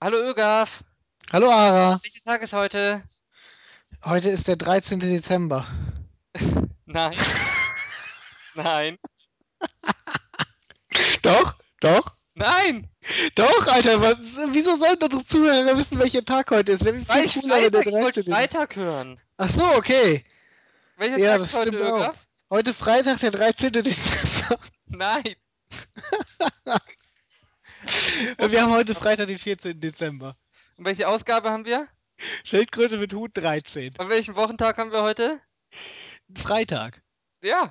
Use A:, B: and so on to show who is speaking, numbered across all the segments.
A: Hallo Ögaf,
B: Hallo Ara,
A: welcher Tag ist heute?
B: heute ist der 13. Dezember.
A: Nein, nein,
B: Doch, doch,
A: nein!
B: doch, Alter, wieso sollten unsere Zuhörer wissen, welcher Tag heute ist? Wäre viel
A: Weil
B: cooler, wenn der
A: Ich wollte
B: 13. ist.
A: Freitag hören.
B: Ach so, okay.
A: Welcher
B: Ja,
A: Tag ist
B: das
A: heute,
B: stimmt auch.
A: Ögaf?
B: Heute Freitag, der 13. Dezember.
A: Nein, ich wusste
B: Wir haben
A: es
B: heute
A: doch.
B: Freitag, den 14. Dezember.
A: Und welche Ausgabe haben wir?
B: Schildkröte mit Hut 13.
A: Und welchen Wochentag haben wir heute?
B: Freitag.
A: Ja,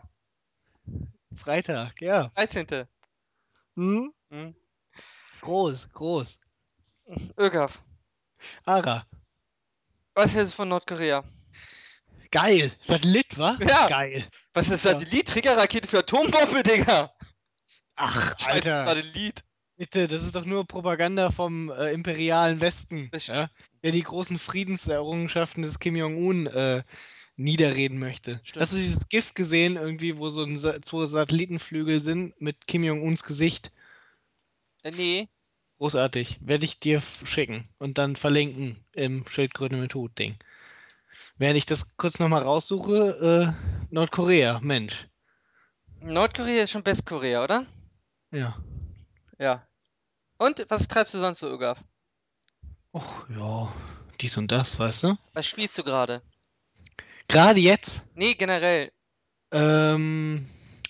B: Freitag, ja.
A: 13.
B: Hm?
A: Hm.
B: Groß, groß.
A: Ögaf,
B: Ara.
A: was hältst du von Nordkorea?
B: Geil. Satellit, wa?
A: Ja,
B: Geil.
A: was ist
B: Super.
A: Satellit? Triggerrakete für Atombombe, Digga!
B: Ach,
A: Scheiß
B: Alter.
A: Satellit.
B: Bitte, das ist doch nur Propaganda vom imperialen Westen,
A: Das
B: ja?
A: stimmt,
B: Der die großen Friedenserrungenschaften des Kim Jong-un niederreden möchte.
A: das
B: Hast
A: stimmt.
B: du dieses GIF gesehen, irgendwie, wo so zwei Satellitenflügel sind mit Kim Jong-uns Gesicht?
A: Nee,
B: Großartig. Werde ich dir schicken und dann verlinken im Schildkröte mit Hut-Ding. Während ich das kurz nochmal raussuche, Nordkorea, Mensch.
A: Nordkorea ist schon Westkorea, oder?
B: Ja.
A: Ja. Und was treibst du sonst so, Ögaf?
B: Och, ja, dies und das, weißt du?
A: Was spielst du gerade?
B: Gerade jetzt,
A: Nee, generell.
B: ähm,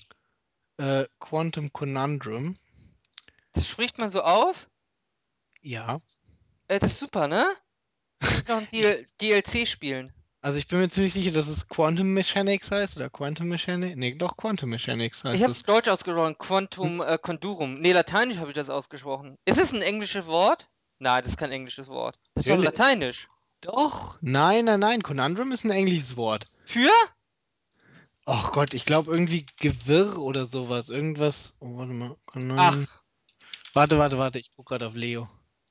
B: Quantum Conundrum.
A: Das spricht man so aus?
B: Ja.
A: Das ist super, ne? Muss ich noch ein
B: Ich,
A: DLC spielen.
B: also ich bin mir ziemlich sicher, dass es Quantum Mechanics heißt oder Quantum Mechanics. Nee, doch Quantum Mechanics
A: Ich
B: heißt
A: habe es
B: es.
A: Deutsch ausgesprochen.
B: Hm?
A: Quantum Condurum. Nee, Lateinisch habe ich das ausgesprochen. Ist es ein englisches Wort? Nein, das ist kein englisches Wort. Das ist doch
B: Natürlich.
A: Lateinisch.
B: Doch. Nein, nein, nein. Conundrum ist ein englisches Wort.
A: Für?
B: Ach Gott, ich glaube irgendwie Gewirr oder sowas. Irgendwas. Oh, warte mal.
A: Ach,
B: Warte. Ich gucke gerade auf Leo.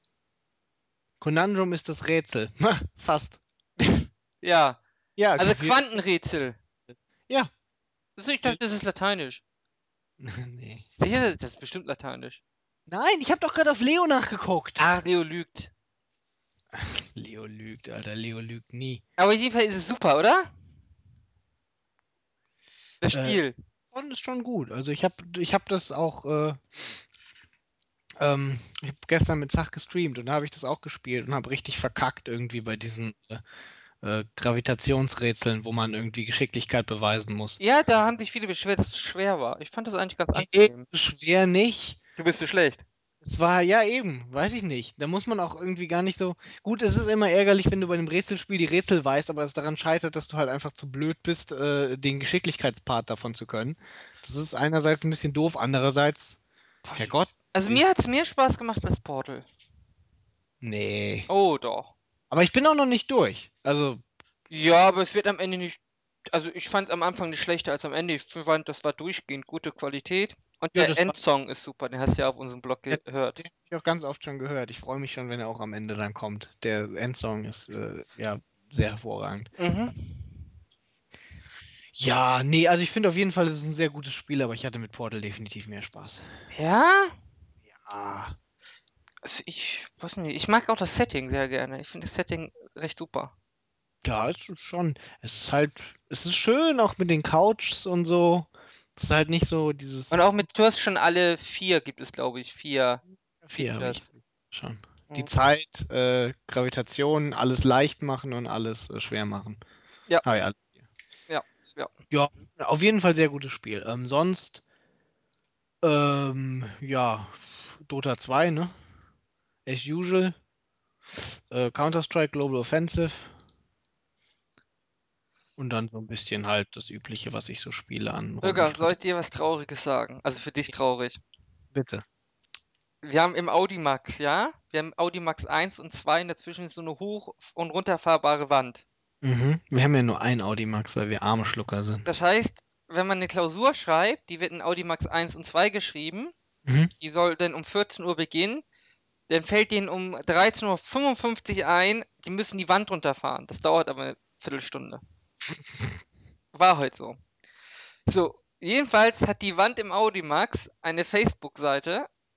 B: Conundrum ist das Rätsel. Fast.
A: ja.
B: Ja,
A: Also
B: Gewirr.
A: Quantenrätsel.
B: Ja.
A: Also ich dachte, das ist Lateinisch.
B: Nee.
A: Sicher, das ist bestimmt Lateinisch.
B: Nein, ich habe doch gerade auf Leo nachgeguckt.
A: Ah, Leo lügt.
B: Leo lügt, Alter. Leo lügt nie.
A: Aber auf jeden Fall ist es super, oder? Das
B: Äh,
A: Spiel.
B: ist schon gut. Also ich hab das auch, ich habe gestern mit Zach gestreamt und da habe ich das auch gespielt und habe richtig verkackt irgendwie bei diesen Gravitationsrätseln, wo man irgendwie Geschicklichkeit beweisen muss.
A: Ja, da haben sich viele beschwert, dass es schwer war. Ich fand das eigentlich ganz
B: Nee,
A: angenehm.
B: so schwer nicht.
A: Du bist so schlecht.
B: Es war, ja eben, weiß ich nicht. Da muss man auch irgendwie gar nicht so. Gut, es ist immer ärgerlich, wenn du bei einem Rätselspiel die Rätsel weißt, aber es daran scheitert, dass du halt einfach zu blöd bist, den Geschicklichkeitspart davon zu können. Das ist einerseits ein bisschen doof, andererseits, Herrgott,
A: Also mir hat's mehr Spaß gemacht als Portal.
B: nee.
A: Oh, doch.
B: Aber ich bin auch noch nicht durch. Also,
A: Ja, aber es wird am Ende nicht. Also ich fand am Anfang nicht schlechter als am Ende. Ich fand, das war durchgehend gute Qualität. Und
B: ja,
A: der
B: das war,
A: Endsong ist super. Den hast du ja auf unserem Blog
B: den
A: gehört.
B: habe ich auch ganz oft schon gehört. Ich freue mich schon, wenn er auch am Ende dann kommt. Der Endsong ist ja sehr hervorragend.
A: Mhm.
B: Ja, nee, also ich finde auf jeden Fall, es ist ein sehr gutes Spiel, aber ich hatte mit Portal definitiv mehr Spaß.
A: Ja?
B: Ah,
A: Also ich weiß nicht. Ich mag auch das Setting sehr gerne. Ich finde das Setting recht super.
B: ja, es ist schon. Es ist halt, es ist schön, auch mit den Couches und so. Es ist halt nicht so
A: Und auch
B: dieses
A: mit, du hast schon alle vier, gibt es, glaube ich. Vier
B: vier habe
A: Features.
B: ich schon. Die
A: Mhm.
B: Zeit, Gravitation, alles leicht machen und alles schwer machen.
A: Ja,
B: Ah ja.
A: ja, ja.
B: Ja, auf jeden Fall sehr gutes Spiel. Sonst, ja, Dota 2, ne? As usual. Counter-Strike Global Offensive. Und dann so ein bisschen halt das Übliche, was ich so spiele an
A: Bürger, soll ich
B: Rundenstrategie.
A: dir was Trauriges sagen? Also für dich traurig.
B: Bitte.
A: Wir haben im Audimax, ja? Wir haben Audimax 1 und 2 und dazwischen ist so eine hoch- und runterfahrbare Wand.
B: Mhm. Wir haben ja nur ein Audimax, weil wir arme Schlucker sind.
A: Das heißt, wenn man eine Klausur schreibt, die wird in Audimax 1 und 2 geschrieben,
B: Mhm.
A: die soll dann um 14 Uhr beginnen, dann fällt denen um 13:55 Uhr ein, die müssen die Wand runterfahren. Das dauert aber eine Viertelstunde. War heute so. So, jedenfalls hat die Wand im Audimax eine Facebook-Seite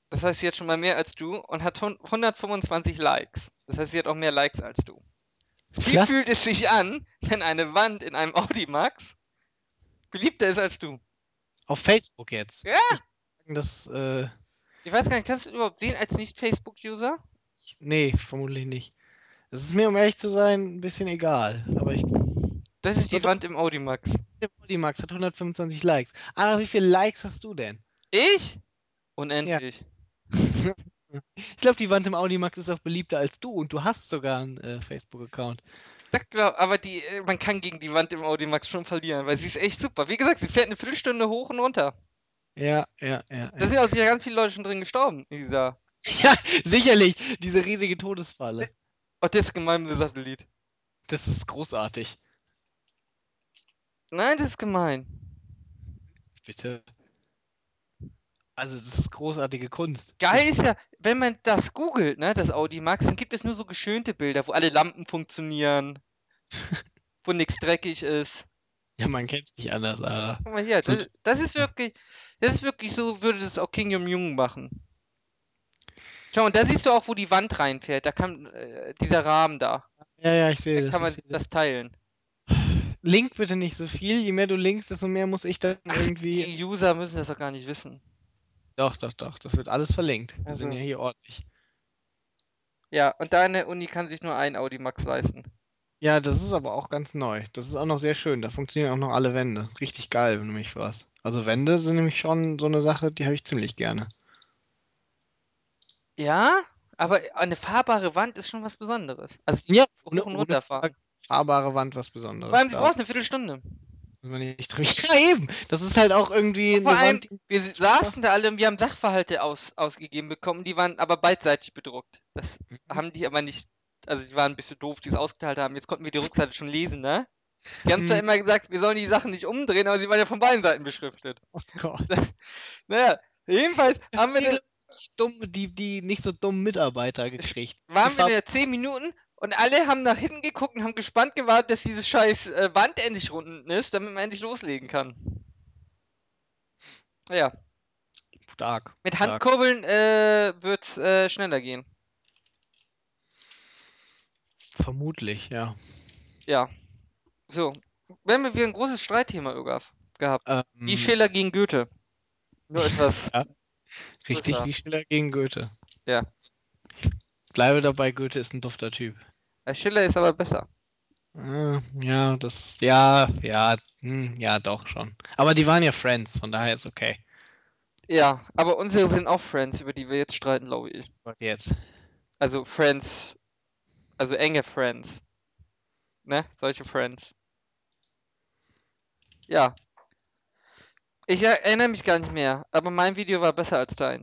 A: Das heißt, sie hat schon mal mehr als du und hat 125 Likes. Das heißt, sie hat auch mehr Likes als du. Wie
B: Klasse.
A: fühlt es sich an, wenn eine Wand in einem Audimax beliebter ist als du?
B: Auf Facebook jetzt.
A: Ja,
B: Ich kann das,
A: ich weiß gar nicht, kannst du überhaupt sehen als Nicht-Facebook-User?
B: nee, vermutlich nicht. Es ist mir, um ehrlich zu sein, ein bisschen egal. Aber ich.
A: Das ist
B: So,
A: die
B: doch,
A: Wand im Audimax.
B: der Max hat 125 Likes. Aber wie viele Likes hast du denn?
A: Ich?
B: Ja.
A: Unendlich.
B: Ich glaube, die Wand im Audimax ist auch beliebter als du und du hast sogar einen Facebook-Account.
A: Aber man kann gegen die Wand im Audimax schon verlieren, weil sie ist echt super. Wie gesagt, sie fährt eine Viertelstunde hoch und runter.
B: Ja, ja, ja,
A: Da
B: ja.
A: sind auch sicher ganz viele Leute schon drin gestorben in dieser.
B: Ja, sicherlich. Diese riesige Todesfalle.
A: Oh, das ist gemein mit dem Satellit.
B: Das ist großartig.
A: Nein, das ist gemein.
B: Bitte. Also, das ist großartige Kunst.
A: Geil ist
B: Das,
A: ja, wenn man das googelt, ne, das Audimax, dann gibt es nur so geschönte Bilder, wo alle Lampen funktionieren, wo nichts dreckig ist.
B: ja, man kennt es nicht anders, aber
A: Guck mal hier,
B: so.
A: das ist wirklich so, würde das auch Kim Jong-un machen. Schau, und da siehst du auch, wo die Wand reinfährt. Da kann dieser Rahmen da.
B: Ja, ja, ich
A: Da
B: sehe das,
A: kann
B: ich
A: man
B: sehe das.
A: das teilen.
B: Link bitte nicht so viel. Je mehr du linkst, desto mehr muss ich dann
A: Ach,
B: irgendwie.
A: die User müssen das doch gar nicht wissen.
B: Doch, doch, doch. Das wird alles verlinkt. Wir sind ja
A: Also,
B: hier ordentlich.
A: ja, und deine Uni kann sich nur ein Audimax leisten.
B: Ja, das ist aber auch ganz neu. Das ist auch noch sehr schön. Da funktionieren auch noch alle Wände. Richtig geil, wenn du mich fragst. Also Wände sind nämlich schon so eine Sache, die habe ich ziemlich gerne.
A: Ja, aber eine fahrbare Wand ist schon was Besonderes. Also die
B: Ja,
A: hoch und
B: ohne
A: runter
B: Frage.
A: fahren.
B: Fahrbare Wand, was
A: Vor
B: Besonderes.
A: allem, sie
B: Da
A: braucht eine Viertelstunde.
B: muss man nicht drüber. Ja, eben. Das ist halt auch irgendwie
A: Und vor
B: eine
A: allem,
B: Wand, die.
A: wir saßen da alle und wir haben Sachverhalte ausgegeben bekommen, die waren aber beidseitig bedruckt. Das haben die aber nicht, also die waren ein bisschen doof, die es ausgeteilt haben. Jetzt konnten wir die Rückseite schon lesen, ne? Die haben zwar
B: Hm,
A: immer gesagt, wir sollen die Sachen nicht umdrehen, aber sie waren ja von beiden Seiten beschriftet.
B: oh Gott.
A: Naja, jedenfalls haben wir
B: Die,
A: dann,
B: glaub ich, die nicht so dummen Mitarbeiter gekriegt. Die
A: waren wir
B: Farb
A: da 10 Minuten und alle haben nach hinten geguckt und haben gespannt gewartet, dass diese scheiß Wand endlich unten ist, damit man endlich loslegen kann. Ja,
B: stark,
A: mit
B: stark.
A: Handkurbeln wird's schneller gehen.
B: Vermutlich, ja.
A: Ja, so. Wir haben wieder ein großes Streitthema, Ögaf, gehabt. Wie
B: Ähm,
A: Schiller gegen Goethe. Nur etwas
B: ja, richtig
A: größer.
B: wie Schiller gegen Goethe.
A: Ja.
B: Bleibe dabei, Goethe ist ein dufter Typ.
A: Schiller ist aber besser.
B: Ja, ja, doch schon. Aber die waren ja Friends, von daher ist okay.
A: Ja, aber unsere sind auch Friends, über die wir jetzt streiten, glaube ich.
B: Was jetzt?
A: Also Friends, also enge Friends. Ne? Solche Friends. Ja. Ich erinnere mich gar nicht mehr, aber mein Video war besser als deins.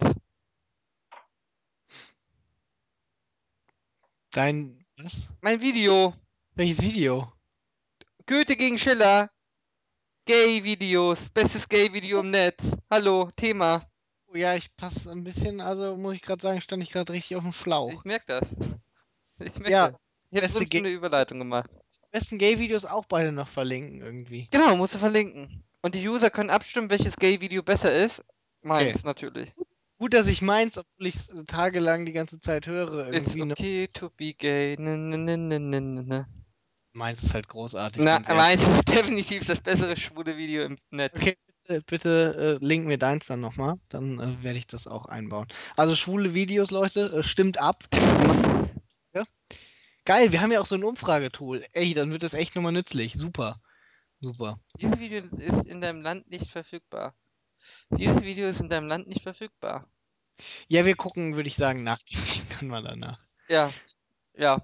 B: Was?
A: Mein Video.
B: Welches Video?
A: Goethe gegen Schiller. Gay-Videos. Bestes Gay-Video im Netz. Hallo, Thema.
B: Oh ja, ich passe ein bisschen, also muss ich gerade sagen, stand ich gerade richtig auf dem
A: Ich
B: Schlauch.
A: merke das. Ich merke
B: Ja,
A: das. Ich habe
B: beste
A: drin schon
B: Gay
A: eine Überleitung gemacht.
B: besten Gay-Videos auch beide noch verlinken irgendwie.
A: Genau, musst du verlinken. Und die User können abstimmen, welches Gay-Video besser ist.
B: Okay.
A: Meins, natürlich.
B: Gut, dass ich meins, obwohl ich es tagelang die ganze Zeit höre,
A: It's
B: irgendwie. Ne,
A: okay to be gay. Ne.
B: meins ist halt großartig,
A: Na,
B: ganz ehrlich.
A: meins ist definitiv das bessere schwule Video im Netz.
B: Okay, bitte link mir deins dann nochmal. Dann werde ich das auch einbauen. Also schwule Videos, Leute, stimmt ab. Wir machen, ja? Geil, wir haben ja auch so ein Umfragetool. Ey, dann wird das echt nochmal nützlich. Super, super.
A: Dieses Video ist in deinem Land nicht verfügbar. Dieses Video ist in deinem Land nicht verfügbar.
B: Ja, wir gucken, würde ich sagen, nach dem Ding dann mal danach.
A: Ja, ja.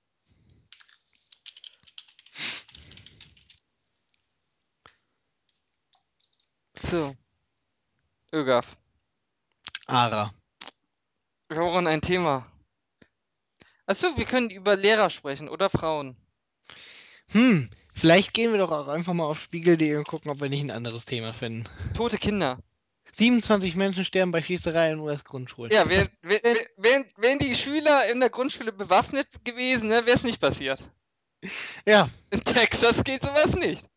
A: So, Ögaf.
B: Ara.
A: Wir brauchen ein Thema. Achso, wir können über Lehrer sprechen oder Frauen.
B: Vielleicht gehen wir doch auch einfach mal auf spiegel.de und gucken, ob wir nicht ein anderes Thema finden.
A: Tote Kinder.
B: 27 Menschen sterben bei Schießerei in US-Grundschulen.
A: Ja,
B: Was denn?
A: wären die Schüler in der Grundschule bewaffnet gewesen, ne, wäre es nicht passiert.
B: Ja,
A: In Texas geht sowas nicht.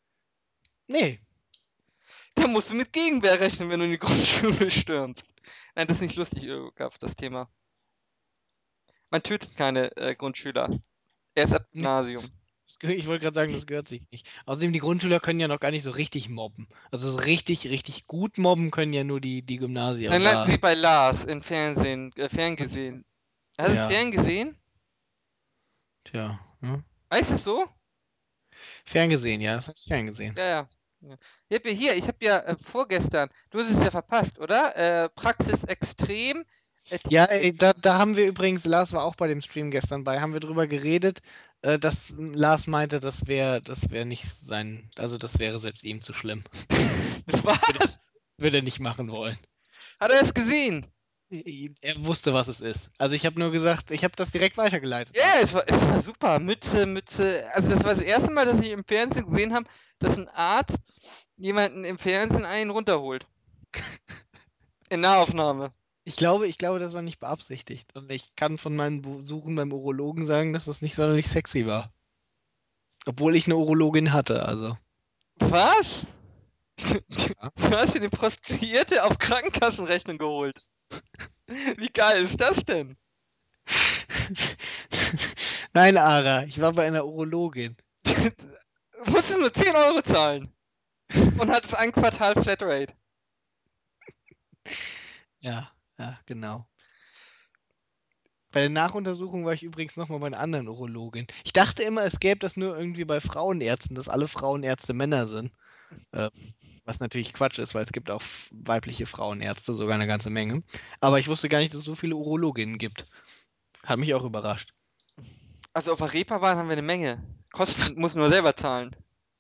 B: nee.
A: Da musst du mit Gegenwehr rechnen, wenn du in die Grundschule stürmst. Nein, das ist nicht lustig, Ögaf, das Thema. Man tötet keine Grundschüler. Erst ab
B: Nee,
A: Gymnasium.
B: ich wollte gerade sagen, das gehört sich nicht. Außerdem, die Grundschüler können ja noch gar nicht so richtig mobben. Also so richtig, richtig gut mobben können ja nur die Gymnasier.
A: Nein,
B: Und
A: nein,
B: da,
A: wie bei Lars im Fernsehen, ferngesehen. Hast du
B: ja,
A: ferngesehen?
B: tja. Hm?
A: Heißt es so?
B: Ferngesehen, ja, das heißt ferngesehen.
A: Ja, ja. Ja. Ich habe ja vorgestern, du hast es ja verpasst, oder? Praxis extrem.
B: Ja, ey, da haben wir übrigens, Lars war auch bei dem Stream gestern bei, haben wir drüber geredet, dass Lars meinte, das wär nicht sein, also das wäre selbst ihm zu schlimm. Würde,
A: Was?
B: würde er nicht machen wollen.
A: Hat er es gesehen?
B: Er wusste, was es ist. Also ich habe nur gesagt, ich habe das direkt weitergeleitet.
A: Ja, es war super. Mütze. Also das war das erste Mal, dass ich im Fernsehen gesehen habe, dass ein Arzt jemanden im Fernsehen einen runterholt. In Nahaufnahme.
B: Ich glaube, das war nicht beabsichtigt. Und ich kann von meinen Besuchen beim Urologen sagen, dass das nicht sonderlich sexy war. Obwohl ich eine Urologin hatte, also.
A: Was?
B: Ja.
A: Du hast dir eine Prostituierte auf Krankenkassenrechnung geholt. Wie geil ist das denn?
B: Nein, Ara, ich war bei einer Urologin.
A: Du musstest nur 10 Euro zahlen und hattest ein Quartal Flatrate.
B: Ja, ja, genau. Bei der Nachuntersuchung war ich übrigens nochmal bei einer anderen Urologin. Ich dachte immer, es gäbe das nur irgendwie bei Frauenärzten, dass alle Frauenärzte Männer sind. Äh, Was natürlich Quatsch ist, weil es gibt auch weibliche Frauenärzte, sogar eine ganze Menge. Aber ich wusste gar nicht, dass es so viele Urologinnen gibt. Hat mich auch überrascht.
A: Also auf der Reeperbahn haben wir eine Menge. Kosten muss nur selber zahlen.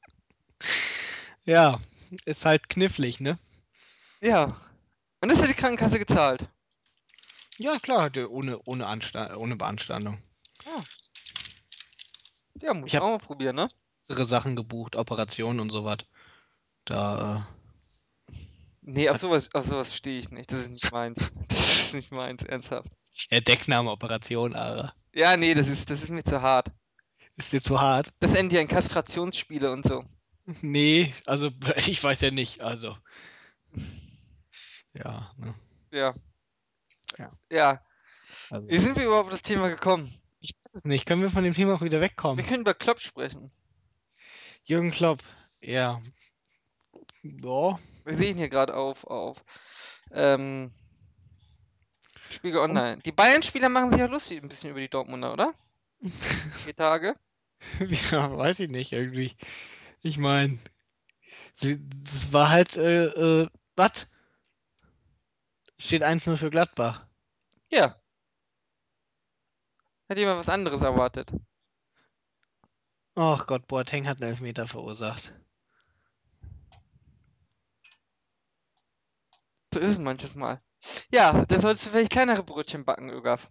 B: Ja, ist halt knifflig, ne?
A: Ja. Und das hat die Krankenkasse gezahlt.
B: Ja, klar, ohne Beanstandung.
A: Ja, ja, muss
B: Ich
A: man
B: habe
A: auch mal probieren, ne?
B: andere Sachen gebucht, Operationen und sowas. Da
A: Nee,
B: hat
A: auf sowas stehe ich nicht. Das ist nicht meins. Das ist nicht meins, ernsthaft.
B: Deckname Operation, Ara.
A: Ja, nee, das ist mir zu hart.
B: Ist dir zu hart?
A: Das endet ja in Kastrationsspiele und so.
B: Nee, also ich weiß ja nicht. Also, ja, ne?
A: Ja,
B: Ja,
A: ja.
B: also.
A: Wie sind wir überhaupt auf das Thema gekommen?
B: Ich weiß es nicht. Können wir von dem Thema auch wieder
A: Wir
B: wegkommen?
A: können über Klopp sprechen.
B: Jürgen Klopp. Ja. Ja.
A: Wir sehen hier gerade auf ähm, Spiegel
B: Um,
A: Online. Die Bayern-Spieler machen sich ja lustig ein bisschen über die Dortmunder, oder? Die Tage.
B: ja, weiß ich nicht, irgendwie. Ich meine, das war halt, was? Steht 1-0 für Gladbach.
A: Ja, hätte jemand was anderes erwartet.
B: Ach Gott, Boateng hat einen Elfmeter verursacht.
A: So ist es manches Mal. Ja, dann solltest du vielleicht kleinere Brötchen backen, Ögaf.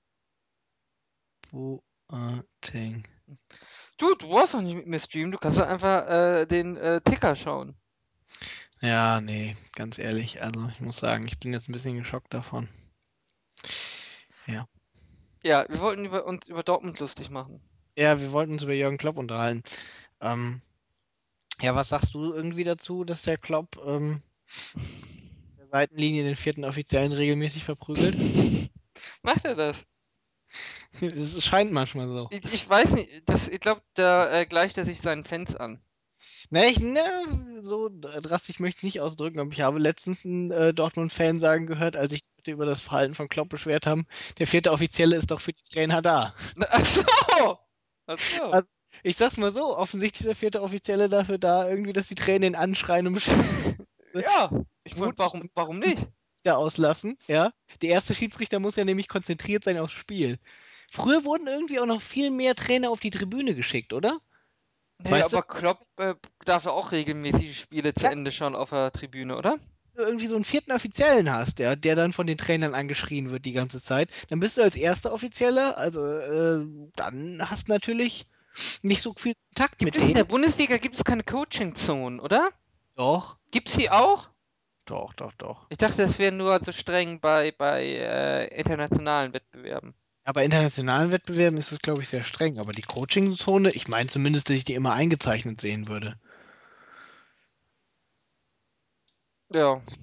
B: Boateng.
A: Du brauchst doch nicht mit mir streamen, du kannst doch einfach den Ticker schauen.
B: Ja, nee, ganz ehrlich. Also, ich muss sagen, ich bin jetzt ein bisschen geschockt davon. Ja.
A: Ja, wir wollten uns über Dortmund lustig machen.
B: Ja, wir wollten uns über Jürgen Klopp unterhalten. Ähm, ja, was sagst du irgendwie dazu, dass der Klopp der Seitenlinie den vierten Offiziellen regelmäßig verprügelt?
A: Macht er das?
B: Es scheint manchmal so.
A: Ich weiß nicht, ich glaube, da gleicht er sich seinen Fans an.
B: Ne, so drastisch möchte ich es nicht ausdrücken, aber ich habe letztens einen Dortmund-Fan sagen gehört, als sich Leute über das Verhalten von Klopp beschwert haben, der vierte Offizielle ist doch für die Trainer da.
A: Ach so! Ach so.
B: Also, ich sag's mal so, offensichtlich ist der vierte Offizielle dafür da, irgendwie, dass die Trainer ihn anschreien und beschimpfen.
A: Ja, ich meine,
B: Vermutlich
A: warum nicht?
B: da auslassen, ja. Der erste Schiedsrichter muss ja nämlich konzentriert sein aufs Spiel. Früher wurden irgendwie auch noch viel mehr Trainer auf die Tribüne geschickt, oder?
A: Nee,
B: Weißt du,
A: aber Klopp darf ja auch regelmäßig Spiele zu
B: ja,
A: Ende schauen auf der Tribüne, oder?
B: wenn du irgendwie so einen vierten Offiziellen hast, der dann von den Trainern angeschrien wird die ganze Zeit, dann bist du als erster Offizieller, also dann hast du natürlich nicht so viel Kontakt
A: Gibt
B: mit
A: es in der
B: denen.
A: Bundesliga gibt es keine Coaching-Zonen, oder?
B: Doch,
A: Gibt's sie auch?
B: doch, doch, doch.
A: Ich dachte, das wäre nur so streng bei internationalen Wettbewerben.
B: Ja, bei internationalen Wettbewerben ist es, glaube ich, sehr streng, aber die Coaching-Zone, ich meine zumindest, dass ich die immer eingezeichnet sehen würde.
A: Ja.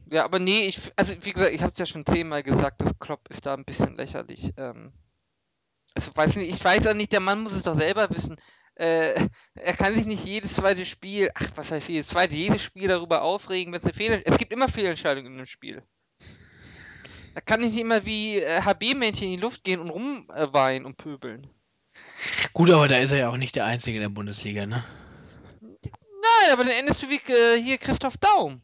A: Ja, aber nee, also wie gesagt, ich habe es ja schon 10-mal gesagt, das Klopp ist da ein bisschen lächerlich. Also weiß nicht, ich weiß auch nicht, der Mann muss es doch selber wissen. Er kann sich nicht jedes zweite Spiel, ach, was heißt jedes zweite, jedes Spiel darüber aufregen, wenn es eine Fehler, es gibt immer Fehlentscheidungen in einem Spiel. Da kann ich nicht immer wie HB-Männchen in die Luft gehen und rumweinen und pöbeln.
B: Gut, aber da ist er ja auch nicht der Einzige in der Bundesliga, ne?
A: Nein, aber dann endest du wie hier Christoph Daum.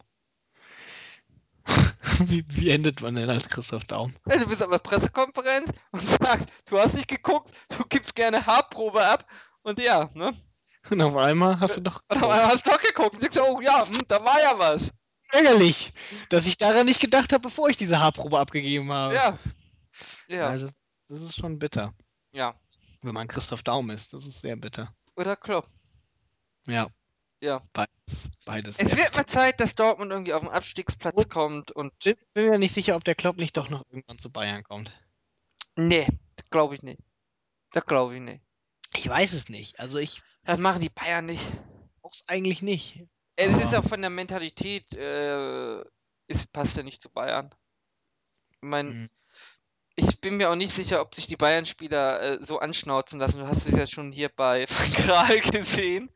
B: Wie endet man denn als Christoph Daum?
A: Ja, du bist auf der Pressekonferenz und sagst, du hast nicht geguckt, du gibst gerne Haarprobe ab und ja, ne?
B: Und auf einmal hast du doch
A: Und auf
B: geguckt.
A: einmal hast du doch geguckt und sagst, oh ja, da war ja was.
B: Ärgerlich, dass ich daran nicht gedacht habe, bevor ich diese Haarprobe abgegeben habe.
A: Ja,
B: Ja,
A: ja,
B: das ist schon bitter,
A: ja.
B: wenn man Christoph Daum ist. Das ist sehr bitter.
A: Oder Klopp.
B: Ja,
A: Ja.
B: beides
A: Es
B: sehr
A: wird
B: bitter.
A: mal Zeit, dass Dortmund irgendwie auf den Abstiegsplatz
B: Und
A: kommt und
B: bin mir nicht sicher, ob der Klopp nicht doch noch irgendwann zu Bayern kommt.
A: nee, das glaube ich nicht. Das glaube ich nicht.
B: Ich weiß es nicht. Also ich
A: Das machen die Bayern nicht.
B: brauch's eigentlich nicht.
A: Es ist
B: Aber
A: auch von der Mentalität, passt er nicht zu Bayern. Ich meine,
B: hm,
A: ich bin mir auch nicht sicher, ob sich die Bayern-Spieler so anschnauzen lassen. Du hast es ja schon hier bei Van Gaal gesehen.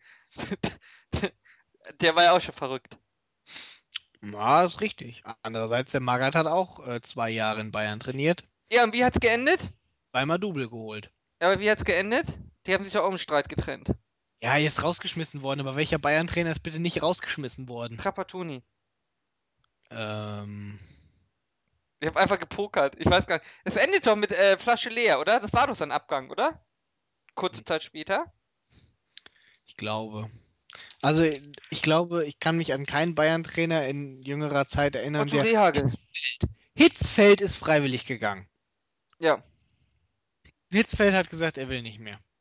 A: Der war ja auch schon verrückt.
B: ja, ist richtig. Andererseits, der Magath hat auch 2 Jahre in Bayern trainiert,
A: Ja, und wie hat's geendet?
B: zweimal Double geholt.
A: Aber wie hat's geendet? Die haben sich doch auch im Streit getrennt.
B: Ja, er ist rausgeschmissen worden, aber welcher Bayern-Trainer ist bitte nicht rausgeschmissen worden?
A: Trapattoni.
B: Ähm,
A: Ich habe einfach gepokert. Ich weiß gar nicht. Es endet doch mit Flasche leer, oder? Das war doch sein Abgang, oder? Kurze Zeit später.
B: ich glaube. Also, ich glaube, ich kann mich an keinen Bayern-Trainer in jüngerer Zeit erinnern,
A: Otto
B: der.
A: Rehagel.
B: Hitzfeld ist freiwillig gegangen.
A: Ja.
B: Hitzfeld hat gesagt, er will nicht mehr.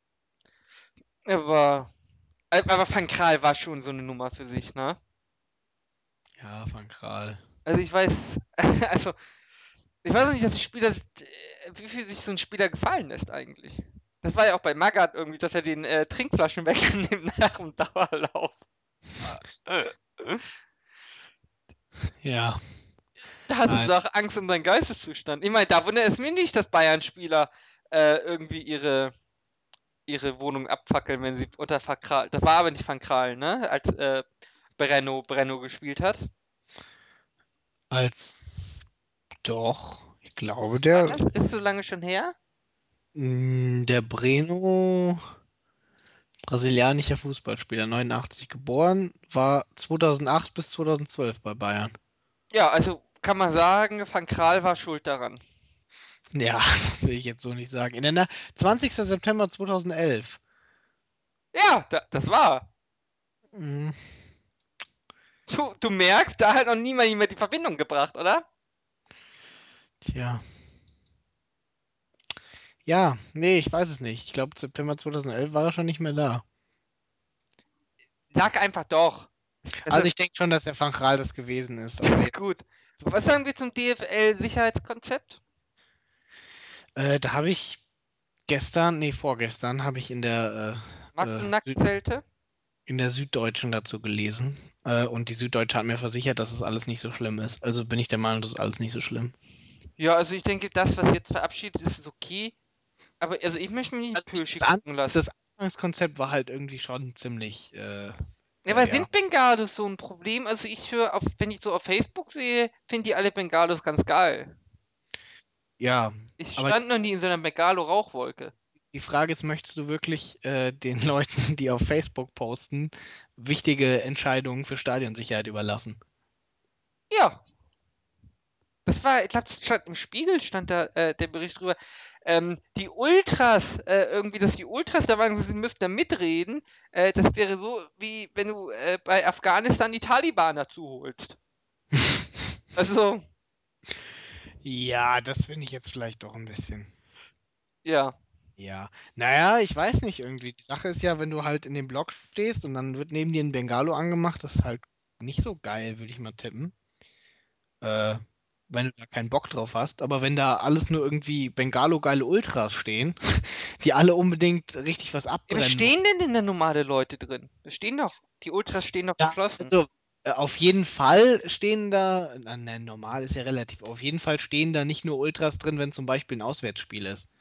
A: Aber Van Gaal war schon so eine Nummer für sich, ne?
B: Ja, Van Gaal.
A: Also ich weiß, also ich weiß auch nicht, dass die Spieler, wie viel sich so ein Spieler gefallen lässt eigentlich. Das war ja auch bei Magath irgendwie, dass er den Trinkflaschen wegnimmt nach dem Dauerlauf.
B: Ja,
A: Da hast du
B: nein.
A: doch Angst um deinen Geisteszustand. Ich meine, da wundert es mich nicht, dass Bayern-Spieler irgendwie ihre Wohnung abfackeln, wenn sie unter Verkral. Das war aber nicht Van Kral, ne? Als Brenno gespielt hat.
B: Als doch, ich glaube,
A: War
B: der,
A: das? Ist so lange schon her?
B: der Breno, brasilianischer Fußballspieler, 89 geboren, war 2008 bis 2012 bei Bayern.
A: Ja, also kann man sagen, Van Kral war schuld daran.
B: Ja, das will ich jetzt so nicht sagen. 20. September 2011.
A: Ja, das war.
B: Hm,
A: Du merkst, da hat noch niemand mehr die Verbindung gebracht, oder?
B: tja. Ja, nee, ich weiß es nicht. Ich glaube, September 2011 war er schon nicht mehr da.
A: Lag einfach doch. Also,
B: Also ich denke schon, dass der Van Gaal das gewesen ist. Also
A: gut. Was sagen wir zum DFL-Sicherheitskonzept?
B: da habe ich gestern, nee, vorgestern, habe ich
A: Magst du Nacktzelte?
B: In der Süddeutschen dazu gelesen. Und die Süddeutsche hat mir versichert, dass es alles nicht so schlimm ist. Also bin ich der Meinung, das ist alles nicht so schlimm.
A: Ja, also ich denke, das, was jetzt verabschiedet ist, ist okay. Aber also ich möchte mich nicht
B: Also
A: Pöschi gucken lassen.
B: Das Anfangskonzept war halt irgendwie schon ziemlich,
A: Ja, weil
B: ja.
A: Windbengalos so ein Problem. Also ich höre, wenn ich so auf Facebook sehe, finden die alle Bengalos ganz geil.
B: Ja,
A: Ich
B: aber
A: stand noch nie in so einer Bengalo-Rauchwolke.
B: die Frage ist, möchtest du wirklich den Leuten, die auf Facebook posten, wichtige Entscheidungen für Stadionsicherheit überlassen?
A: Ja, das war, ich glaube, das stand im Spiegel, stand da der Bericht drüber. Die Ultras, irgendwie, dass die Ultras der Meinung sind, sie müssten da mitreden. Das wäre so, wie wenn du bei Afghanistan die Taliban dazu holst. Also,
B: Ja, das finde ich jetzt vielleicht doch ein bisschen.
A: ja.
B: Ja, naja, ich weiß nicht irgendwie. Die Sache ist ja, wenn du halt in dem Block stehst und dann wird neben dir ein Bengalo angemacht, das ist halt nicht so geil, würde ich mal tippen. Äh, wenn du da keinen Bock drauf hast. Aber wenn da alles nur irgendwie Bengalo-geile Ultras stehen, die alle unbedingt richtig was
A: Ja, was
B: abbrennen wollen.
A: stehen denn da normale Leute drin? Das stehen doch, die Ultras stehen doch
B: Ja,
A: geschlossen.
B: also, Auf jeden Fall stehen da, nein, normal ist ja relativ, auf jeden Fall stehen da nicht nur Ultras drin, wenn zum Beispiel ein Auswärtsspiel ist.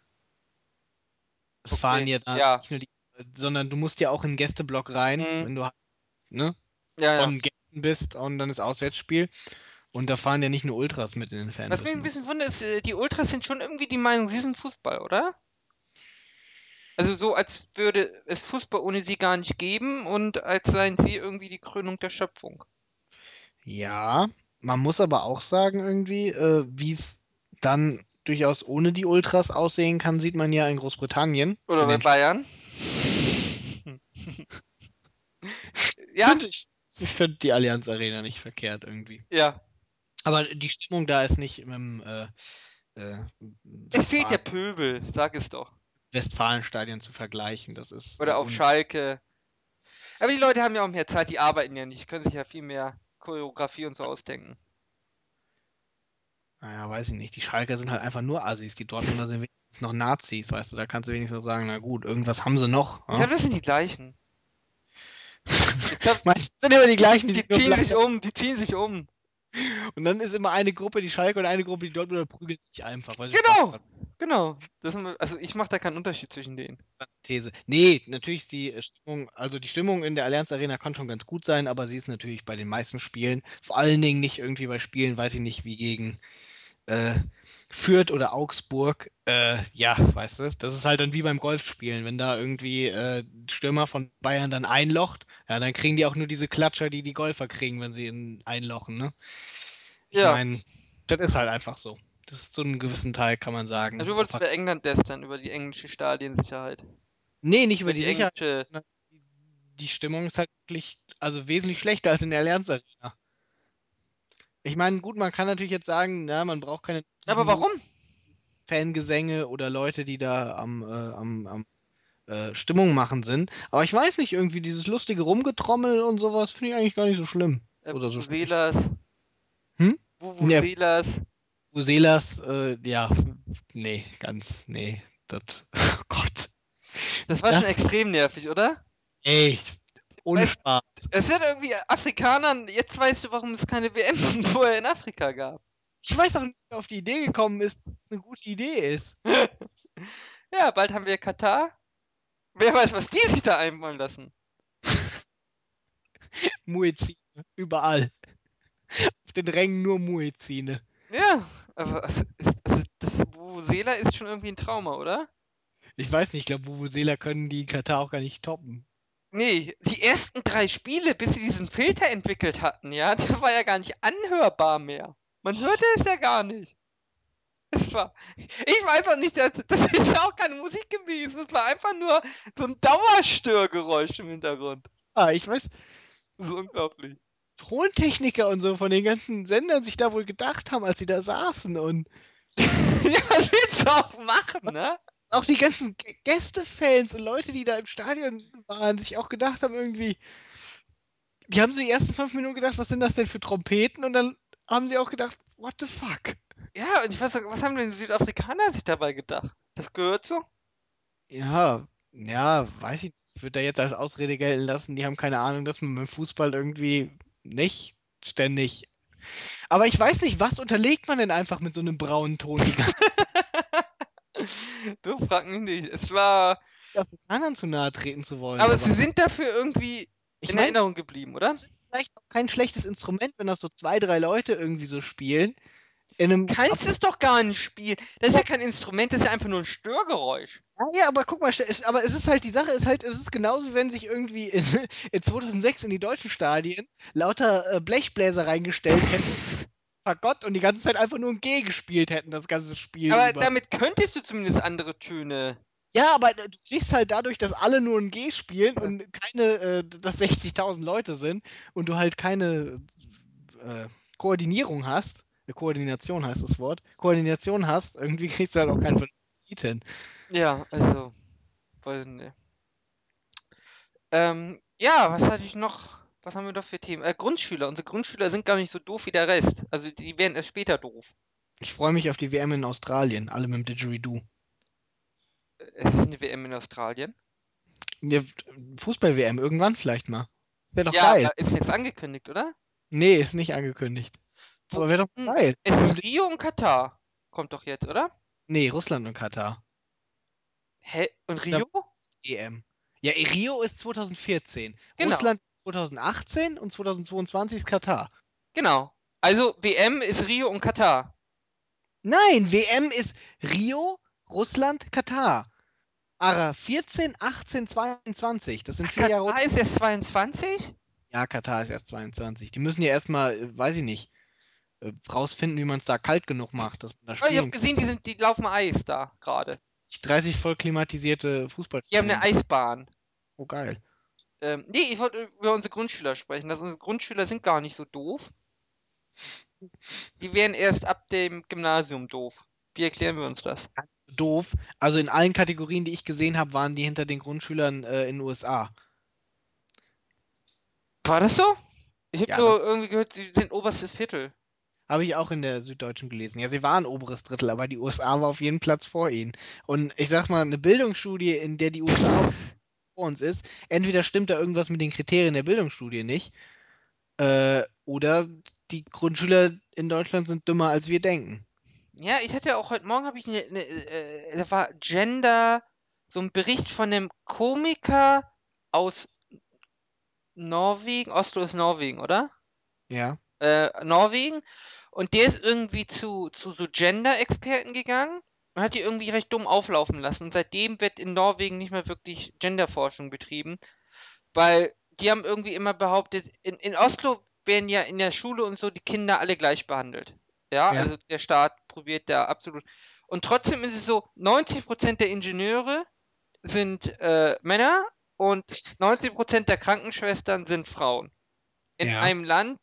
B: Es fahren
A: Okay,
B: ja da
A: ja.
B: nicht nur die, sondern du musst ja auch in den Gästeblock rein,
A: Mhm.
B: wenn du halt, ne,
A: Ja, ja.
B: von Gästen bist und dann ist Auswärtsspiel. Und da fahren ja nicht nur Ultras mit in den
A: Was mich ein
B: Fanbussen.
A: bisschen wundert, ist, die Ultras sind schon irgendwie die Meinung, sie sind Fußball, oder? Also so, als würde es Fußball ohne sie gar nicht geben und als seien sie irgendwie die Krönung der Schöpfung.
B: Ja, man muss aber auch sagen, irgendwie, wie es dann durchaus ohne die Ultras aussehen kann, sieht man ja in Großbritannien.
A: Oder
B: In
A: bei
B: den
A: Bayern. Ja,
B: finde ich finde die Allianz Arena nicht verkehrt irgendwie.
A: ja.
B: Aber die Stimmung da ist nicht mit dem
A: Es fehlt der
B: Westfalen,
A: Pöbel, sag es doch.
B: Westfalenstadion zu vergleichen. Das ist
A: Oder auf
B: ohne.
A: Schalke. Aber die Leute haben ja auch mehr Zeit, die arbeiten ja nicht, können sich ja viel mehr Choreografie und so ausdenken.
B: Naja, weiß ich nicht. Die Schalker sind halt einfach nur Assis. Die Dortmunder sind wenigstens noch Nazis, weißt du. Da kannst du wenigstens sagen, na gut, irgendwas haben sie noch.
A: Ich
B: Ja?
A: glaube, das sind die gleichen. Ich glaube,
B: Meistens sind immer die gleichen, die
A: die
B: sich nur
A: ziehen
B: bleiben.
A: sich um, die ziehen sich um.
B: Und dann ist immer eine Gruppe die Schalke und eine Gruppe die Dortmunder prügeln sich einfach, weil sie Spaß
A: Genau,
B: haben.
A: genau. Also ich mache da keinen Unterschied zwischen denen.
B: These. Nee, natürlich ist die Stimmung, also die Stimmung in der Allianz Arena kann schon ganz gut sein, aber sie ist natürlich bei den meisten Spielen, vor allen Dingen nicht irgendwie bei Spielen, weiß ich nicht, wie gegen äh, Fürth oder Augsburg. Ja, weißt du, das ist halt dann wie beim Golfspielen, wenn da irgendwie Stürmer von Bayern dann einlocht, ja, dann kriegen die auch nur diese Klatscher, die die Golfer kriegen, wenn sie ihn einlochen, ne? Ich
A: Ja,
B: meine, das ist halt einfach so. Das ist zu einem gewissen Teil, kann man
A: also
B: sagen.
A: du wolltest über England lästern, über die englische Stadiensicherheit.
B: Nee, nicht über
A: Über
B: die
A: die
B: Sicherheit.
A: englische.
B: Sondern die Stimmung ist halt wirklich, also wesentlich schlechter als in der Allianz Arena. Ich meine, gut, man kann natürlich jetzt sagen, na, man braucht keine
A: Aber warum?
B: Fangesänge oder Leute, die da am Stimmung machen sind. Aber ich weiß nicht, irgendwie dieses lustige Rumgetrommel und sowas finde ich eigentlich gar nicht so schlimm. Oder so schlecht.
A: Vuvuzelas,
B: Hm? Ja,
A: Vuvuzelas.
B: Vuselas, ja, nee, nee, das, oh Gott,
A: Das war schon
B: das,
A: extrem nervig, oder?
B: ey, ohne
A: Weißt,
B: Spaß.
A: es wird irgendwie Afrikanern, jetzt weißt du, warum es keine WM vorher in Afrika gab.
B: Ich weiß auch nicht, wer auf die Idee gekommen ist, dass es eine gute Idee ist.
A: Ja, bald haben wir Katar. Wer weiß, was die sich da einfallen lassen.
B: Muezzine, überall. Auf den Rängen nur Muezzine.
A: Ja, aber das Vuvuzela ist schon irgendwie ein Trauma, oder?
B: Ich weiß nicht, ich glaube, Vuvuzela können die in Katar auch gar nicht toppen.
A: Nee, die ersten 3 Spiele, bis sie diesen Filter entwickelt hatten, ja, der war ja gar nicht anhörbar mehr. Man hörte es ja gar nicht. Es war, ich weiß auch nicht, das ist ja auch keine Musik gewesen. Das war einfach nur so ein Dauerstörgeräusch im Hintergrund.
B: Ah, ich weiß,
A: Das ist unglaublich.
B: Tontechniker und so von den ganzen Sendern sich da wohl gedacht haben, als sie da saßen und
A: Ja, was willst du auch machen, ne?
B: auch die ganzen Gästefans und Leute, die da im Stadion waren, sich auch gedacht haben irgendwie, die haben so die ersten 5 Minuten gedacht, was sind das denn für Trompeten? Und dann haben sie auch gedacht, what the fuck?
A: Ja, und ich weiß auch, was haben denn die Südafrikaner sich dabei gedacht? Das gehört so?
B: Ja, ja, weiß ich nicht. Ich würde da jetzt als Ausrede gelten lassen, die haben keine Ahnung, dass man beim Fußball irgendwie nicht ständig. Aber ich weiß nicht, was unterlegt man denn einfach mit so einem braunen Ton die ganzen
A: Du frag mich nicht. Es war.
B: Afrikanern zu nahe treten zu wollen,
A: Aber
B: aber
A: sie sind dafür irgendwie
B: ich
A: in
B: meine,
A: Erinnerung geblieben, oder?
B: es ist vielleicht auch kein schlechtes Instrument, wenn das so zwei, drei Leute irgendwie so spielen. In einem.
A: Kannst es doch gar nicht spielen. Das ist ja kein Instrument, das ist ja einfach nur ein Störgeräusch.
B: Ja, ja, aber guck mal, aber es ist halt, die Sache ist halt, es ist genauso, wie wenn sich irgendwie in 2006 in die deutschen Stadien lauter Blechbläser reingestellt hätten, Fagott und die ganze Zeit einfach nur ein G gespielt hätten, das ganze Spiel
A: Aber
B: über.
A: damit könntest du zumindest andere Töne.
B: Ja, aber du siehst halt dadurch, dass alle nur ein G spielen
A: Ja.
B: und keine, dass 60.000 Leute sind und du halt keine Koordinierung hast, Koordination heißt das Wort, Koordination hast, irgendwie kriegst du halt auch keinen vernünftigen Lied hin.
A: Ja, also, weiß nicht. Ja, was hatte ich noch? Was haben wir noch für Themen? Grundschüler. Unsere Grundschüler sind gar nicht so doof wie der Rest. Also, die werden erst später doof.
B: Ich freue mich auf die WM in Australien, alle mit dem Didgeridoo.
A: Es ist eine WM in Australien.
B: Ja, Fußball-WM, irgendwann vielleicht mal. Wäre doch
A: Ja,
B: geil.
A: aber ist jetzt angekündigt, oder?
B: Nee, ist nicht angekündigt.
A: Wo,
B: Aber wäre doch geil.
A: es ist Rio und Katar. Kommt doch jetzt, oder?
B: Nee, Russland und Katar.
A: Hä? Und
B: Da
A: Rio?
B: EM. Ja, Rio ist 2014.
A: Genau,
B: Russland 2018 und 2022 ist Katar.
A: genau. Also WM ist Rio und Katar.
B: Nein, WM ist Rio, Russland, Katar. Ara 14, 18, 22. Das sind
A: Ach,
B: 4 Jahre.
A: Katar ist erst 22?
B: Ja, Katar ist erst 22. Die müssen ja erstmal, weiß ich nicht, rausfinden, wie man es da kalt genug macht, dass man da
A: Oh, ich habe
B: spielen kann.
A: gesehen, die laufen Eis da gerade.
B: 30 voll klimatisierte
A: Die haben eine
B: Fußballstadien.
A: Eisbahn.
B: Oh, geil.
A: Nee, ich wollte über unsere Grundschüler sprechen. Unsere Grundschüler sind gar nicht so doof. Die wären erst ab dem Gymnasium doof. Wie erklären wir uns das?
B: Doof. Also in allen Kategorien, die ich gesehen habe, waren die hinter den Grundschülern in den USA.
A: War das so? Ich habe
B: Ja, das
A: nur irgendwie gehört, sie sind oberstes Viertel.
B: habe ich auch in der Süddeutschen gelesen. Ja, sie waren oberes Drittel, aber die USA war auf jeden Platz vor ihnen. Und ich sag mal, eine Bildungsstudie, in der die USA vor uns ist, entweder stimmt da irgendwas mit den Kriterien der Bildungsstudie nicht, oder die Grundschüler in Deutschland sind dümmer, als wir denken.
A: Ja, ich hatte auch heute Morgen habe ich da war Gender, so ein Bericht von einem Komiker aus Norwegen. Oslo ist Norwegen, oder?
B: Ja,
A: Norwegen. Und der ist irgendwie zu so Gender-Experten gegangen und hat die irgendwie recht dumm auflaufen lassen. Und seitdem wird in Norwegen nicht mehr wirklich Genderforschung betrieben, weil die haben irgendwie immer behauptet, in Oslo werden ja in der Schule und so die Kinder alle gleich behandelt. Ja,
B: ja,
A: also der Staat probiert da absolut. Und trotzdem ist es so, 90% der Ingenieure sind Männer und 90% der Krankenschwestern sind Frauen. In
B: ja.
A: einem Land,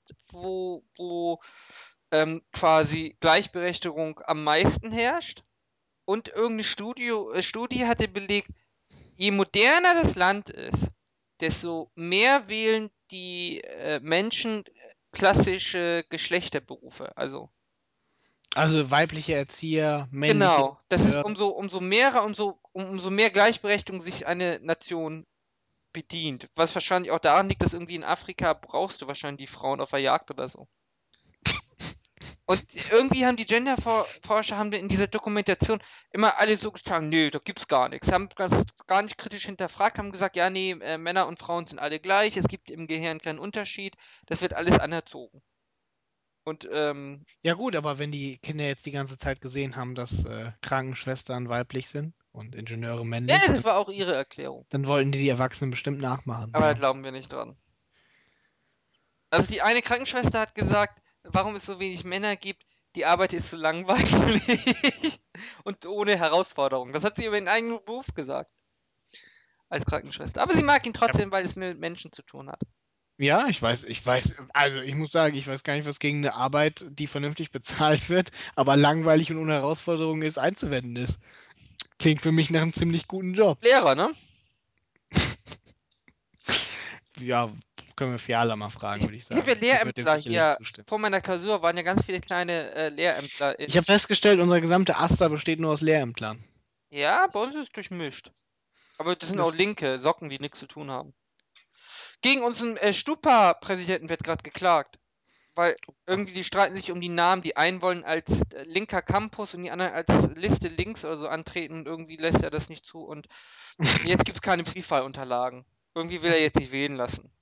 A: wo quasi Gleichberechtigung am meisten herrscht. Und irgendeine Studie hatte belegt, je moderner das Land ist, desto mehr wählen die Menschen klassische Geschlechterberufe. Also
B: Also weibliche Erzieher, männliche
A: genau, das ist
B: Ingenieure.
A: umso mehr Gleichberechtigung sich eine Nation bedient. Was wahrscheinlich auch daran liegt, dass irgendwie in Afrika brauchst du wahrscheinlich die Frauen auf der Jagd oder so. Und irgendwie haben die Gender-Forscher haben in dieser Dokumentation immer alle so getan, nee, da gibt's gar nichts. Haben ganz gar nicht kritisch hinterfragt, haben gesagt, ja, nee, Männer und Frauen sind alle gleich, es gibt im Gehirn keinen Unterschied, das wird alles anerzogen. Und
B: Ja gut, aber wenn die Kinder jetzt die ganze Zeit gesehen haben, dass Krankenschwestern weiblich sind und Ingenieure
A: ja,
B: männlich,
A: das war auch ihre Erklärung.
B: dann wollten die Erwachsenen bestimmt nachmachen,
A: Aber da
B: ja.
A: glauben wir nicht dran. Also die eine Krankenschwester hat gesagt, warum es so wenig Männer gibt, die Arbeit ist zu langweilig und ohne Herausforderung. Das hat sie über den eigenen Beruf gesagt. Als Krankenschwester. Aber sie mag ihn
B: Ja,
A: trotzdem, weil es mit Menschen zu tun hat.
B: ja, also ich muss sagen, ich weiß gar nicht, was gegen eine Arbeit, die vernünftig bezahlt wird, aber langweilig und ohne Herausforderungen ist, einzuwenden ist. Klingt für mich nach einem ziemlich guten Job.
A: Lehrer, ne?
B: Ja, können wir Fiala mal fragen, würde ich
A: Ich habe
B: sagen.
A: ja
B: Der wird dem
A: Lehrämtler
B: sicherlich
A: hier.
B: zustimmen.
A: Vor meiner Klausur waren ja ganz viele kleine Lehrämtler
B: Ich habe
A: in.
B: festgestellt, unser gesamter Aster besteht nur aus Lehrämtlern.
A: Ja, bei uns ist es durchmischt. Aber das sind auch
B: Das,
A: Linke, Socken, die nichts zu tun haben. Gegen unseren Stupa-Präsidenten wird gerade geklagt. Weil irgendwie die streiten sich um die Namen. Die einen wollen als linker Campus und die anderen als Liste links oder so antreten. Und irgendwie lässt er das nicht zu. Und jetzt gibt es keine Briefwahlunterlagen. Irgendwie will er jetzt nicht wählen lassen.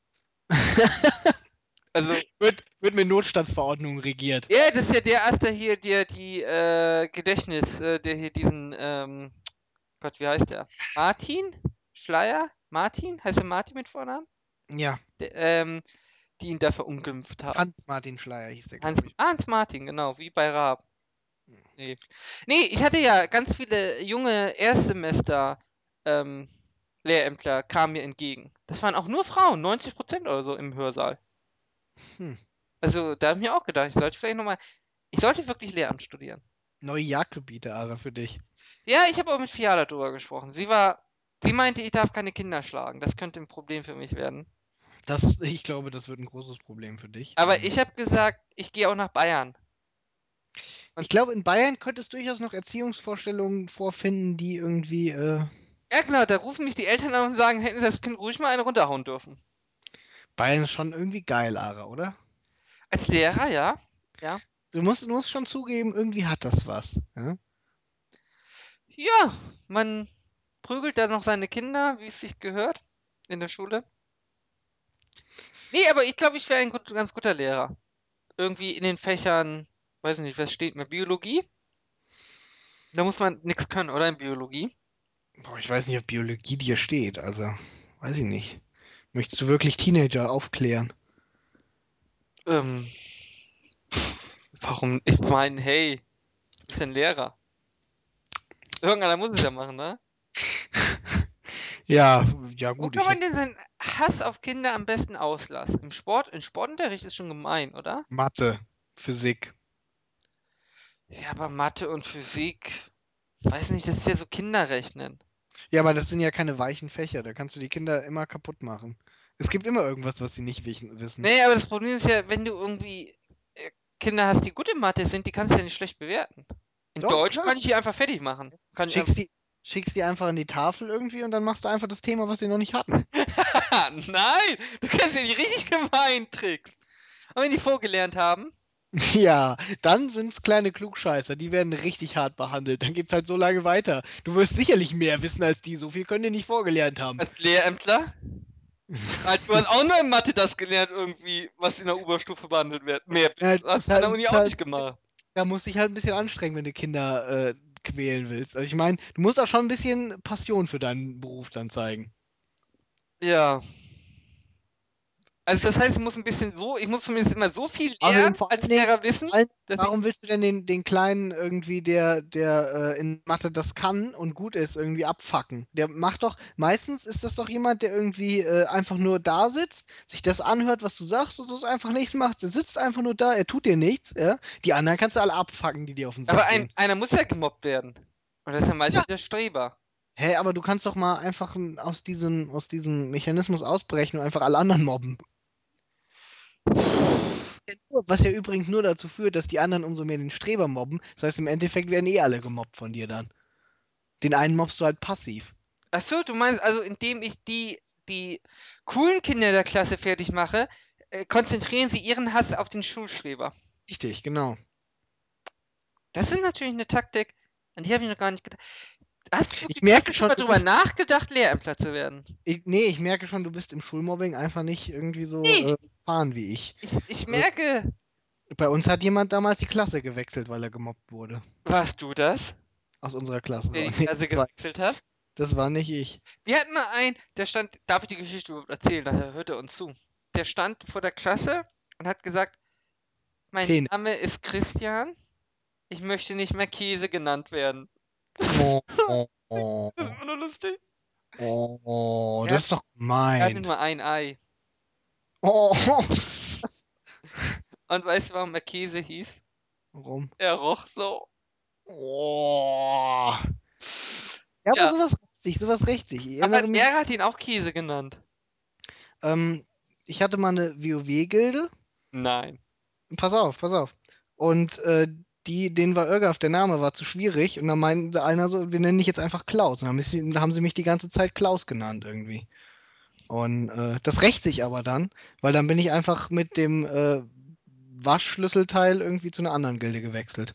A: Also
B: wird mit Notstandsverordnungen regiert.
A: ja, das ist ja der Erste hier, der die Gedächtnis, der hier diesen, Gott, wie heißt der? Martin? Schleier? Martin? Heißt er Martin mit Vornamen?
B: Ja,
A: Der, die ihn da verunglimpft haben.
B: Hans-Martin Schleyer hieß der, glaube ich.
A: Hans Martin, genau, wie bei Raab. Nee. Nee, ich hatte ja ganz viele junge Erstsemester ähm, Lehrämtler kamen mir entgegen. Das waren auch nur Frauen, 90% oder so im Hörsaal.
B: Hm.
A: Also da habe ich mir auch gedacht, ich sollte wirklich Lehramt studieren.
B: Neue Jagdgebiete, Ara, für dich.
A: Ja, ich habe auch mit Fiala drüber gesprochen. Sie meinte, ich darf keine Kinder schlagen. Das könnte ein Problem für mich werden.
B: Ich glaube, das wird ein großes Problem für dich.
A: Aber ich habe gesagt, ich gehe auch nach Bayern. Und
B: Ich glaube, in Bayern könnte es durchaus noch Erziehungsvorstellungen vorfinden, die irgendwie,
A: ja, genau, da rufen mich die Eltern an und sagen, hätten sie das Kind ruhig mal eine runterhauen dürfen.
B: Bayern ist schon irgendwie geil, Ara, oder?
A: Als Lehrer, ja. Ja.
B: Du musst schon zugeben, irgendwie hat das was. Ja?
A: Ja, man prügelt dann noch seine Kinder, wie es sich gehört, in der Schule. Nee, aber ich glaube, ich wäre ein ganz guter Lehrer. Irgendwie in den Fächern, weiß nicht, was steht mir, Biologie? Da muss man nichts können, oder, in Biologie?
B: Boah, ich weiß nicht, ob Biologie dir steht, also weiß ich nicht. Möchtest du wirklich Teenager aufklären?
A: Ähm, warum? Ich meine, hey, du bist ein Lehrer. Irgendeiner muss es ja machen, ne?
B: Ja, ja
A: Wo
B: gut,
A: kann
B: ich
A: man
B: hätte
A: denn seinen Hass auf Kinder am besten auslassen? Im Sport? Im Sportunterricht ist schon gemein, oder?
B: Mathe, Physik.
A: Ja, aber Mathe und Physik, weiß nicht, das ist ja so Kinderrechnen.
B: Ja, aber das sind ja keine weichen Fächer, da kannst du die Kinder immer kaputt machen. Es gibt immer irgendwas, was sie nicht wissen.
A: Nee, aber das Problem ist ja, wenn du irgendwie Kinder hast, die gut in Mathe sind, die kannst du ja nicht schlecht bewerten. In
B: Doch,
A: Deutsch
B: klar.
A: kann ich die einfach fertig machen. Kann ich einfach.
B: Schickst die, schickst die einfach an die Tafel irgendwie und dann machst du einfach das Thema, was sie noch nicht hatten.
A: Nein, du kannst ja die richtig gemeinen Tricks. Und wenn die vorgelernt haben,
B: Ja, dann sind's kleine Klugscheißer, die werden richtig hart behandelt. Dann geht's halt so lange weiter. Du wirst sicherlich mehr wissen als die, so viel können die nicht vorgelernt haben.
A: als Lehrämtler, du hast auch nur in Mathe das gelernt, irgendwie, was in der Oberstufe behandelt wird. Mehr
B: Ja,
A: hast du an der Uni auch nicht gemacht.
B: da musst du dich halt ein bisschen anstrengen, wenn du Kinder quälen willst. Also ich meine, du musst auch schon ein bisschen Passion für deinen Beruf dann zeigen.
A: Ja. Also das heißt, ich muss zumindest immer so viel
B: Außerdem
A: lernen,
B: vor allen
A: als
B: Dingen,
A: Lehrer wissen, dass ich.
B: warum willst du denn den Kleinen irgendwie, der in Mathe das kann und gut ist, irgendwie abfacken? Der macht doch, meistens ist das doch jemand, der irgendwie einfach nur da sitzt, sich das anhört, was du sagst und das einfach nichts macht. Der sitzt einfach nur da, er tut dir nichts, ja? Die anderen kannst du alle abfacken, die dir auf den
A: Aber
B: Sack gehen.
A: einer muss ja gemobbt werden. Und das ist ja
B: Ja.
A: meistens der Streber.
B: Hä, aber du kannst doch mal einfach aus diesem Mechanismus ausbrechen und einfach alle anderen mobben. Was ja übrigens nur dazu führt, dass die anderen umso mehr den Streber mobben. Das heißt, im Endeffekt werden eh alle gemobbt von dir dann. Den einen mobbst du halt passiv.
A: Ach so, du meinst also, indem ich die coolen Kinder der Klasse fertig mache, konzentrieren sie ihren Hass auf den Schulschreiber.
B: Richtig, genau.
A: Das ist natürlich eine Taktik, an die habe ich noch gar nicht gedacht.
B: Ich
A: Hast du
B: merke
A: schon
B: schon,
A: mal drüber nachgedacht, Lehrämtler zu werden?
B: nee, ich merke schon, du bist im Schulmobbing einfach nicht irgendwie so
A: Nee,
B: erfahren wie ich.
A: ich
B: Also
A: merke,
B: bei uns hat jemand damals die Klasse gewechselt, weil er gemobbt wurde.
A: warst du das,
B: Aus unserer Klasse
A: der
B: raus.
A: die
B: Nee,
A: Klasse
B: das war,
A: gewechselt hat?
B: das war nicht ich.
A: Wir hatten mal einen, der stand, darf ich die Geschichte überhaupt erzählen, daher hört er uns zu. Der stand vor der Klasse und hat gesagt, mein
B: Penis.
A: Name ist Christian, ich möchte nicht mehr Käse genannt werden.
B: Oh, oh, oh,
A: Das ist nur lustig.
B: oh,
A: Er,
B: das
A: hat,
B: ist doch
A: er hatte
B: gemein.
A: nur ein Ei.
B: Oh, was?
A: Und weißt du, warum er Käse hieß?
B: Warum?
A: Er roch so.
B: Oh. Ja, aber
A: Ja,
B: sowas richtig. Ich
A: aber ein
B: erinnere mich,
A: Lehrer hat ihn auch Käse genannt.
B: ähm, ich hatte mal eine WoW-Gilde.
A: Nein.
B: Pass auf, pass auf. Und denen war Irgaf, der Name war zu schwierig. Und dann meinte einer so, wir nennen dich jetzt einfach Klaus. Und dann haben sie mich die ganze Zeit Klaus genannt irgendwie. Und das rächt sich aber dann, weil dann bin ich einfach mit dem Waschschlüsselteil irgendwie zu einer anderen Gilde gewechselt.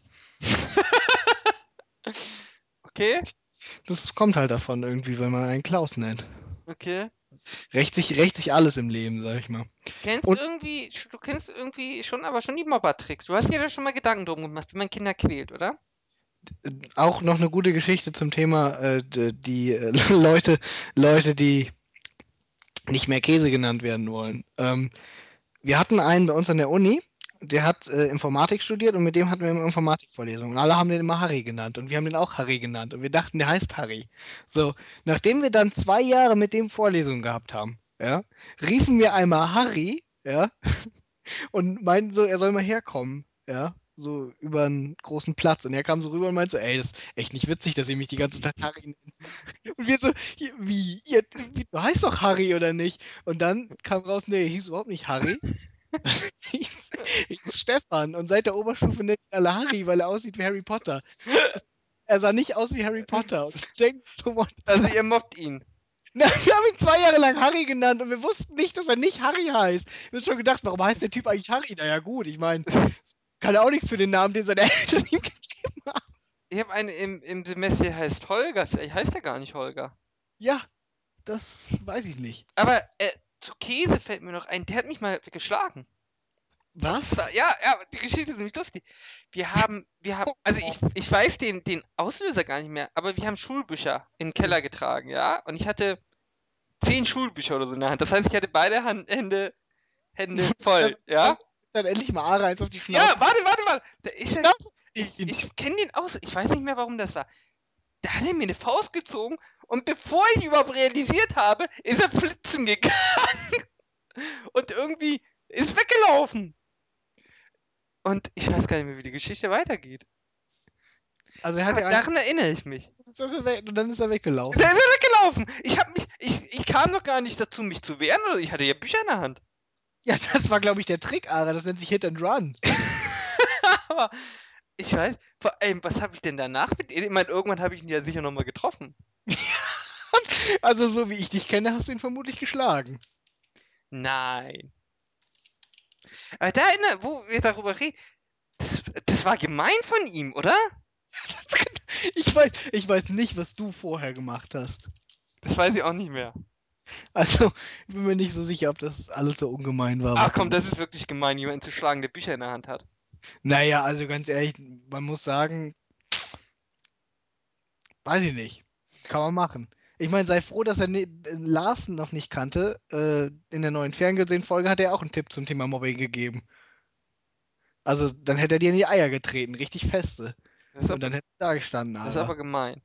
A: Okay,
B: Das kommt halt davon irgendwie, wenn man einen Klaus nennt.
A: okay.
B: Rächt sich alles im Leben, sag ich mal. Und
A: Du kennst irgendwie schon, aber schon die Mobber-Tricks. Du hast dir da schon mal Gedanken drum gemacht, wie man Kinder quält, oder?
B: auch noch eine gute Geschichte zum Thema die Leute, die nicht mehr Käse genannt werden wollen. Wir hatten einen bei uns an der Uni, der hat Informatik studiert und mit dem hatten wir immer Informatikvorlesungen. Und alle haben den immer Harry genannt und wir haben den auch Harry genannt und wir dachten, der heißt Harry. So, nachdem wir dann 2 Jahre mit dem Vorlesungen gehabt haben, ja, riefen wir einmal Harry, ja, und meinten so, er soll mal herkommen, ja, so über einen großen Platz. Und er kam so rüber und meinte so, ey, das ist echt nicht witzig, dass ihr mich die ganze Zeit Harry nennt. Und wir so, du heißt doch Harry oder nicht? Und dann kam raus, nee, er hieß überhaupt nicht Harry. hieß, hieß Stefan. Und seit der Oberstufe nennen ihn alle Harry, weil er aussieht wie Harry Potter. Es, er sah nicht aus wie Harry Potter. Und ich denke so, what the
A: Also
B: fuck?
A: ihr mobbt ihn.
B: Na, wir haben ihn 2 Jahre lang Harry genannt und wir wussten nicht, dass er nicht Harry heißt. Wir haben schon gedacht, warum heißt der Typ eigentlich Harry? Naja, gut, ich meine, kann er auch nichts für den Namen, den seine Eltern ihm gegeben haben.
A: Ich habe einen im Semester, der heißt Holger. Vielleicht heißt er gar nicht Holger.
B: Ja, das weiß ich nicht.
A: Aber zu Käse fällt mir noch ein, der hat mich mal geschlagen. Und
B: Was?
A: zwar, ja, ja, die Geschichte ist nämlich lustig. Also ich weiß den Auslöser gar nicht mehr, aber wir haben Schulbücher in den Keller getragen, ja? Und ich hatte 10 Schulbücher oder so in der Hand. Das heißt, ich hatte beide Hände voll, ja?
B: Dann endlich mal Ara eins auf die
A: Ja,
B: Schnauze.
A: warte. Da ist er,
B: Ihn.
A: ich kenne den aus, ich weiß nicht mehr, warum das war. Da hat er mir eine Faust gezogen und bevor ich überhaupt realisiert habe, ist er flitzen gegangen und irgendwie ist weggelaufen. Und ich weiß gar nicht mehr, wie die Geschichte weitergeht.
B: Also er hat
A: Aber
B: ja
A: daran erinnere ich mich.
B: und dann ist er
A: Der
B: weggelaufen.
A: ist weggelaufen. Ich kam noch gar nicht dazu, mich zu wehren, oder ich hatte ja Bücher in der Hand.
B: Ja, das war, glaube ich, der Trick, Ara. Das nennt sich Hit and Run.
A: Aber ich weiß, vor allem, was habe ich denn danach mit ihm? Ich meine, irgendwann habe ich ihn ja sicher nochmal getroffen.
B: Also, so wie ich dich kenne, hast du ihn vermutlich geschlagen.
A: Nein. Aber wo wir darüber reden, das war gemein von ihm, oder?
B: Ich weiß nicht, was du vorher gemacht hast.
A: Das weiß ich auch nicht mehr.
B: Also, ich bin mir nicht so sicher, ob das alles so ungemein war,
A: Ach
B: was
A: komm,
B: du.
A: das ist wirklich gemein, jemanden zu schlagen, der Bücher in der Hand hat.
B: Naja, also ganz ehrlich, man muss sagen, weiß ich nicht. Kann man machen. Ich meine, sei froh, dass er Larsen noch nicht kannte. In der neuen Fernsehfolge hat er auch einen Tipp zum Thema Mobbing gegeben. Also, dann hätte er dir in die Eier getreten, richtig feste.
A: Das ist
B: Und
A: aber,
B: dann hätte er da gestanden,
A: das ist aber
B: aber.
A: gemein.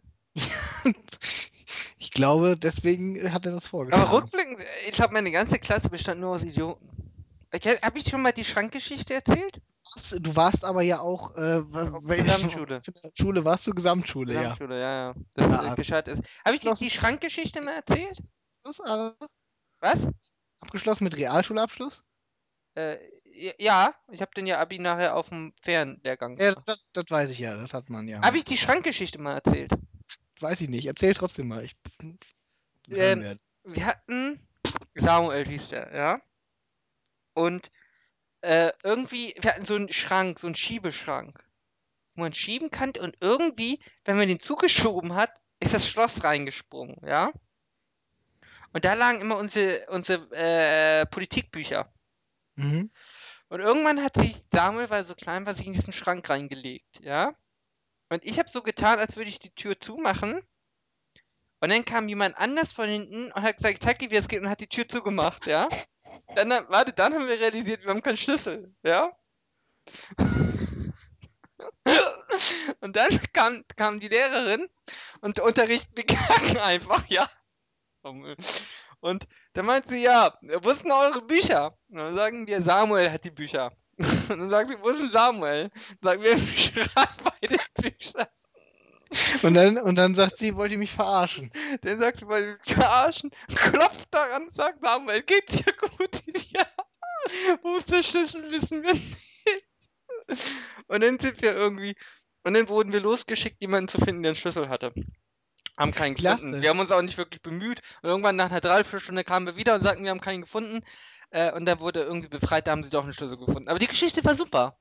B: Ich glaube, deswegen hat er das
A: Aber
B: vorgeschlagen.
A: rückblickend, ich glaube, meine ganze Klasse bestand nur aus Idioten. Habe ich schon mal die Schrankgeschichte erzählt?
B: Du warst aber ja auch,
A: Auf Gesamtschule.
B: für eine Schule warst du? Gesamtschule, ja.
A: Gesamtschule, ja, ja. Das
B: Ja,
A: gescheit ist. Habe ich die
B: abgeschlossen,
A: Schrankgeschichte mal erzählt?
B: Abschluss,
A: Was?
B: abgeschlossen mit Realschulabschluss?
A: Äh, ja, ich habe den ja Abi nachher auf dem Fernlehrgang
B: Ja,
A: gemacht.
B: das weiß ich ja, das hat man ja
A: Habe
B: mal.
A: ich die Schrankgeschichte mal erzählt?
B: Weiß ich nicht, erzähl trotzdem mal, ich hören
A: Ähm,
B: werde.
A: wir hatten, Samuel hieß der, ja? Und irgendwie, wir hatten so einen Schrank, so einen Schiebeschrank, wo man schieben kann und irgendwie, wenn man den zugeschoben hat, ist das Schloss reingesprungen, ja? Und da lagen immer unsere Politikbücher.
B: Mhm.
A: Und irgendwann hat sich Samuel, weil er so klein war, sich in diesen Schrank reingelegt, ja? Und ich habe so getan, als würde ich die Tür zumachen. Und dann kam jemand anders von hinten und hat gesagt, ich zeig dir, wie es geht und hat die Tür zugemacht, ja? Warte, dann haben wir realisiert, wir haben keinen Schlüssel, ja? Und dann kam die Lehrerin und der Unterricht begann einfach, ja. Und dann meint sie, ja, wo sind eure Bücher? Und dann sagen wir, Samuel hat die Bücher. Und dann sagt sie, wo ist denn Samuel? Sagen wir, im Schrank bei den Büchern.
B: Und dann sagt sie, wollt ihr mich verarschen?
A: Der sagt, sie wollen mich verarschen, klopft daran und sagt, Samuel, geht's dir gut? Ja, wo ist der Schlüssel, wissen wir nicht. Und dann sind wir irgendwie, und dann wurden wir losgeschickt, jemanden zu finden, der einen Schlüssel hatte. Haben keinen gefunden.
B: Klasse.
A: Wir haben uns auch nicht wirklich bemüht. Und irgendwann nach einer Dreiviertelstunde kamen wir wieder und sagten, wir haben keinen gefunden. Und dann wurde er irgendwie befreit, da haben sie doch einen Schlüssel gefunden. Aber die Geschichte war super.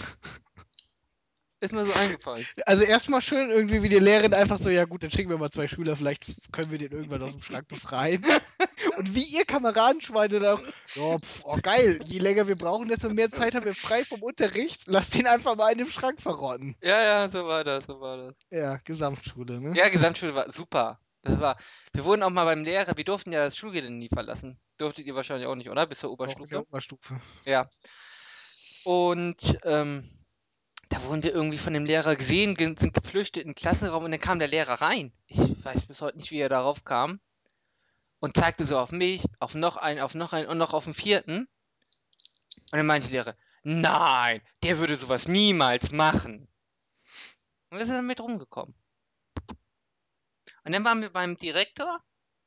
A: Ist mir so eingefallen.
B: Also erstmal schön irgendwie, wie die Lehrerin einfach so, ja gut, dann schicken wir mal 2 Schüler, vielleicht können wir den irgendwann aus dem Schrank befreien. Und wie ihr Kameradenschweine dann auch, ja, oh geil, je länger wir brauchen, desto mehr Zeit haben wir frei vom Unterricht. Lass den einfach mal in dem Schrank verrotten.
A: Ja, ja, so war das, so war das.
B: Ja, Gesamtschule, ne?
A: Ja, Gesamtschule war super. Wir wurden auch mal beim Lehrer, wir durften ja das Schulgelände nie verlassen. Durftet ihr wahrscheinlich auch nicht, oder? Bis zur
B: Auch in der
A: Oberstufe?
B: Oberstufe.
A: Ja. Und da wurden wir irgendwie von dem Lehrer gesehen, sind geflüchtet in den Klassenraum und dann kam der Lehrer rein. Ich weiß bis heute nicht, wie er darauf kam. Und zeigte so auf mich, auf noch einen und noch auf den vierten. Und dann meinte die Lehrer, nein, der würde sowas niemals machen. Und wir sind dann mit rumgekommen. Und dann waren wir beim Direktor.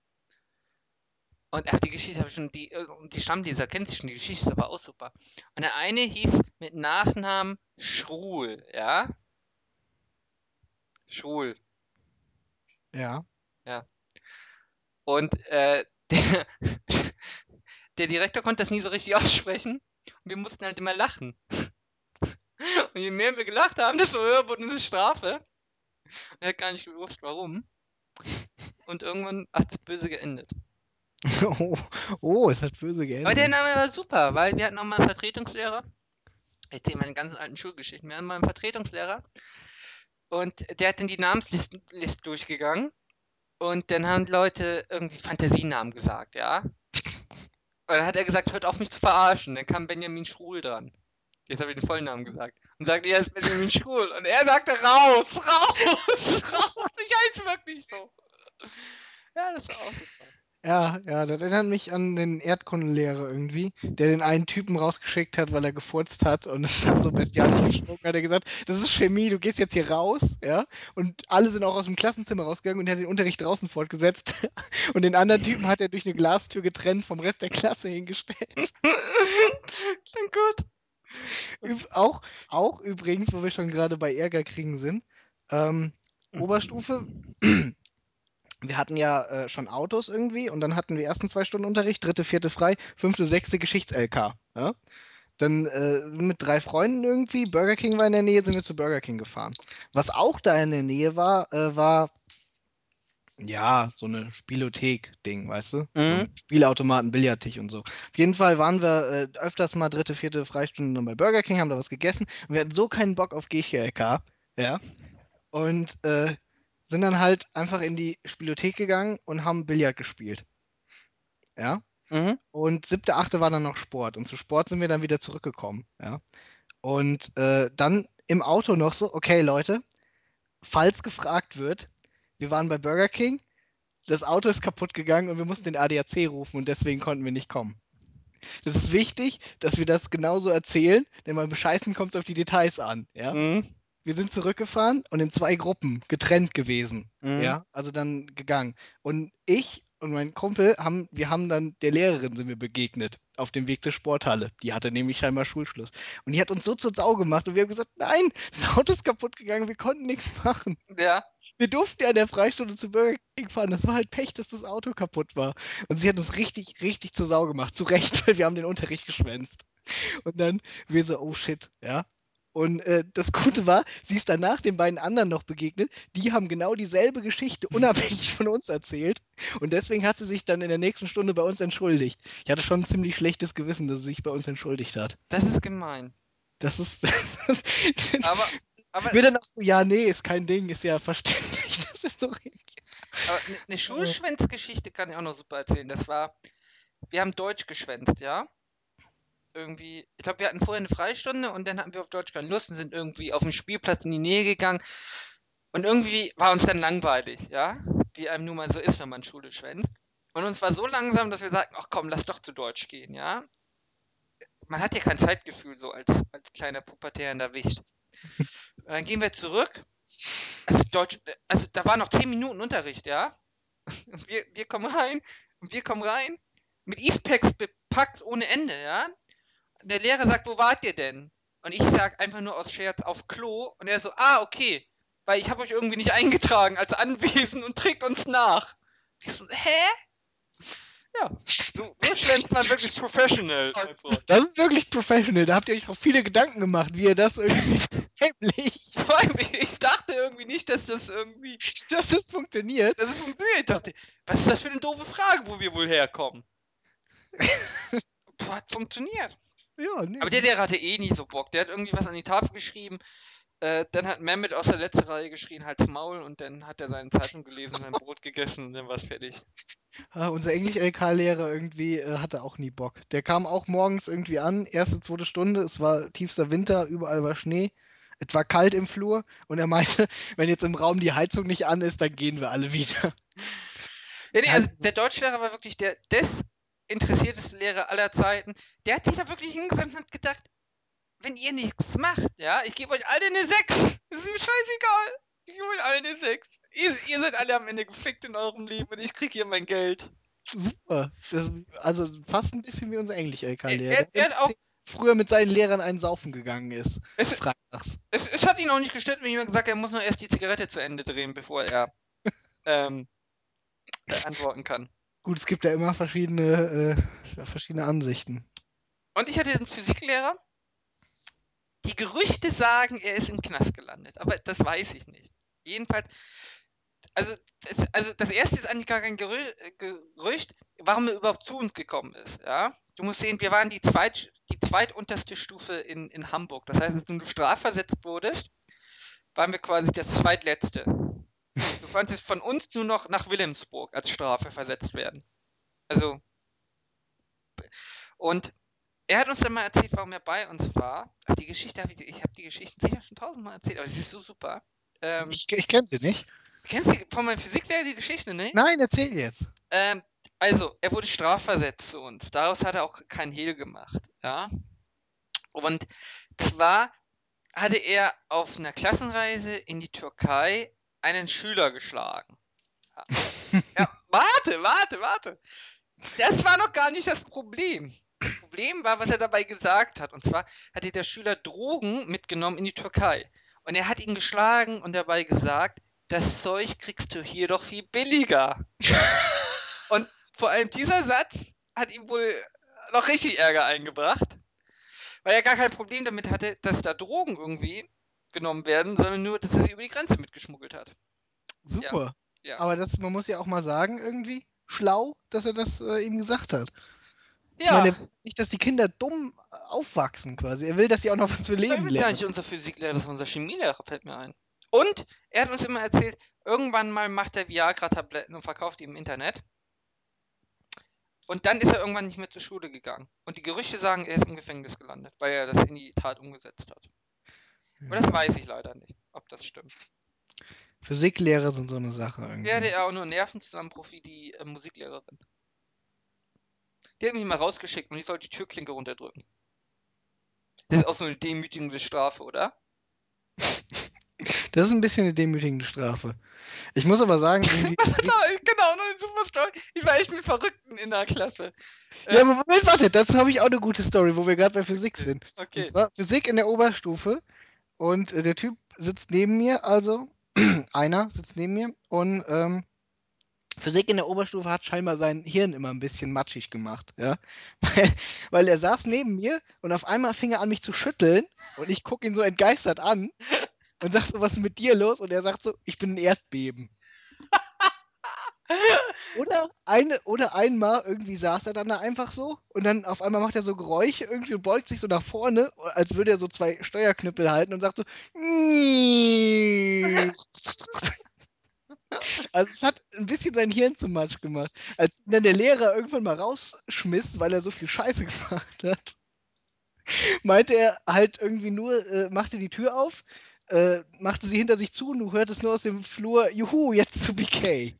A: Und ach, die Geschichte habe ich schon, die Stammleser kennt sich schon, die Geschichte ist aber auch super. Und der eine hieß mit Nachnamen Schruhl, ja? Schruhl,
B: Ja.
A: ja. Und der, der Direktor konnte das nie so richtig aussprechen. Und wir mussten halt immer lachen. Und je mehr wir gelacht haben, desto höher wurde unsere Strafe. Er hat gar nicht gewusst, warum. Und irgendwann hat es böse geendet.
B: Oh, oh, es hat böse
A: Aber der
B: geendet.
A: Name war super, weil wir hatten auch mal einen Vertretungslehrer. Ich erzähle meine ganzen alten Schulgeschichten. Wir hatten mal einen Vertretungslehrer und der hat dann die Namensliste durchgegangen. Und dann haben Leute irgendwie Fantasienamen gesagt, ja. Und dann hat er gesagt, hört auf mich zu verarschen. Dann kam Benjamin Schruhl dran. Jetzt habe ich den vollen Namen gesagt. Und sagte, er ist Benjamin Schruhl. Und er sagte, raus, raus, raus. Ich heiße wirklich so. Ja, das war auch super.
B: Ja, ja, das erinnert mich an den Erdkundenlehrer irgendwie, der den einen Typen rausgeschickt hat, weil er gefurzt hat und es hat so bestialisch gestunken, hat er gesagt, das ist Chemie, du gehst jetzt hier raus, ja, und alle sind auch aus dem Klassenzimmer rausgegangen und er hat den Unterricht draußen fortgesetzt und den anderen Typen hat er durch eine Glastür getrennt vom Rest der Klasse hingestellt.
A: Klingt gut.
B: Auch übrigens, wo wir schon gerade bei Ärger kriegen sind, ähm, Oberstufe, wir hatten ja schon Autos irgendwie und dann hatten wir ersten 2 Stunden Unterricht, dritte, vierte frei, fünfte, sechste Geschichts-LK. Ja? Dann mit 3 Freunden irgendwie, Burger King war in der Nähe, sind wir zu Burger King gefahren. Was auch da in der Nähe war, war ja so eine Spielothek-Ding, weißt du? So
A: Mhm.
B: mit Spielautomaten, Billardtisch und so. Auf jeden Fall waren wir öfters mal dritte, vierte Freistunde dann bei Burger King, haben da was gegessen und wir hatten so keinen Bock auf GCLK, ja? Und sind dann halt einfach in die Spielothek gegangen und haben Billard gespielt. Ja.
A: Mhm.
B: Und siebte, achte war dann noch Sport. Und zu Sport sind wir dann wieder zurückgekommen. Ja. Und dann im Auto noch so, okay, Leute, falls gefragt wird, wir waren bei Burger King, das Auto ist kaputt gegangen und wir mussten den ADAC rufen und deswegen konnten wir nicht kommen. Das ist wichtig, dass wir das genauso erzählen, denn beim Bescheißen kommt es auf die Details an. Ja.
A: Mhm.
B: Wir sind zurückgefahren und in 2 Gruppen getrennt gewesen.
A: Mhm.
B: Ja, also dann gegangen. Und ich und mein Kumpel wir haben dann der Lehrerin sind wir begegnet auf dem Weg zur Sporthalle. Die hatte nämlich scheinbar Schulschluss. Und die hat uns so zur Sau gemacht und wir haben gesagt, nein, das Auto ist kaputt gegangen, wir konnten nichts machen.
A: Ja.
B: Wir durften ja in der Freistunde zu Burger King fahren. Das war halt Pech, dass das Auto kaputt war. Und sie hat uns richtig, richtig zur Sau gemacht. Zu Recht, weil wir haben den Unterricht geschwänzt. Und dann wir so, oh shit, ja. Und das Gute war, sie ist danach den beiden anderen noch begegnet. Die haben genau dieselbe Geschichte unabhängig von uns erzählt. Und deswegen hat sie sich dann in der nächsten Stunde bei uns entschuldigt. Ich hatte schon ein ziemlich schlechtes Gewissen, dass sie sich bei uns entschuldigt hat.
A: Das ist gemein.
B: Das ist.
A: Aber, aber,
B: Wir dann auch so, ja, nee, ist kein Ding, ist ja verständlich. Das ist so.
A: aber eine Schulschwänzgeschichte kann ich auch noch super erzählen. Wir haben Deutsch geschwänzt, ja? Irgendwie, ich glaube, wir hatten vorher eine Freistunde und dann hatten wir auf Deutsch keine Lust und sind irgendwie auf den Spielplatz in die Nähe gegangen. Und irgendwie war uns dann langweilig, ja? Wie einem nun mal so ist, wenn man Schule schwänzt. Und uns war so langsam, dass wir sagten, ach komm, lass doch zu Deutsch gehen, ja? Man hat ja kein Zeitgefühl so als kleiner pubertärender Wicht. Und dann gehen wir zurück. Also da war noch 10 Minuten Unterricht, ja? Und wir kommen rein und wir kommen rein mit E-Packs bepackt ohne Ende, ja? Und der Lehrer sagt, wo wart ihr denn? Und ich sag einfach nur aus Scherz auf Klo und er so, ah, okay, weil ich habe euch irgendwie nicht eingetragen als anwesend und trägt uns nach. Ich so, hä? Ja, so schwänzt man wirklich professional, mein Freund.
B: Das ist wirklich professional. Da habt ihr euch auch viele Gedanken gemacht, wie ihr das irgendwie verheimlicht,
A: Vor allem, ich dachte irgendwie nicht,
B: dass das funktioniert.
A: dass es funktioniert. Ich dachte, was ist das für eine doofe Frage, wo wir wohl herkommen? Boah, hat funktioniert.
B: Ja, nee,
A: Aber der Lehrer hatte eh nie so Bock. Der hat irgendwie was an die Tafel geschrieben. Dann hat Mehmet aus der letzten Reihe geschrien, halt's Maul. Und dann hat er seine Zeitung gelesen und sein Brot gegessen und dann war es fertig.
B: Unser Englisch-LK-Lehrer irgendwie hatte auch nie Bock. Der kam auch morgens irgendwie an, erste, zweite Stunde, es war tiefster Winter, überall war Schnee, es war kalt im Flur und er meinte, wenn jetzt im Raum die Heizung nicht an ist, dann gehen wir alle wieder.
A: Ja, nee,
B: Er
A: also
B: hat,
A: der Deutschlehrer war wirklich der desinteressierteste Lehrer aller Zeiten. Der hat sich da wirklich hingesetzt und hat gedacht, wenn ihr nichts macht, ja, ich gebe euch alle eine 6. Ist mir scheißegal. Ich gebe euch alle eine 6. Ihr seid alle am Ende gefickt in eurem Leben und ich krieg hier mein Geld.
B: super. Also fast ein bisschen wie unser
A: Er,
B: Englisch-LK-Lehrer,
A: er,
B: der hat
A: er
B: immer
A: hat auch.
B: erzählt, früher mit seinen Lehrern einen saufen gegangen ist.
A: Es,
B: Freitags.
A: es hat ihn auch nicht gestört, wenn jemand gesagt hat, er muss nur erst die Zigarette zu Ende drehen, bevor er ähm, antworten kann.
B: Gut, es gibt ja immer verschiedene Ansichten.
A: Und ich hatte einen Physiklehrer. Die Gerüchte sagen, er ist im Knast gelandet, aber das weiß ich nicht. Jedenfalls, also das erste ist eigentlich gar kein Gerücht, warum er überhaupt zu uns gekommen ist. Ja? Du musst sehen, wir waren die zweitunterste Stufe in Hamburg. Das heißt, wenn du strafversetzt wurdest, waren wir quasi das zweitletzte. Du konntest von uns nur noch nach Wilhelmsburg als Strafe versetzt werden. Also, und er hat uns dann mal erzählt, warum er bei uns war. Ach, ich habe die Geschichten sicher schon tausendmal erzählt, aber sie ist so super. Ähm,
B: Ich kenne sie nicht.
A: Kennst du von meinem Physiklehrer die Geschichte, ne?
B: Nein, erzähl jetzt.
A: Also, er wurde strafversetzt zu uns. Daraus hat er auch kein Hehl gemacht, ja. Und zwar hatte er auf einer Klassenreise in die Türkei einen Schüler geschlagen. Ja, ja, warte. Das war noch gar nicht das Problem. Das Problem war, was er dabei gesagt hat. Und zwar hatte der Schüler Drogen mitgenommen in die Türkei. Und er hat ihn geschlagen und dabei gesagt, das Zeug kriegst du hier doch viel billiger. Und vor allem dieser Satz hat ihm wohl noch richtig Ärger eingebracht, weil er gar kein Problem damit hatte, dass da Drogen irgendwie genommen werden, sondern nur, dass er sie über die Grenze mitgeschmuggelt hat. Ja,
B: Super.
A: ja.
B: Aber man muss ja auch mal sagen, irgendwie schlau, dass er das ihm gesagt hat. Ich meine, er
A: Ja,
B: will nicht, dass die Kinder dumm aufwachsen quasi. Er will, dass sie auch noch was für
A: er
B: Leben
A: wird ja
B: lernen.
A: nicht unser Physiklehrer, das war unser Chemielehrer, fällt mir ein. Und er hat uns immer erzählt, irgendwann mal macht er Viagra-Tabletten und verkauft die im Internet. Und dann ist er irgendwann nicht mehr zur Schule gegangen. Und die Gerüchte sagen, er ist im Gefängnis gelandet, weil er das in die Tat umgesetzt hat. Und das
B: Ja.
A: weiß ich leider nicht, ob das stimmt.
B: Physiklehrer sind so eine Sache
A: Der hatte
B: irgendwie.
A: ja auch nur Nervenzusammenbruch wie die Musiklehrerin. Die hat mich mal rausgeschickt und ich soll die Türklinke runterdrücken. Das ist auch so eine demütigende Strafe, oder?
B: Das ist ein bisschen eine demütigende Strafe. Ich muss aber sagen, irgendwie.
A: Genau, nur eine super Story. Ich war echt mit Verrückten in der Klasse.
B: Ja,
A: Äh,
B: aber Moment, warte, dazu habe ich auch eine gute Story, wo wir gerade bei Physik
A: okay,
B: sind. Und
A: okay.
B: zwar Physik in der Oberstufe und der Typ sitzt neben mir, also einer sitzt neben mir und Physik in der Oberstufe hat scheinbar sein Hirn immer ein bisschen matschig gemacht, ja. Weil, weil er saß neben mir und auf einmal fing er an, mich zu schütteln und ich gucke ihn so entgeistert an und sag so, was ist mit dir los? Und er sagt so, ich bin ein Erdbeben. Oder einmal irgendwie saß er dann da einfach so und dann auf einmal macht er so Geräusche irgendwie und beugt sich so nach vorne, als würde er so zwei Steuerknüppel halten und sagt so. Also es hat ein bisschen sein Hirn zum Matsch gemacht. Als ihn dann der Lehrer irgendwann mal rausschmiss, weil er so viel Scheiße gemacht hat, meinte er halt irgendwie nur, machte die Tür auf, machte sie hinter sich zu und du hörtest nur aus dem Flur, Juhu, jetzt zu BK.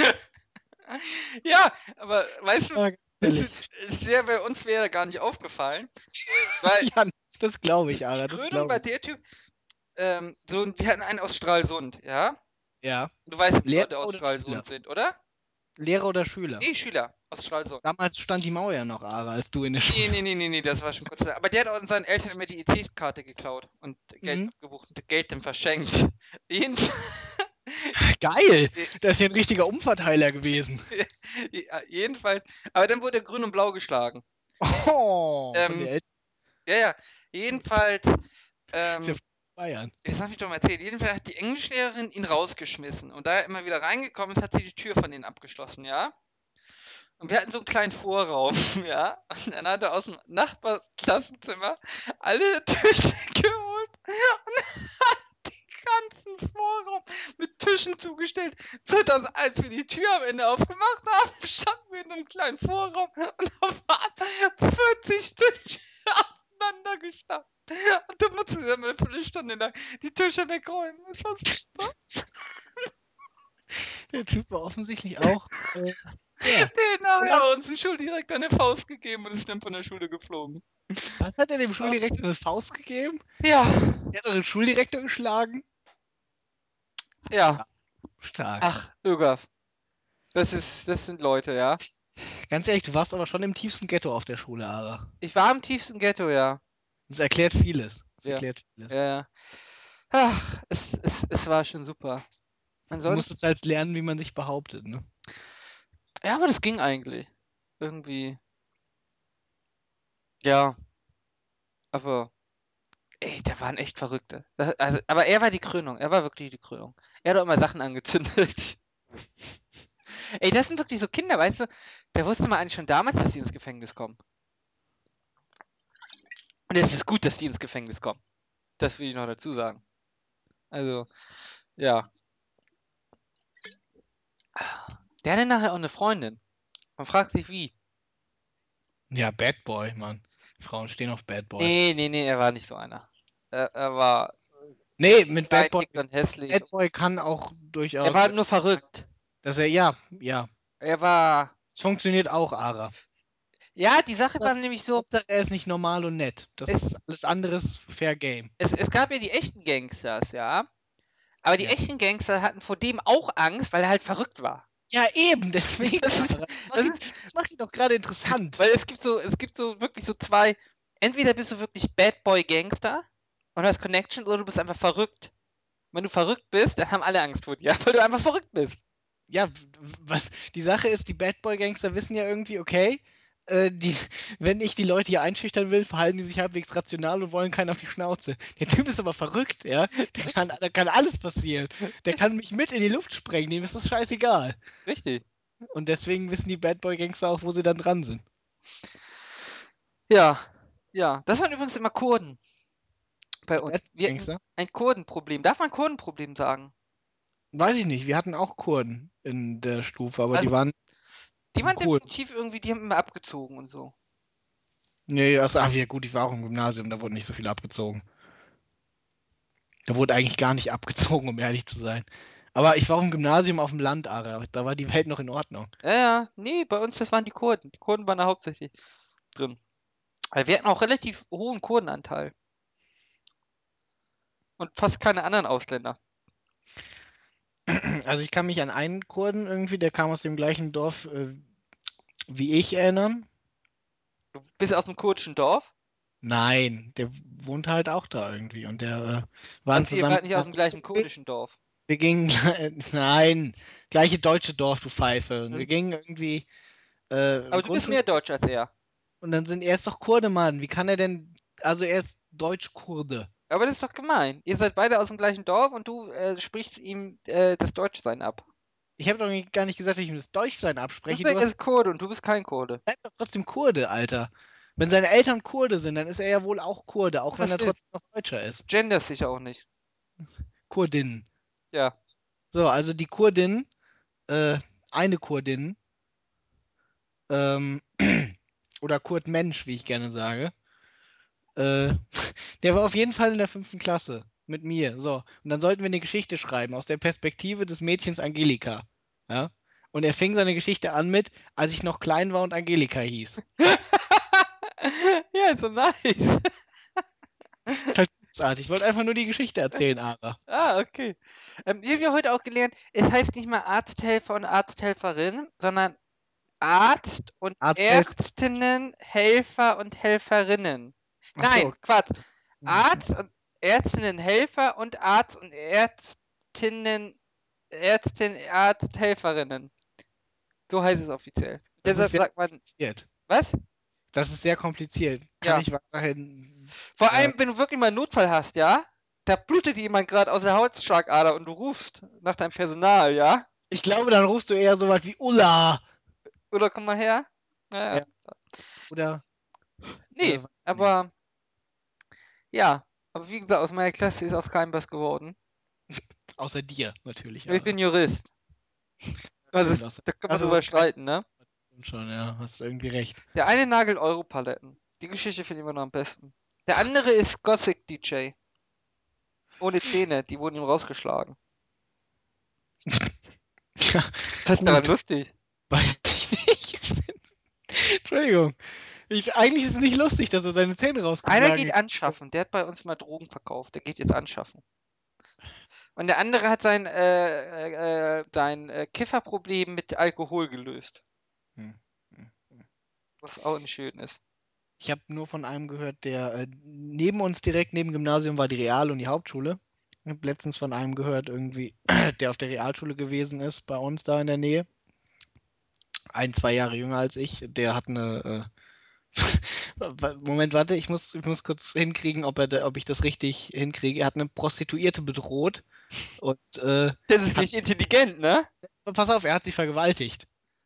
A: Ja, aber weißt du,
B: Ah,
A: das
B: ehrlich.
A: ist sehr bei uns wäre gar nicht aufgefallen, weil
B: Ja, das glaube
A: die,
B: ich,
A: die
B: Ara, das
A: Krönung
B: glaube
A: war
B: ich.
A: der Typ, wir hatten einen aus Stralsund, ja?
B: Ja.
A: Du weißt ja, wie
B: Lehrer
A: Leute aus
B: oder Schüler?
A: Stralsund sind, oder?
B: Lehrer oder Schüler?
A: Nee, Schüler aus Stralsund.
B: Damals stand die Mauer ja noch, Ara, als du in der
A: Nee,
B: Schule
A: nee, nee, nee, nee, das war schon kurz. Aber der hat auch seinen Eltern immer die EC-Karte geklaut und Geld
B: Mhm.
A: abgebucht und Geld dann verschenkt. Jedenfalls,
B: Geil! Das ist ja ein richtiger Umverteiler gewesen.
A: ja, jedenfalls, aber dann wurde er grün und blau geschlagen.
B: Oh, von
A: Ähm,
B: der Eltern.
A: ja, ja, jedenfalls,
B: Ist ja
A: ähm,
B: von Bayern.
A: jetzt habe ich doch mal erzählt, jedenfalls hat die Englischlehrerin ihn rausgeschmissen und da er immer wieder reingekommen ist, hat sie die Tür von denen abgeschlossen, ja? Und wir hatten so einen kleinen Vorraum, ja? Und dann hat er aus dem Nachbarklassenzimmer alle Tische geholt und hat den ganzen Vorraum mit Tischen zugestellt, sodass als wir die Tür am Ende aufgemacht haben, standen wir in einem kleinen Vorraum und da waren 40 Tische aufeinander gestapelt. Und du musstest ja mal eine Viertelstunde lang die Tische wegräumen. Das war super.
B: Der Typ war offensichtlich auch, ja.
A: Der hat
B: Und dann,
A: nachher uns ein Schuldirektor eine Faust gegeben und ist dann von der Schule geflogen.
B: was hat er dem Schuldirektor eine Faust gegeben?
A: Ja,
B: Er hat doch den Schuldirektor geschlagen?
A: ja.
B: Ja, stark.
A: Ach, Ögaf. Das sind Leute, ja.
B: Ganz ehrlich, du warst aber schon im tiefsten Ghetto auf der Schule, Ara.
A: Ich war im tiefsten Ghetto, ja.
B: Das erklärt vieles. Das
A: Ja,
B: erklärt vieles.
A: ja, ja. Ach, es war schon super.
B: Du
A: Ansonsten,
B: musstest halt lernen, wie man sich behauptet, ne?
A: Ja, aber das ging eigentlich. Irgendwie. Ja, aber ey, da waren echt Verrückte. Also, aber er war die Krönung. Er war wirklich die Krönung. Er hat auch immer Sachen angezündet. Ey, das sind wirklich so Kinder, weißt du? Da wusste man eigentlich schon damals, dass die ins Gefängnis kommen. Und es ist gut, dass die ins Gefängnis kommen. Das will ich noch dazu sagen. Also, ja. Der hatte nachher auch eine Freundin. Man fragt sich, wie.
B: Ja, Bad Boy, Mann. Frauen stehen auf Bad Boys.
A: Nee, er war nicht so einer. Er war
B: Nee, mit
A: klein, dick und hässlich.
B: Bad Boy kann auch
A: Er
B: durchaus,
A: war nur verrückt.
B: dass er, ja, ja.
A: Er war.
B: Es funktioniert auch, Ara.
A: Ja, die Sache war nämlich so,
B: Hauptsache, er ist nicht normal und nett. Das
A: es,
B: ist alles anderes Fair Game.
A: es gab ja die echten Gangsters, ja. Aber die
B: Ja.
A: echten Gangster hatten vor dem auch Angst, weil er halt verrückt war.
B: Ja, eben, deswegen, Ara.
A: Das ist,
B: Das macht ihn doch gerade interessant.
A: weil es gibt so wirklich so zwei. Entweder bist du wirklich Bad Boy Gangster und hast Connection, oder du bist einfach verrückt. Wenn du verrückt bist, dann haben alle Angst vor dir, weil du einfach verrückt bist.
B: Ja, was die Sache ist, die Bad Boy Gangster wissen ja irgendwie, okay, die, wenn ich die Leute hier einschüchtern will, verhalten die sich halbwegs rational und wollen keinen auf die Schnauze. Der Typ ist aber verrückt, ja. Da kann alles passieren. Der kann mich mit in die Luft sprengen, dem ist das scheißegal.
A: Richtig.
B: Und deswegen wissen die Bad Boy Gangster auch, wo sie dann dran sind.
A: Ja, ja. Das waren übrigens immer Kurden bei
B: Die
A: uns.
B: Bad Boy
A: Wir hatten
B: Gangster?
A: ein Kurdenproblem. Darf man Kurdenproblem sagen?
B: Weiß ich nicht. Wir hatten auch Kurden in der Stufe, aber die
A: Also,
B: waren
A: die waren
B: cool.
A: definitiv irgendwie, die haben immer abgezogen und so.
B: Nee, also, ja gut, ich war auch im Gymnasium, da wurde nicht so viel abgezogen. Da wurde eigentlich gar nicht abgezogen, um ehrlich zu sein. Aber ich war auf dem Gymnasium auf dem Land, Ara. Da war die Welt noch in Ordnung.
A: Ja, nee, bei uns, das waren die Kurden. Die Kurden waren da hauptsächlich drin. Weil wir hatten auch relativ hohen Kurdenanteil. Und fast keine anderen Ausländer.
B: Also ich kann mich an einen Kurden irgendwie, der kam aus dem gleichen Dorf wie ich erinnern.
A: Du bist aus dem kurdischen Dorf?
B: Nein, der wohnt halt auch da irgendwie. Und der waren
A: Also ihr
B: zusammen.
A: wart nicht aus dem gleichen kurdischen Dorf.
B: Wir gingen, nein, gleiche deutsche Dorf, du Pfeife. Und
A: Hm?
B: wir gingen irgendwie
A: Aber du bist
B: Grundschule
A: mehr Deutsch als er.
B: und dann er ist doch Kurde, Mann. Wie kann er denn, also er ist Deutsch-Kurde.
A: Aber das ist doch gemein. Ihr seid beide aus dem gleichen Dorf und du sprichst ihm das Deutschsein ab.
B: Ich habe doch gar nicht gesagt, dass ich ihm das Deutschsein
A: Du
B: abspreche. Du
A: sagst, er
B: hast
A: ist Kurde und du bist kein Kurde.
B: bleibt doch trotzdem Kurde, Alter. Wenn seine Eltern Kurde sind, dann ist er ja wohl auch Kurde,
A: Du
B: auch wenn er
A: verstehst.
B: trotzdem noch Deutscher ist.
A: Genders sich auch nicht.
B: Kurdin.
A: Ja.
B: So, also die Kurdin, äh, eine Kurdin, ähm, oder Kurdmensch, wie ich gerne sage, äh, der war auf jeden Fall in der 5. Klasse mit mir. So, und dann sollten wir eine Geschichte schreiben aus der Perspektive des Mädchens Angelika. Ja? Und er fing seine Geschichte an mit, als ich noch klein war und Angelika hieß.
A: Ja, so nice.
B: Ist halt großartig. Ich wollte einfach nur die Geschichte erzählen, Ara.
A: Ah, okay. Wir haben ja heute auch gelernt, es heißt nicht mehr Arzthelfer und Arzthelferin, sondern Arzt und
B: Arzthelfer.
A: Ärztinnen, Helfer und Helferinnen.
B: Ach so.
A: Nein, Quatsch.
B: Okay.
A: Arzt und Ärztinnen, Helfer und Arzt und Ärztinnen, Arzt, Helferinnen. So heißt es offiziell.
B: Das ist
A: Deshalb
B: sehr
A: sagt man,
B: kompliziert.
A: was?
B: Das ist sehr kompliziert. Kann
A: Ja.
B: ich weiterhin.
A: Vor
B: Äh,
A: allem, wenn du wirklich mal einen Notfall hast, ja? Da blutet jemand gerade aus der Hautschlagader und du rufst nach deinem Personal, ja?
B: Ich glaube, dann rufst du eher so was wie Ulla.
A: Oder komm mal her. Naja.
B: Ja, oder,
A: Nee,
B: weiß ich nicht.
A: aber ja. Aber wie gesagt, aus meiner Klasse ist aus keinem was geworden.
B: Außer dir, natürlich,
A: Ich bin
B: Ara.
A: Jurist. Also,
B: Stimmt, außer.
A: da kann man
B: Also,
A: drüber streiten, ne?
B: stimmt schon, ja, hast irgendwie recht.
A: Der eine nagelt Europaletten. Die Geschichte finde ich immer noch am besten. Der andere ist Gothic DJ. Ohne Zähne, die wurden ihm rausgeschlagen.
B: Ja,
A: Was ist daran
B: gut.
A: lustig?
B: Weiß ich nicht. Entschuldigung. Eigentlich ist es nicht lustig, dass er seine Zähne
A: Einer
B: rausgeschlagen
A: geht
B: hat.
A: anschaffen. Der hat bei uns mal Drogen verkauft. Der geht jetzt anschaffen. Und der andere hat sein Kifferproblem mit Alkohol gelöst.
B: Hm, hm.
A: Was auch nicht schön ist.
B: Ich habe nur von einem gehört, der neben uns direkt neben Gymnasium war die Real- und die Hauptschule. Ich habe letztens von einem gehört, irgendwie, der auf der Realschule gewesen ist, bei uns da in der Nähe. ein, 2 Jahre jünger als ich. Der hat Moment, warte, ich muss kurz hinkriegen, ob ich das richtig hinkriege. Er hat eine Prostituierte bedroht und
A: Das ist
B: hat,
A: nicht intelligent, ne?
B: pass auf, er hat sie vergewaltigt.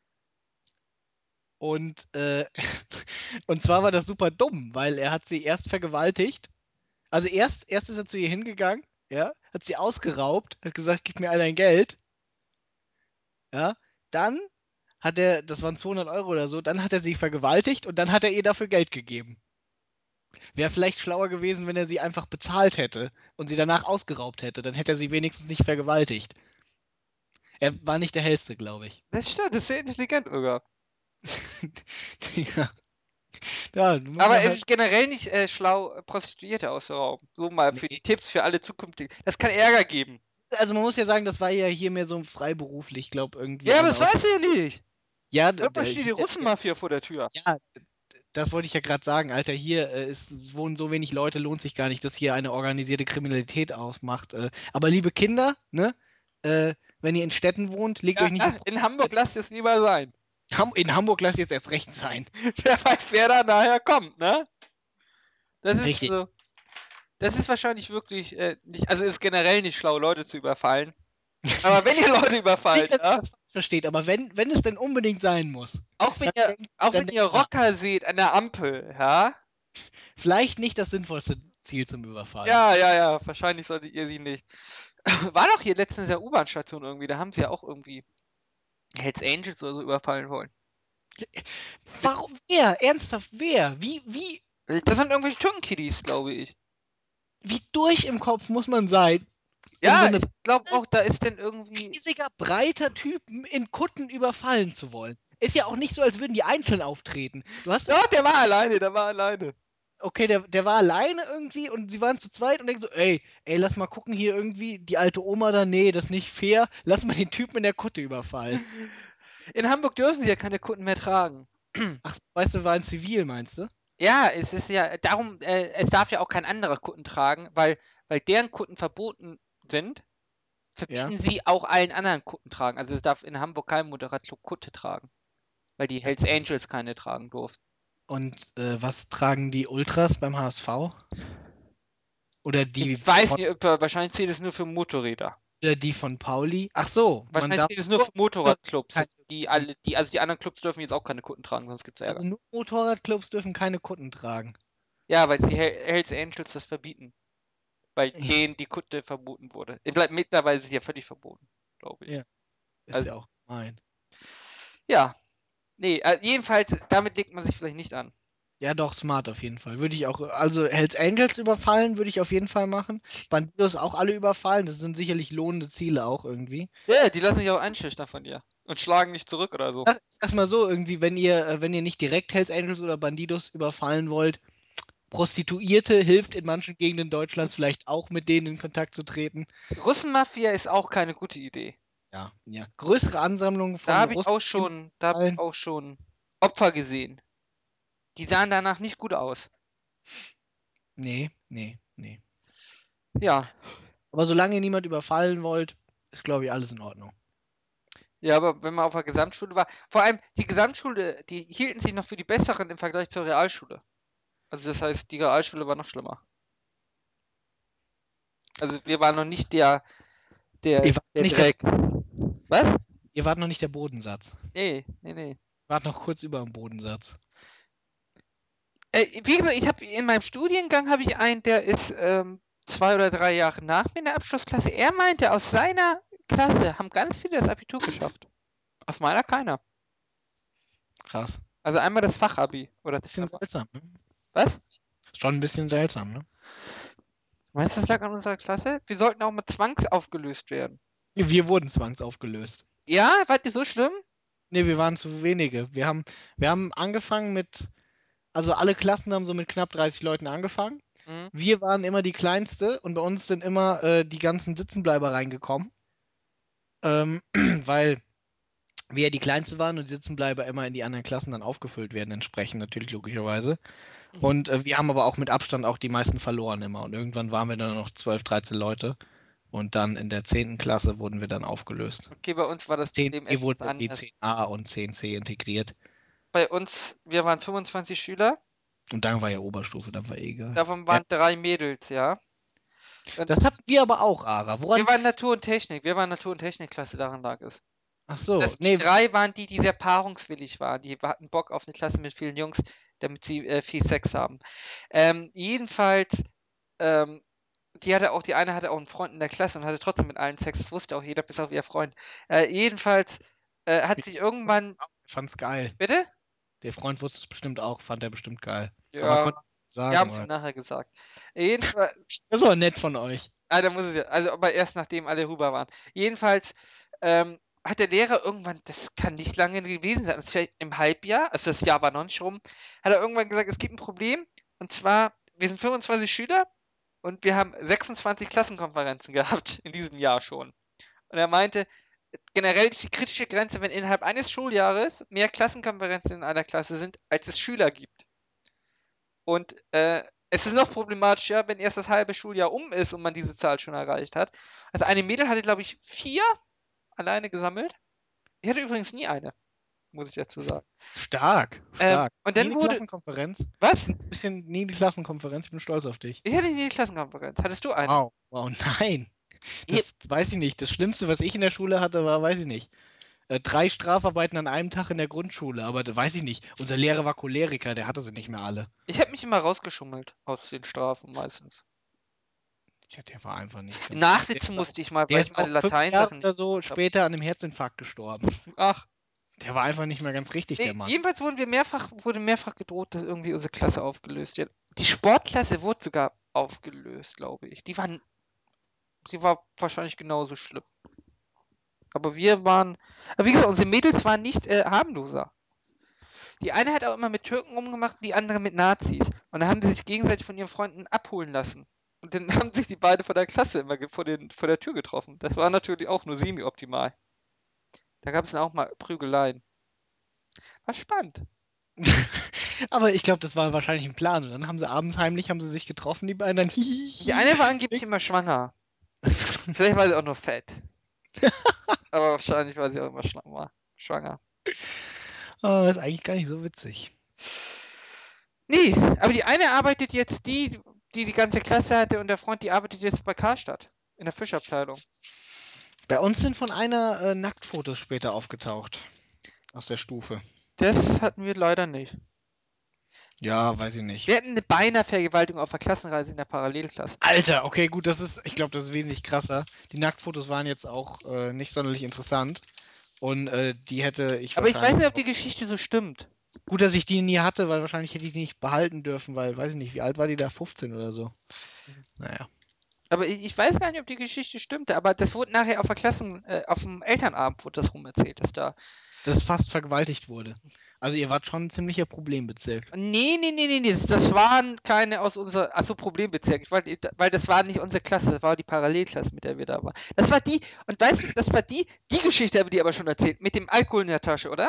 B: Und, und zwar war das super dumm, weil er hat sie erst vergewaltigt. Also erst ist er zu ihr hingegangen, ja, hat sie ausgeraubt, hat gesagt, gib mir all dein Geld, ja. Dann das waren 200 Euro oder so, dann hat er sie vergewaltigt und dann hat er ihr dafür Geld gegeben. Wäre vielleicht schlauer gewesen, wenn er sie einfach bezahlt hätte und sie danach ausgeraubt hätte. Dann hätte er sie wenigstens nicht vergewaltigt. Er war nicht der Hellste, glaube ich.
A: Das stimmt, das ist sehr intelligent sogar.
B: Ja, ja, da muss
A: Aber
B: man
A: es
B: halt.
A: ist generell nicht schlau, Prostituierte auszurauben. So mal für die
B: Nee.
A: Tipps für alle zukünftigen. Das kann Ärger geben.
B: Also man muss ja sagen, das war ja hier mehr so freiberuflich, glaube irgendwie
A: Ja, aber
B: eine
A: das
B: aus.
A: weiß ich ja nicht.
B: Ja,
A: Irgendwann steht die Russenmafia vor der Tür.
B: ja, das wollte ich ja gerade sagen, Alter. Hier wohnen so wenig Leute, lohnt sich gar nicht, dass hier eine organisierte Kriminalität ausmacht. Aber liebe Kinder, ne? Wenn ihr in Städten wohnt, legt
A: Ja,
B: euch nicht mit
A: in Hamburg lasst es lieber sein.
B: In Hamburg lasst jetzt erst recht sein.
A: Wer weiß, wer da nachher kommt, ne? Das ist
B: Richtig.
A: also, das ist wahrscheinlich wirklich nicht, also ist generell nicht schlau, Leute zu überfallen. Aber wenn ihr Leute
B: Nicht,
A: überfallt,
B: dass ihr
A: ja,
B: das falsch versteht, aber wenn es denn unbedingt sein muss,
A: auch wenn
B: dann
A: ihr,
B: denkt,
A: auch wenn
B: dann denkt
A: ihr
B: nach.
A: Rocker seht an der Ampel, ja,
B: Vielleicht nicht das sinnvollste Ziel zum Überfall.
A: ja, ja, ja, wahrscheinlich solltet ihr sie nicht. War doch hier letztens in der U-Bahn-Station irgendwie, da haben sie ja auch irgendwie Hells Angels oder so überfallen wollen. Mit,
B: Warum? Wer? Ernsthaft, wer?
A: das sind irgendwelche Türkenkiddies, glaube ich.
B: Wie durch im Kopf muss man sein, um so
A: Ja,
B: eine
A: ich glaube auch, da ist denn irgendwie.
B: riesiger, breiter Typen in Kutten überfallen zu wollen. Ist ja auch nicht so, als würden die einzeln auftreten. Du hast
A: Ja, der war alleine, der war alleine.
B: okay, der war alleine irgendwie und sie waren zu zweit und denken so, ey, lass mal gucken hier irgendwie, die alte Oma da, nee, das ist nicht fair, lass mal den Typen in der Kutte überfallen.
A: In Hamburg dürfen sie ja keine Kutten mehr tragen.
B: Ach, weißt du, war in Zivil, meinst du?
A: Ja, es ist ja darum, es darf ja auch kein anderer Kutten tragen, weil deren Kutten verboten sind,
B: Ja.
A: verbieten sie auch allen anderen Kutten tragen. Also es darf in Hamburg kein Moderator Kutte tragen, weil die
B: Das,
A: Hells Angels keine tragen durften.
B: und was tragen die Ultras beim HSV? Oder
A: Ich
B: die
A: weiß
B: von,
A: nicht, wahrscheinlich zählt es nur für Motorräder.
B: oder die von Pauli? Ach so, man
A: Wahrscheinlich
B: darf
A: zählt es nur
B: nur
A: für Motorradclubs.
B: keine,
A: Also die anderen Clubs dürfen jetzt auch keine Kutten tragen, sonst gibt's
B: also
A: Ärger.
B: nur Motorradclubs dürfen keine Kutten tragen.
A: Ja, weil die Hells Angels das verbieten, weil
B: Ja,
A: denen die Kutte verboten wurde. Mittlerweile ist sie ja völlig verboten, glaube ich.
B: ja, ist
A: Also,
B: ja auch gemein.
A: ja, nee, jedenfalls, damit legt man sich vielleicht nicht an.
B: Ja, doch, smart auf jeden Fall. Würde ich auch, also Hells Angels überfallen, würde ich auf jeden Fall machen. Bandidos auch alle überfallen, das sind sicherlich lohnende Ziele auch irgendwie.
A: Ja, die lassen sich auch einschüchtern von ihr und schlagen nicht zurück oder so.
B: Sag's mal so, irgendwie, wenn ihr nicht direkt Hells Angels oder Bandidos überfallen wollt, Prostituierte hilft in manchen Gegenden Deutschlands vielleicht auch mit denen in Kontakt zu treten.
A: Russenmafia ist auch keine gute Idee.
B: Ja, ja. Größere Ansammlungen
A: Da
B: von
A: habe ich
B: Russen
A: auch schon, da habe ich
B: überfallen?
A: auch schon Opfer gesehen. Die sahen danach nicht gut aus.
B: Nee, nee, nee.
A: Ja,
B: Aber solange ihr niemand überfallen wollt, ist, glaube ich, alles in Ordnung.
A: ja, aber wenn man auf der Gesamtschule war, vor allem die Gesamtschule, die hielten sich noch für die besseren im Vergleich zur Realschule. Also das heißt, die Realschule war noch schlimmer. Also wir waren noch nicht
B: Ihr wart noch
A: der
B: nicht der,
A: Dreck. Was?
B: ihr wart noch nicht der Bodensatz.
A: Nee, nee, nee.
B: Ihr wart noch kurz über dem Bodensatz.
A: Wie gesagt, ich habe in meinem Studiengang habe ich einen, der ist 2 oder 3 Jahre nach mir in der Abschlussklasse. Er meinte, aus seiner Klasse haben ganz viele das Abitur geschafft. Aus meiner keiner.
B: Krass.
A: Also einmal das Fachabi oder
B: Bisschen
A: zweimal.
B: seltsam, ne?
A: Was?
B: Schon ein bisschen seltsam, ne?
A: Meinst du, das lag an unserer Klasse? Wir sollten auch mit Zwangs aufgelöst werden.
B: Wir wurden zwangsaufgelöst.
A: Ja, wart ihr so schlimm?
B: Ne, wir waren zu wenige. Wir haben angefangen also alle Klassen haben so mit knapp 30 Leuten angefangen.
A: Mhm.
B: Wir waren immer die Kleinste und bei uns sind immer die ganzen Sitzenbleiber reingekommen, weil wir ja die Kleinste waren und die Sitzenbleiber immer in die anderen Klassen dann aufgefüllt werden, entsprechend natürlich logischerweise. Und wir haben aber auch mit Abstand auch die meisten verloren immer. Und irgendwann waren wir dann noch 12, 13 Leute. Und dann in der 10. Klasse wurden wir dann aufgelöst.
A: Okay, bei uns war das Problem
B: 10b
A: etwas
B: wurde dann die
A: anders.
B: 10a und 10c integriert.
A: Bei uns, wir waren 25 Schüler,
B: Und dann war ja Oberstufe, dann war egal.
A: davon
B: Ja,
A: waren 3 Mädels, ja. Und
B: das hatten wir aber auch, Ara.
A: wir
B: Woran?
A: waren Natur und Technik, wir waren Natur- und Technikklasse, daran lag es.
B: Ach so,
A: Die
B: nee,
A: 3 waren die, die sehr paarungswillig waren. Die hatten Bock auf eine Klasse mit vielen Jungs, damit sie viel Sex haben. Jedenfalls, ähm, die eine hatte auch einen Freund in der Klasse und hatte trotzdem mit allen Sex. Das wusste auch jeder, bis auf ihr Freund. Jedenfalls hat sich irgendwann.
B: ich fand's geil.
A: Bitte?
B: Der Freund wusste es bestimmt auch, fand er bestimmt geil. Aber
A: Ja,
B: konnte nicht
A: wir haben
B: sagen,
A: es ihm
B: weil.
A: nachher gesagt. Jedenfalls,
B: Das ist aber nett von euch.
A: da muss es ja, also aber erst nachdem alle rüber waren. Jedenfalls hat der Lehrer irgendwann, das kann nicht lange gewesen sein, das ist vielleicht im Halbjahr, also das Jahr war noch nicht rum, hat er irgendwann gesagt, es gibt ein Problem. Und zwar, wir sind 25 Schüler und wir haben 26 Klassenkonferenzen gehabt in diesem Jahr schon. Und er meinte, generell ist die kritische Grenze, wenn innerhalb eines Schuljahres mehr Klassenkonferenzen in einer Klasse sind, als es Schüler gibt. Und es ist noch problematischer, wenn erst das halbe Schuljahr um ist und man diese Zahl schon erreicht hat. Also eine Mädel hatte, glaube ich, 4 alleine gesammelt. Ich hatte übrigens nie eine, muss ich dazu sagen.
B: Stark, stark.
A: Und
B: Nie
A: dann
B: eine
A: wurde.
B: Klassenkonferenz.
A: Was?
B: Ein bisschen nie eine Klassenkonferenz. Ich bin stolz auf dich.
A: Ich hatte nie die Klassenkonferenz. Hattest du eine?
B: Wow, wow, nein.
A: Je-
B: Das weiß ich nicht. Das Schlimmste, was ich in der Schule hatte, war, weiß ich nicht. 3 Strafarbeiten an einem Tag in der Grundschule, aber da weiß ich nicht. Unser Lehrer war Choleriker, der hatte sie nicht mehr alle.
A: Ich habe mich immer rausgeschummelt aus den Strafen meistens.
B: Tja, der war einfach nicht ganz gut.
A: Nachsitzen musste ich mal,
B: Der
A: weil ich
B: ist
A: meine
B: auch 5 Jahre
A: Lateinsachen nicht
B: oder so
A: gemacht habe.
B: später an einem Herzinfarkt gestorben.
A: Ach,
B: Der war einfach nicht mehr ganz richtig, der
A: nee,
B: Mann.
A: jedenfalls wurde mehrfach gedroht, dass irgendwie unsere Klasse aufgelöst wird. Die Sportklasse wurde sogar aufgelöst, glaube ich. Sie war wahrscheinlich genauso schlimm. Aber wie gesagt, unsere Mädels waren nicht harmloser. Die eine hat auch immer mit Türken rumgemacht, die andere mit Nazis. Und dann haben sie sich gegenseitig von ihren Freunden abholen lassen. Und dann haben sich die beiden vor der Klasse immer vor der Tür getroffen. Das war natürlich auch nur semi-optimal. Da gab es dann auch mal Prügeleien. War spannend.
B: Aber ich glaube, das war wahrscheinlich ein Plan. Und dann haben sie abends heimlich, haben sie sich getroffen, die beiden dann
A: Die
B: hihihi.
A: eine war angeblich immer schwanger. Vielleicht war sie auch nur fett. Aber wahrscheinlich war sie auch immer schwanger.
B: Oh, ist eigentlich gar nicht so witzig.
A: Nee, aber die eine arbeitet jetzt, die ganze Klasse hatte und der Freund, die arbeitet jetzt bei Karstadt. In der Fischabteilung.
B: Bei uns sind von einer Nacktfotos später aufgetaucht. Aus der Stufe.
A: Das hatten wir leider nicht.
B: Ja, weiß ich nicht.
A: Wir hatten eine beinahe Vergewaltigung auf der Klassenreise in der Parallelklasse.
B: Alter, okay, gut, ich glaube, das ist wesentlich krasser. Die Nacktfotos waren jetzt auch nicht sonderlich interessant. Und die hätte ich
A: Aber ich weiß
B: wahrscheinlich
A: nicht, ob
B: auch.
A: die Geschichte so stimmt.
B: Gut, dass ich die nie hatte, weil wahrscheinlich hätte ich die nicht behalten dürfen, weil, weiß ich nicht, wie alt war die da? 15 oder so. Naja.
A: Aber ich weiß gar nicht, ob die Geschichte stimmte. Aber das wurde nachher auf dem Elternabend wurde das rumerzählt, dass da.
B: Dass fast vergewaltigt wurde. Also ihr wart schon ein ziemlicher Problembezirk.
A: Nee, nee, nee, nee, nee. Das waren keine aus unserer. Achso, Problembezirk. Weil das war nicht unsere Klasse, das war die Parallelklasse, mit der wir da waren. Das war die, und weißt du, das war die Geschichte habe ich dir aber schon erzählt, mit dem Alkohol in der Tasche, oder?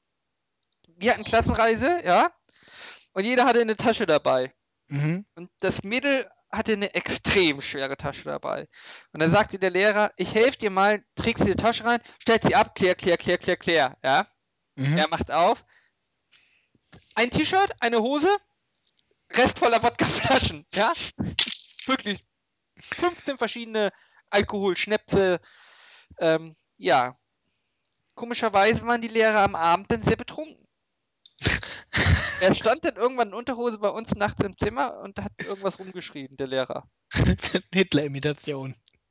A: Wir hatten Klassenreise, ja, und jeder hatte eine Tasche dabei.
B: Mhm.
A: Und das Mädel hatte eine extrem schwere Tasche dabei. Und dann sagte der Lehrer, ich helfe dir mal, trägst sie die Tasche rein, stellt sie ab, klär, klär, klär, klär, klär. Ja?
B: Mhm.
A: Er macht auf. Ein T-Shirt, eine Hose, Rest voller Wodkaflaschen. Ja? Wirklich 15 verschiedene Alkoholschnäpse. Ja. Komischerweise waren die Lehrer am Abend dann sehr betrunken. Er stand dann irgendwann in Unterhose bei uns nachts im Zimmer und hat irgendwas rumgeschrieben, der Lehrer.
B: Hitler-Imitation.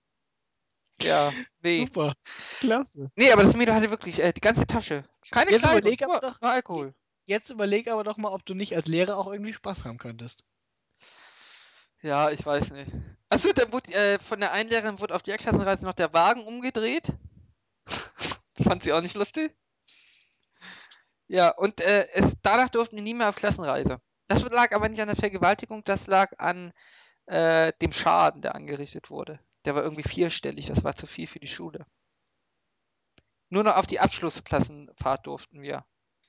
A: Ja, nee.
B: Super. Klasse.
A: Nee, aber das Mädel hatte wirklich die ganze Tasche. Keine
B: Jetzt
A: Kleidung,
B: überleg aber
A: nur,
B: doch,
A: nur Alkohol.
B: jetzt überleg aber doch mal, ob du nicht als Lehrer auch irgendwie Spaß haben könntest.
A: Ja, ich weiß nicht. Achso, dann wurde von der einen Lehrerin wurde auf der Klassenreise noch der Wagen umgedreht. Fand sie auch nicht lustig. Ja, und danach durften wir nie mehr auf Klassenreise. Das lag aber nicht an der Vergewaltigung, das lag an dem Schaden, der angerichtet wurde. Der war irgendwie vierstellig, das war zu viel für die Schule. Nur noch auf die Abschlussklassenfahrt durften wir.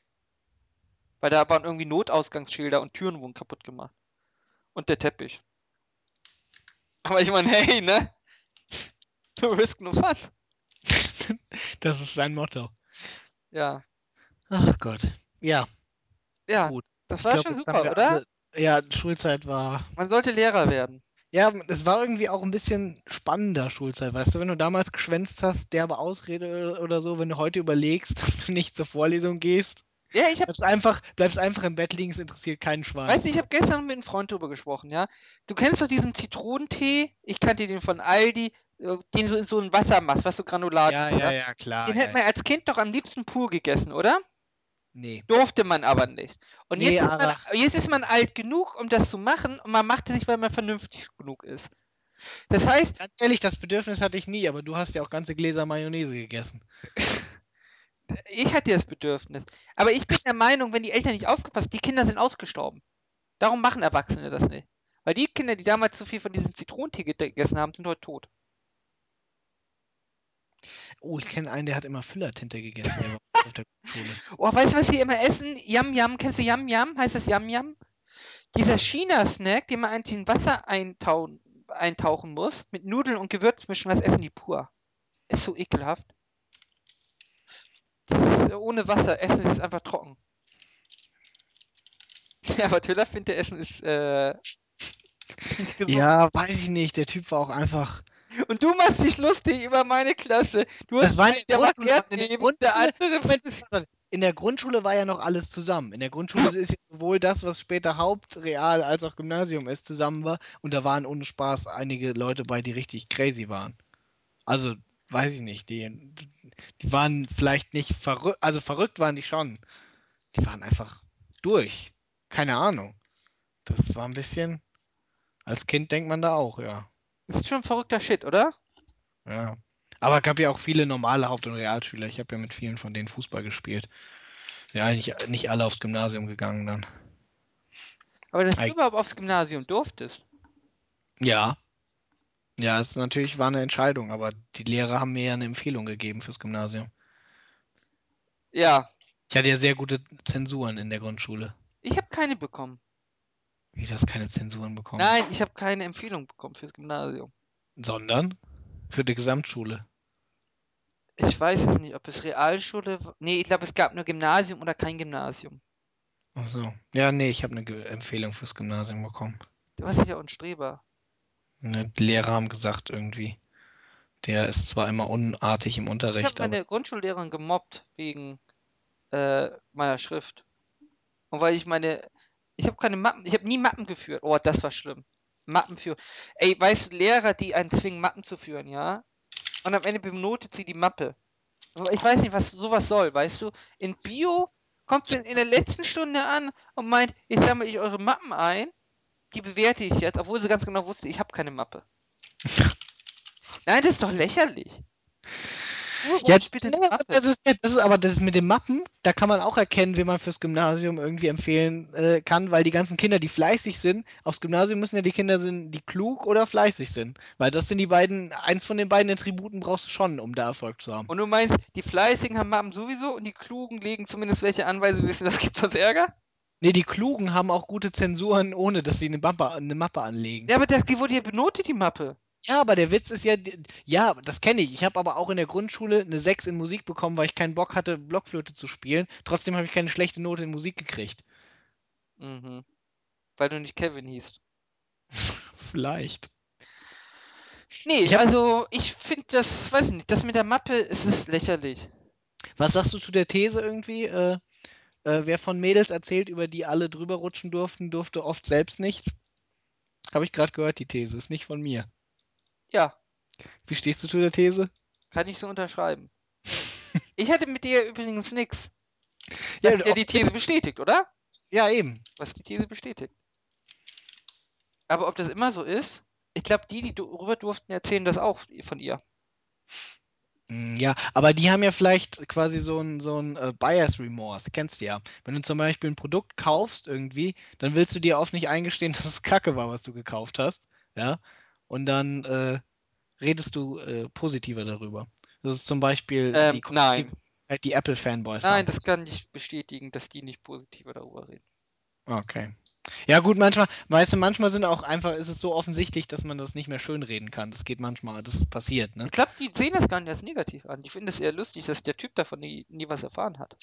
A: Weil da waren irgendwie Notausgangsschilder und Türen wurden kaputt gemacht. Und der Teppich. Aber ich meine, hey, ne? No risk, no fun.
B: Das ist sein Motto.
A: Ja.
B: Ach Gott. Ja,
A: Ja,
B: gut.
A: das
B: Ich
A: war
B: glaube,
A: schon
B: jetzt haben
A: super,
B: wir
A: oder?
B: alle. Ja, Schulzeit war.
A: Man sollte Lehrer werden.
B: Ja, es war irgendwie auch ein bisschen spannender Schulzeit, weißt du, wenn du damals geschwänzt hast, derbe Ausrede oder so, wenn du heute überlegst, nicht zur Vorlesung gehst,
A: Ja, ich habe
B: bleibst einfach im Bett liegen, es interessiert kein
A: Weißt du,
B: Schwein.
A: ich habe gestern mit einem Freund drüber gesprochen, ja. Du kennst doch diesen Zitronentee? Ich kannte den von Aldi, den du in so ein Wasser machst, was so Granulat
B: Ja,
A: ist,
B: ja,
A: ja.
B: ja, klar,
A: Den
B: ja,
A: hätte
B: ja.
A: man als Kind doch am liebsten pur gegessen, oder?
B: Nee.
A: Durfte man aber nicht. Und
B: Nee, aber
A: jetzt ist man alt genug, um das zu machen, und man macht es nicht, weil man vernünftig genug ist. Das heißt,
B: ganz ehrlich, das Bedürfnis hatte ich nie, aber du hast ja auch ganze Gläser Mayonnaise gegessen.
A: ich hatte das Bedürfnis. Aber ich bin der Meinung, wenn die Eltern nicht aufgepasst, die Kinder sind ausgestorben. Darum machen Erwachsene das nicht. Weil die Kinder, die damals zu viel von diesem Zitronentee gegessen haben, sind heute tot.
B: Oh, ich kenne einen, der hat immer Füllertinte gegessen, der war auf der Schule.
A: Oh, weißt du, was wir immer essen? Yam Yam. Kennst du Yam Yam? Heißt das Yam Yam? Dieser China-Snack, den man eigentlich in Wasser eintauchen muss, mit Nudeln und Gewürzmischung, das essen die pur. Ist so ekelhaft. Das ist ohne Wasser. Essen ist einfach trocken. Ja, aber Töller findet, der Essen ist nicht gesund.
B: Ja, weiß ich nicht, der Typ war auch einfach.
A: Und du machst dich lustig über meine Klasse. Du hast
B: Das war in
A: einen,
B: der
A: der macht
B: Grundschule, Mann. In der
A: Erdbeben, der
B: Grundschule,
A: andere
B: Moment,
A: frisst.
B: warte, in der Grundschule war ja noch alles zusammen. In der Grundschule ist ja sowohl das, was später Haupt-, Real- als auch Gymnasium ist, zusammen war. Und da waren ohne Spaß einige Leute bei, die richtig crazy waren. Also, weiß ich nicht, die waren vielleicht nicht verrückt, also verrückt waren die schon. Die waren einfach durch. Keine Ahnung. Das war ein bisschen, als Kind denkt man da auch, ja.
A: Das ist schon verrückter Shit, oder?
B: Ja. Aber es gab ja auch viele normale Haupt- und Realschüler. Ich habe ja mit vielen von denen Fußball gespielt. Ja, eigentlich nicht alle aufs Gymnasium gegangen dann.
A: Aber dass du
B: Eig-
A: überhaupt aufs Gymnasium durftest.
B: Ja, ja, es natürlich war eine Entscheidung, aber die Lehrer haben mir ja eine Empfehlung gegeben fürs Gymnasium.
A: Ja,
B: Ich hatte ja sehr gute Zensuren in der Grundschule.
A: ich habe keine bekommen.
B: Wie, du hast keine Zensuren bekommen?
A: Nein, ich habe keine Empfehlung bekommen fürs Gymnasium.
B: Sondern für die Gesamtschule.
A: Ich weiß es nicht, ob es Realschule war. Nee, ich glaube, es gab nur Gymnasium oder kein Gymnasium.
B: Ach so. Ja, nee, ich habe eine Empfehlung fürs Gymnasium bekommen.
A: Du warst ja auch ein Streber.
B: Ne, die Lehrer haben gesagt irgendwie, der ist zwar immer unartig im
A: Ich habe
B: Unterricht, aber
A: meine Grundschullehrerin gemobbt wegen meiner Schrift. Und weil ich habe keine Mappen, ich habe nie Mappen geführt. Oh, das war schlimm. Mappen für. Ey, weißt du, Lehrer, die einen zwingen, Mappen zu führen, ja? Und am Ende benotet sie die Mappe. Aber ich weiß nicht, was sowas soll, weißt du? In Bio kommt in der letzten Stunde an und meint, jetzt sammle ich eure Mappen ein, die bewerte ich jetzt, obwohl sie ganz genau wusste, ich habe keine Mappe. Nein, das ist doch lächerlich. Wo
B: ja,
A: ist bitte
B: ne,
A: eine Mappe?
B: das ist aber das mit den Mappen, da kann man auch erkennen, wen man fürs Gymnasium irgendwie empfehlen kann, weil die ganzen Kinder, die fleißig sind, aufs Gymnasium müssen ja die Kinder sind, die klug oder fleißig sind. Weil das sind die beiden, eins von den beiden Attributen brauchst du schon, um da Erfolg zu haben.
A: Und du meinst, die Fleißigen haben Mappen sowieso und die Klugen legen zumindest welche an, weil sie wissen, das gibt uns Ärger?
B: Nee, die Klugen haben auch gute Zensuren, ohne dass sie eine Mappe anlegen.
A: Ja, aber die wurde ja benotet, die Mappe.
B: Ja, aber der Witz ist ja, ja, das kenne ich. Ich habe aber auch in der Grundschule eine 6 in Musik bekommen, weil ich keinen Bock hatte, Blockflöte zu spielen. Trotzdem habe ich keine schlechte Note in Musik gekriegt.
A: Mhm. Weil du nicht Kevin hießt.
B: Vielleicht.
A: Nee,
B: Ich habe,
A: also ich finde das, weiß ich nicht, das mit der Mappe, es ist lächerlich.
B: was sagst du zu der These irgendwie? Wer von Mädels erzählt, über die alle drüber rutschen durften, durfte oft selbst nicht? Habe ich gerade gehört, die These. Ist nicht von mir.
A: Ja,
B: Wie stehst du zu der These?
A: kann ich so unterschreiben. Ich hatte mit dir übrigens nix.
B: Ja,
A: Das hat ja die These bestätigt, oder?
B: ja, eben.
A: Was die These bestätigt. Aber ob das immer so ist? Ich glaube, die darüber durften, erzählen das auch von ihr.
B: Ja, aber die haben ja vielleicht quasi so ein Buyer's Remorse, kennst du ja. Wenn du zum Beispiel ein Produkt kaufst irgendwie, dann willst du dir oft nicht eingestehen, dass es Kacke war, was du gekauft hast, ja. Und dann redest du positiver darüber. Das ist zum Beispiel
A: Nein.
B: die Apple-Fanboys
A: Nein,
B: haben.
A: das kann ich bestätigen, dass die nicht positiver darüber reden.
B: Okay. Ja, gut, manchmal, weißt du, manchmal sind auch einfach, ist es so offensichtlich, dass man das nicht mehr schönreden kann. Das geht manchmal, das passiert, ne?
A: Ich glaube, die sehen das gar nicht als negativ an. Die finden es eher lustig, dass der Typ davon nie was erfahren hat.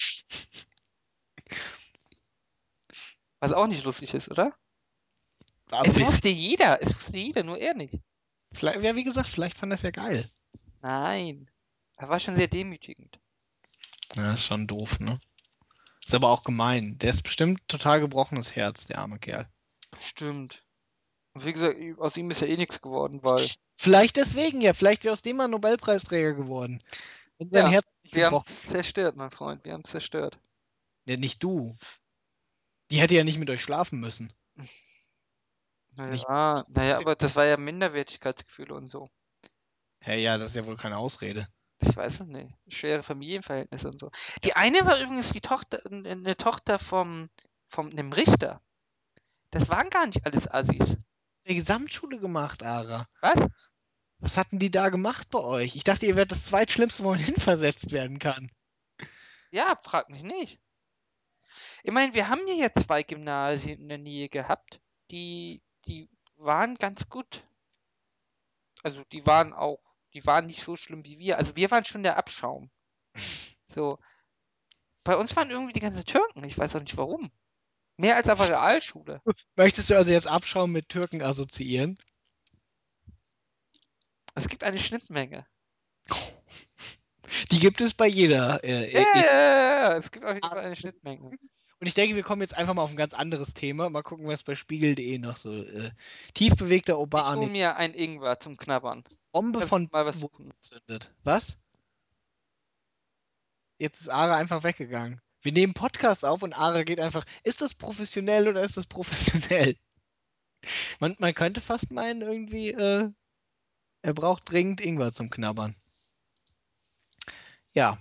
A: Was auch nicht lustig ist, oder?
B: Aber ein bisschen.
A: Es wusste jeder, nur er nicht.
B: Vielleicht, ja, wie gesagt, vielleicht fand er es ja geil.
A: Nein. Er war schon sehr demütigend.
B: Ja, ist schon doof, ne? Ist aber auch gemein. Der ist bestimmt total gebrochenes Herz, der arme Kerl.
A: Stimmt. Und wie gesagt, aus ihm ist ja eh nichts geworden, weil.
B: Vielleicht deswegen ja, vielleicht wäre aus dem mal Nobelpreisträger geworden. Wenn sein
A: Ja,
B: Herz nicht
A: wir haben
B: gebrochen.
A: es zerstört, mein Freund. Wir haben es zerstört.
B: Ja, nicht du. Die hätte ja nicht mit euch schlafen müssen. Nicht.
A: Naja, aber das war ja Minderwertigkeitsgefühle und so.
B: Hä, ja, das ist ja wohl keine Ausrede.
A: Ich weiß es nicht. Schwere Familienverhältnisse und so. Die eine war übrigens die Tochter, eine Tochter vom einem Richter. Das waren gar nicht alles Assis.
B: Die Gesamtschule gemacht, Ara.
A: Was?
B: Was hatten die da gemacht bei euch? Ich dachte, ihr wärt das Zweitschlimmste, wo man hinversetzt werden kann.
A: Ja, frag mich nicht. Ich meine, wir haben hier ja zwei Gymnasien in der Nähe gehabt, die waren ganz gut. Also die waren nicht so schlimm wie wir. Also wir waren schon der Abschaum. So, bei uns waren irgendwie die ganzen Türken. Ich weiß auch nicht warum. Mehr als auf der Realschule.
B: Möchtest du also jetzt Abschaum mit Türken assoziieren?
A: Es gibt eine Schnittmenge.
B: Die gibt es bei jeder.
A: Ja, es gibt auf jeden Fall eine Schnittmenge.
B: Und ich denke, wir kommen jetzt einfach mal auf ein ganz anderes Thema. Mal gucken, was bei Spiegel.de noch so tief bewegter
A: Ich hole
B: Oberarne.
A: mir ein Ingwer zum Knabbern.
B: Bombe
A: Kannst
B: von
A: du mal
B: Bonn
A: was
B: wurde
A: suchen?
B: gezündet. Was? Jetzt ist Ara einfach weggegangen. Wir nehmen Podcast auf und Ara geht einfach. Ist das professionell oder ist das professionell? Man könnte fast meinen, irgendwie, er braucht dringend Ingwer zum Knabbern. Ja.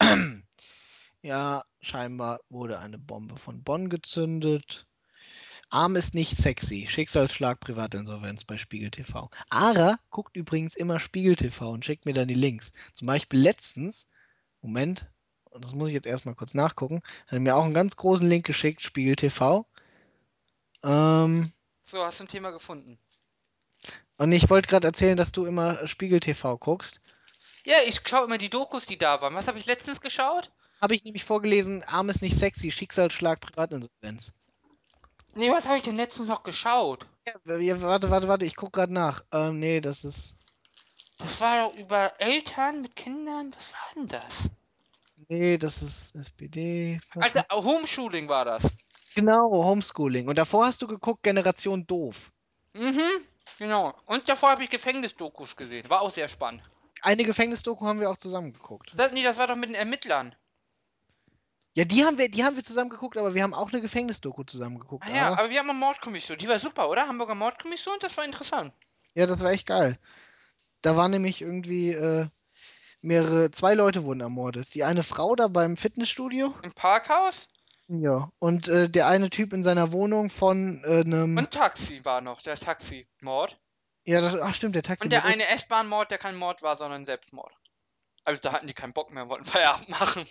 B: Ja, scheinbar wurde eine Bombe von Bonn gezündet. Arm ist nicht sexy. Schicksalsschlag, Privatinsolvenz bei Spiegel TV. Ara guckt übrigens immer Spiegel TV und schickt mir dann die Links. Zum Beispiel letztens, Moment, das muss ich jetzt erstmal kurz nachgucken, hat er mir auch einen ganz großen Link geschickt, Spiegel TV. Ähm,
A: So, hast du ein Thema gefunden?
B: und ich wollte gerade erzählen, dass du immer Spiegel TV guckst.
A: Ja, ich schaue immer die Dokus, die da waren. Was habe ich letztens geschaut?
B: Habe ich nämlich vorgelesen, Arm ist nicht sexy, Schicksalsschlag, Privatinsolvenz.
A: Nee, was habe ich denn letztens noch geschaut?
B: Ja, warte, ich gucke gerade nach. Nee, das ist.
A: Das war doch über Eltern mit Kindern. Was war denn das?
B: Nee, das ist SPD.
A: Also, Homeschooling war das.
B: Genau, Homeschooling. Und davor hast du geguckt, Generation Doof.
A: Mhm, genau. Und davor habe ich Gefängnisdokus gesehen. War auch sehr spannend.
B: Eine Gefängnisdoku haben wir auch zusammen geguckt.
A: Nee, das war doch mit den Ermittlern.
B: Ja, die haben wir zusammen geguckt, aber wir haben auch eine Gefängnisdoku zusammen geguckt,
A: Ah ja,
B: aber
A: aber wir haben eine Mordkommission. Die war super, oder? Hamburger Mordkommission, das war interessant.
B: ja, das war echt geil. Da war nämlich irgendwie zwei Leute wurden ermordet. Die eine Frau da beim Fitnessstudio,
A: Im Parkhaus
B: ja, und der eine Typ in seiner Wohnung von einem,
A: und Taxi war noch, der Taxi-Mord.
B: ja, ach stimmt, der
A: Und der
B: Taximord.
A: eine S-Bahn-Mord, der kein Mord war, sondern Selbstmord. Also da hatten die keinen Bock mehr, wollten Feierabend machen.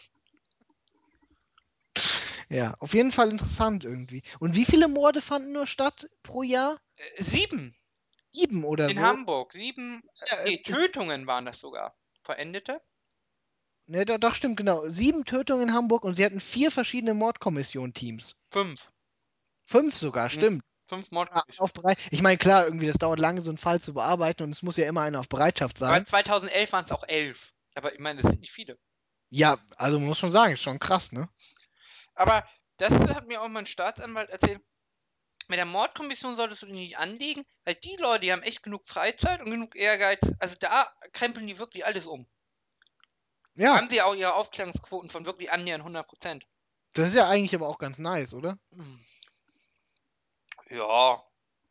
B: Ja, auf jeden Fall interessant irgendwie. Und wie viele Morde fanden nur statt pro Jahr?
A: 7
B: Sieben oder
A: in
B: so.
A: Hamburg. 7,
B: Ja,
A: nee, Tötungen waren das sogar. Verendete?
B: ne, doch, stimmt, genau. Sieben Tötungen in Hamburg und sie hatten vier verschiedene Mordkommission-Teams.
A: 5.
B: Fünf sogar,
A: Mhm.
B: stimmt.
A: 5
B: Ja,
A: Mordkommissionen.
B: Ich meine, klar, irgendwie, das dauert lange, so einen Fall zu bearbeiten und es muss ja immer einer auf Bereitschaft
A: Aber
B: sein.
A: 2011 waren es auch 11. Aber ich meine, das sind nicht viele.
B: Ja, also man muss schon sagen, ist schon krass, ne?
A: Aber das hat mir auch mein Staatsanwalt erzählt. Mit der Mordkommission solltest du dich nicht anlegen, weil die Leute, die haben echt genug Freizeit und genug Ehrgeiz. Also da krempeln die wirklich alles um.
B: Ja,
A: Haben sie auch ihre Aufklärungsquoten von wirklich annähernd 100%.
B: das ist ja eigentlich aber auch ganz nice, oder?
A: Hm. Ja.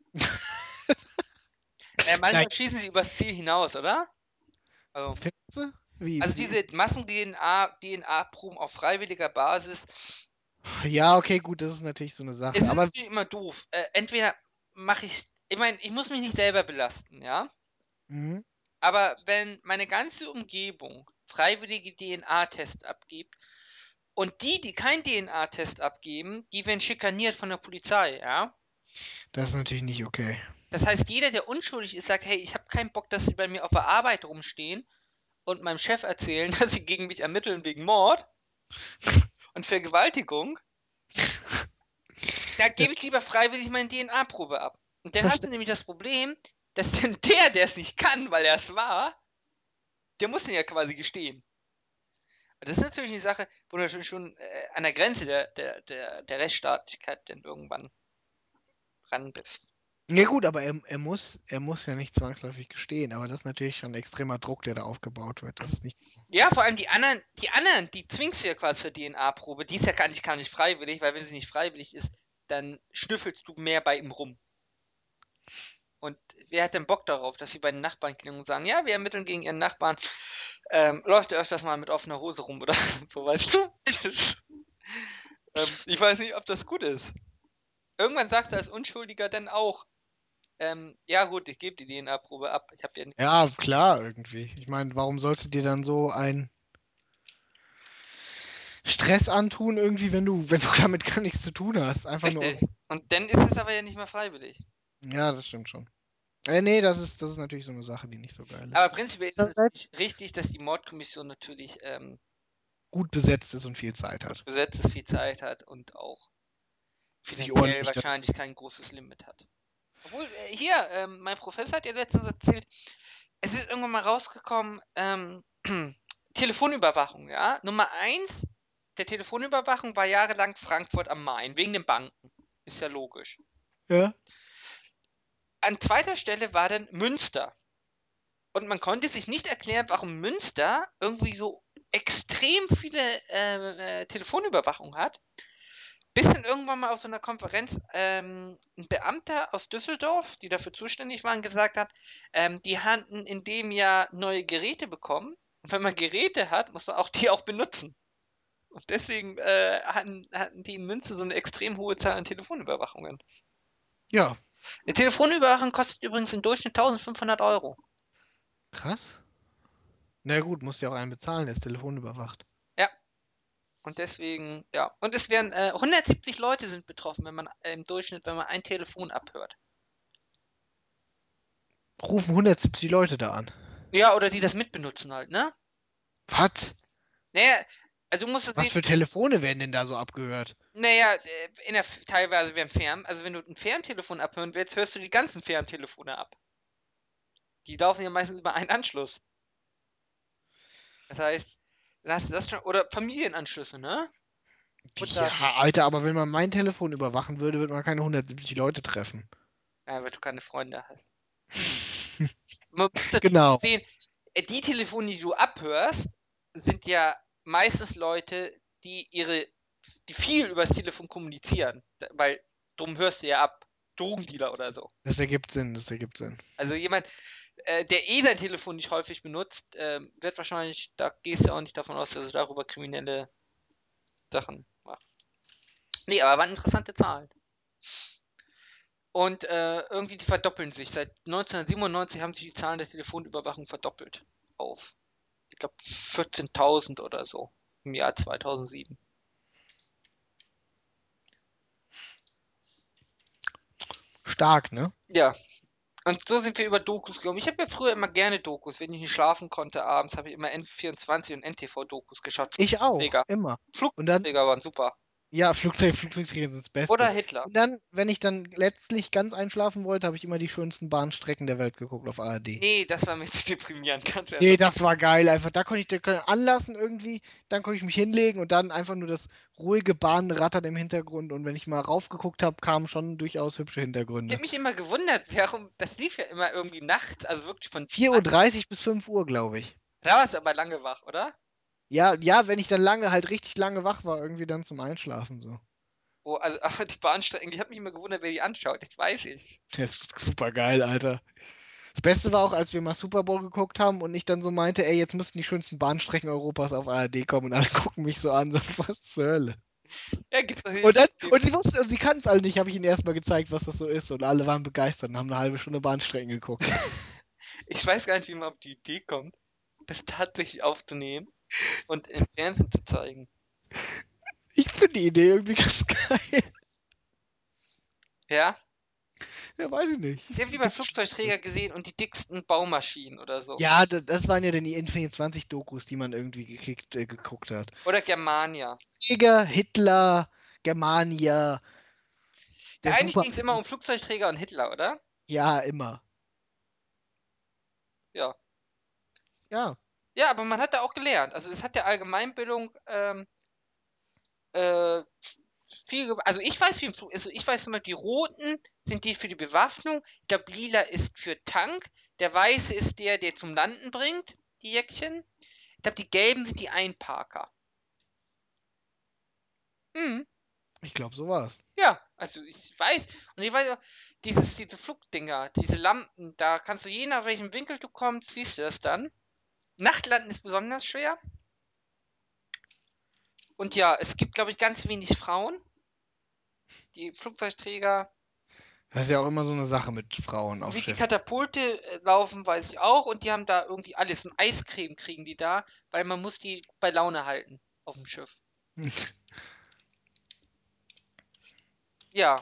B: Nein,
A: Manchmal schießen sie übers Ziel hinaus, oder? Also,
B: findest du?
A: also diese Massen-DNA-Proben auf freiwilliger Basis
B: Ja, okay, gut, das ist natürlich so eine
A: ist
B: Sache, aber
A: natürlich immer doof. Entweder mache ich meine, ich muss mich nicht selber belasten, ja?
B: mhm.
A: Aber wenn meine ganze Umgebung freiwillige DNA-Tests abgibt und die keinen DNA-Test abgeben, die werden schikaniert von der Polizei, ja?
B: Das ist natürlich nicht okay.
A: Das heißt, jeder, der unschuldig ist, sagt, hey, ich habe keinen Bock, dass sie bei mir auf der Arbeit rumstehen und meinem Chef erzählen, dass sie gegen mich ermitteln wegen Mord und Vergewaltigung. Da
B: Ja,
A: gebe ich lieber freiwillig meine DNA-Probe ab. Und dann hast
B: verste
A: du nämlich das Problem, dass dann der es nicht kann, weil er es war, der muss den ja quasi gestehen. Und das ist natürlich eine Sache, wo du schon an der Grenze der Rechtsstaatlichkeit dann irgendwann ran bist.
B: Ja gut, aber er muss ja nicht zwangsläufig gestehen, aber das ist natürlich schon ein extremer Druck, der da aufgebaut wird. Das ist nicht.
A: Ja, vor allem die zwingst du ja quasi zur DNA-Probe. Die ist ja gar nicht freiwillig, weil wenn sie nicht freiwillig ist, dann schnüffelst du mehr bei ihm rum. Und wer hat denn Bock darauf, dass sie bei den Nachbarn klingen und sagen, ja, wir ermitteln gegen ihren Nachbarn, läuft er öfters mal mit offener Hose rum oder so, weißt du? Das, ich weiß nicht, ob das gut ist. Irgendwann sagt er als Unschuldiger dann auch, ja gut, ich gebe die DNA-Probe ab. Ich habe ja nicht.
B: Ja, klar, irgendwie. Ich meine, warum sollst du dir dann so einen Stress antun, irgendwie, wenn du damit gar nichts zu tun hast? Einfach nur aus.
A: Richtig. Und dann ist es aber ja nicht mehr freiwillig.
B: Ja, das stimmt schon. Nee, das ist natürlich so eine Sache, die nicht so geil ist.
A: Aber prinzipiell ist es
B: Andererseits
A: natürlich richtig, dass die Mordkommission natürlich
B: gut besetzt ist und viel Zeit
A: gut
B: hat.
A: besetzt ist, viel Zeit hat und auch
B: Sich
A: finanziell
B: ordentlich dann.
A: wahrscheinlich kein großes Limit hat. Obwohl, hier, mein Professor hat ja letztens erzählt, es ist irgendwann mal rausgekommen, Telefonüberwachung, ja. Nummer eins der Telefonüberwachung war jahrelang Frankfurt am Main, wegen den Banken. Ist ja logisch.
B: Ja.
A: An zweiter Stelle war dann Münster. Und man konnte sich nicht erklären, warum Münster irgendwie so extrem viele Telefonüberwachung hat. Bis dann irgendwann mal auf so einer Konferenz ein Beamter aus Düsseldorf, die dafür zuständig waren, gesagt hat, die hatten in dem Jahr neue Geräte bekommen. Und wenn man Geräte hat, muss man auch die auch benutzen. Und deswegen hatten die in Münster so eine extrem hohe Zahl an Telefonüberwachungen.
B: Ja,
A: Eine Telefonüberwachung kostet übrigens im Durchschnitt 1500 Euro.
B: krass. Na gut, musst ja auch einen bezahlen, der das Telefon überwacht.
A: Ja, und deswegen, ja. Und es werden 170 Leute sind betroffen, wenn man im Durchschnitt, wenn man ein Telefon abhört.
B: Rufen 170 Leute da an.
A: Ja, oder die das mitbenutzen halt, ne?
B: Was?
A: Naja, also du musst es
B: Was
A: sehen,
B: für Telefone werden denn da so abgehört?
A: naja, teilweise werden also wenn du ein Ferntelefon abhören willst, hörst du die ganzen Ferntelefone ab. Die laufen ja meistens über einen Anschluss. Das heißt, dann hast du das schon, oder Familienanschlüsse, ne?
B: Ja,
A: Mutter,
B: Alter, aber wenn man mein Telefon überwachen würde, würde man keine 170 Leute treffen.
A: ja, weil du keine Freunde hast. Man muss dazu
B: Genau.
A: sehen, die Telefone, die du abhörst, sind ja meistens Leute, die viel übers Telefon kommunizieren. Weil drum hörst du ja ab. Drogendealer oder so.
B: Das ergibt Sinn, das ergibt Sinn.
A: Also jemand, der eh sein Telefon nicht häufig benutzt, wird wahrscheinlich, da gehst du auch nicht davon aus, dass er darüber kriminelle Sachen macht. Nee, aber waren interessante Zahlen. Und irgendwie die verdoppeln sich. Seit 1997 haben sich die Zahlen der Telefonüberwachung verdoppelt. Auf, ich glaube, 14.000 oder so im Jahr 2007.
B: Stark, ne?
A: Ja, und so sind wir über Dokus gekommen. Ich habe ja früher immer gerne Dokus. Wenn ich nicht schlafen konnte abends, habe ich immer N24 und NTV-Dokus geschaut.
B: Ich auch,
A: Flugzeugträger.
B: immer. Und dann,
A: Flugzeugträger waren super.
B: ja, Flugzeugträger sind das Beste.
A: Oder Hitler.
B: Und dann, wenn ich dann letztlich ganz einschlafen wollte, habe ich immer die schönsten Bahnstrecken der Welt geguckt auf ARD.
A: Nee, das war mir zu deprimierend, ganz ehrlich.
B: Nee, das war geil. Einfach, da konnte ich da konnte ich anlassen irgendwie, dann konnte ich mich hinlegen und dann einfach nur das ruhige Bahnrattern im Hintergrund. Und wenn ich mal raufgeguckt habe, kamen schon durchaus hübsche
A: Ich habe
B: Hintergründe.
A: mich immer gewundert, warum, das lief ja immer irgendwie nachts, also wirklich von,
B: 4:30 bis 5 Uhr, glaube ich.
A: da warst du aber lange wach, oder?
B: Ja, ja, wenn ich dann lange, halt richtig lange wach war, irgendwie dann zum Einschlafen so.
A: Oh, also, aber die Bahnstrecken, ich habe mich immer gewundert, wer die anschaut, jetzt weiß ich.
B: Das ist super geil, Alter. Das Beste war auch, als wir mal Super Bowl geguckt haben und ich dann so meinte, ey, jetzt müssten die schönsten Bahnstrecken Europas auf ARD kommen und alle gucken mich so an, so, was zur Hölle.
A: Ja, gibt's natürlich
B: Und dann,
A: trotzdem.
B: und sie wussten, und sie kannten es alle nicht, habe ich ihnen erstmal gezeigt, was das so ist und alle waren begeistert und haben eine halbe Stunde Bahnstrecken geguckt.
A: Ich weiß gar nicht, wie man auf die Idee kommt, das tatsächlich aufzunehmen und im Fernsehen zu zeigen.
B: Ich finde die Idee irgendwie ganz geil.
A: Ja?
B: Ja, weiß ich nicht.
A: Ich habe lieber
B: Gibt's Schlimmste.
A: Flugzeugträger gesehen und die dicksten Baumaschinen oder so.
B: Ja, das waren ja dann die N24-Dokus, die man irgendwie geguckt hat.
A: Oder Germania.
B: Jäger, Hitler, Germania,
A: Ja,
B: der
A: eigentlich
B: Super.
A: ging es immer um Flugzeugträger und Hitler, oder?
B: Ja, immer.
A: Ja.
B: Ja.
A: Ja, aber man hat da auch gelernt. Also es hat der Allgemeinbildung äh, also ich weiß, also ich weiß immer, die roten sind die für die Bewaffnung, der lila ist für Tank, der weiße ist der, der zum Landen bringt, die Jäckchen. Ich glaube, die gelben sind die Einparker. Hm,
B: Ich glaube, so war's.
A: ja, also ich weiß, und ich weiß auch, diese Flugdinger, diese Lampen, da kannst du je nach welchem Winkel du kommst, siehst du das dann. Nachtlanden ist besonders schwer. Und ja, es gibt, glaube ich, ganz wenig Frauen. Die Flugzeugträger,
B: Das ist ja auch immer so eine Sache mit Frauen auf
A: wie die
B: Schiffen.
A: Katapulte laufen, weiß ich auch. Und die haben da irgendwie alles. Und Eiscreme kriegen die da, weil man muss die bei Laune halten auf dem Schiff. Ja,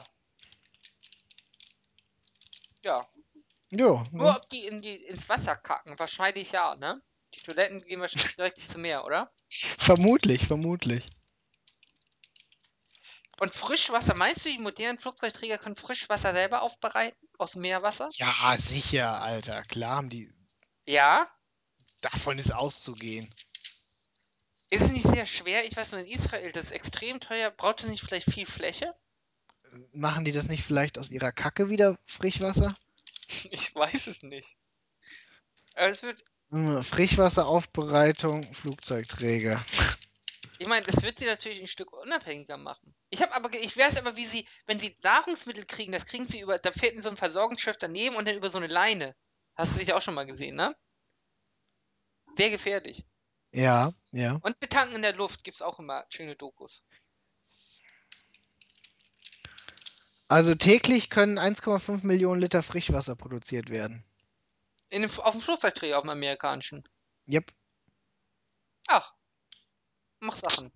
A: ja.
B: Jo,
A: Nur
B: ne?
A: ob die ins Wasser kacken, wahrscheinlich ja, ne? Die Toiletten gehen wahrscheinlich direkt ins Meer, oder?
B: Vermutlich, vermutlich.
A: Und Frischwasser, meinst du, die modernen Flugzeugträger können Frischwasser selber aufbereiten aus Meerwasser?
B: Ja, sicher, Alter. Klar haben die.
A: Ja.
B: Davon ist auszugehen.
A: Ist es nicht sehr schwer? Ich weiß nur, in Israel, das ist extrem teuer. Braucht es nicht vielleicht viel Fläche?
B: Machen die das nicht vielleicht aus ihrer Kacke wieder Frischwasser?
A: Ich weiß es nicht. Es wird,
B: Frischwasseraufbereitung, Flugzeugträger.
A: ich meine, das wird sie natürlich ein Stück unabhängiger machen. Ich weiß aber, wie sie, wenn sie Nahrungsmittel kriegen, das kriegen sie da fährt in so ein Versorgungsschiff daneben und dann über so eine Leine. Hast du sicher auch schon mal gesehen, ne? Wäre gefährlich.
B: Ja, ja.
A: Und betanken in der Luft gibt's auch immer schöne Dokus.
B: Also täglich können 1,5 Millionen Liter Frischwasser produziert werden.
A: Auf dem Flugzeugträger, auf dem amerikanischen.
B: Yep.
A: Ach, mach Sachen.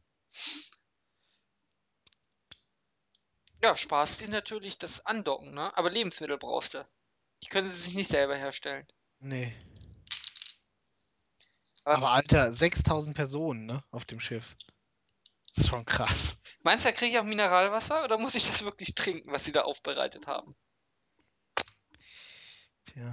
A: Ja, Spaß ist natürlich das Andocken, ne? Aber Lebensmittel brauchst du. Die können sie sich nicht selber herstellen.
B: Nee.
A: Aber
B: Aber Alter, 6000 Personen, ne, auf dem Schiff. Das ist schon krass.
A: meinst du, da kriege ich auch Mineralwasser oder muss ich das wirklich trinken, was sie da aufbereitet haben?
B: Tja.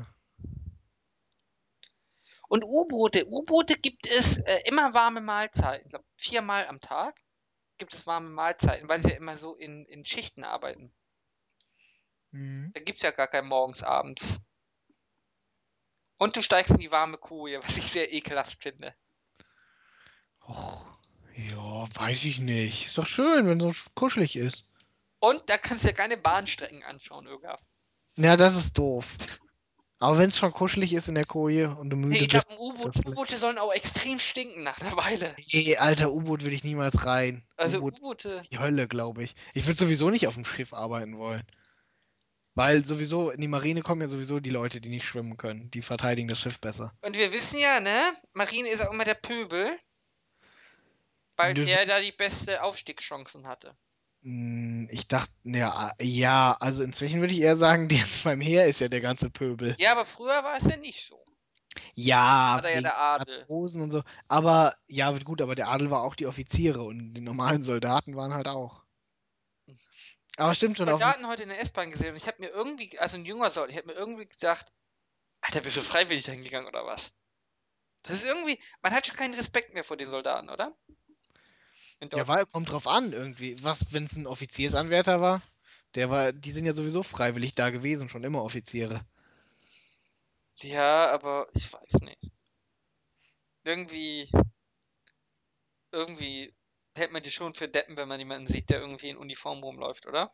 A: Und U-Boote gibt es immer warme Mahlzeiten. Ich glaube, 4-mal am Tag gibt es warme Mahlzeiten, weil sie ja immer so in Schichten arbeiten.
B: Mhm.
A: Da gibt es ja gar kein morgens, abends. Und du steigst in die warme Koje, was ich sehr ekelhaft finde.
B: Och, ja, weiß ich nicht. Ist doch schön, wenn so kuschelig ist.
A: Und da kannst du ja keine Bahnstrecken anschauen, Öger.
B: Ja, das ist doof. Aber wenn es schon kuschelig ist in der Koje und du
A: Nee,
B: müde
A: ich
B: bist,
A: glaube,
B: das vielleicht.
A: U-Boote sollen auch extrem stinken nach einer Weile.
B: Nee, Alter, U-Boot würde ich niemals rein.
A: Also
B: U-Boot ist
A: U-Boote.
B: die Hölle, glaube ich. Ich würde sowieso nicht auf dem Schiff arbeiten wollen. Weil sowieso in die Marine kommen ja sowieso die Leute, die nicht schwimmen können. Die verteidigen das Schiff besser.
A: Und wir wissen ja, ne? Marine ist auch immer der Pöbel, weil
B: Nö,
A: der da die beste Aufstiegschancen hatte.
B: Ich dachte, ja, ja, also inzwischen würde ich eher sagen, beim Heer ist ja der ganze Pöbel.
A: Ja, aber früher war es ja nicht so. War
B: Ja,
A: da ja
B: wegen
A: der Adel.
B: Matrosen und so. Aber, ja, gut, aber der Adel war auch die Offiziere und die normalen Soldaten waren halt auch. Aber
A: Ich habe
B: stimmt
A: einen
B: schon, auf dem.
A: Soldaten heute in der S-Bahn gesehen und ich habe mir irgendwie, also ein junger Soldat, ich habe mir irgendwie gedacht, Alter, bist du freiwillig dahin gegangen oder was? Das ist irgendwie, man hat schon keinen Respekt mehr vor den Soldaten, oder? In
B: Ja, weil,
A: Deutschland.
B: kommt drauf an, irgendwie. Was, wenn es ein Offiziersanwärter war? Die sind ja sowieso freiwillig da gewesen, schon immer Offiziere.
A: Ja, aber ich weiß nicht. Irgendwie, irgendwie hält man die schon für Deppen, wenn man jemanden sieht, der irgendwie in Uniform rumläuft, oder?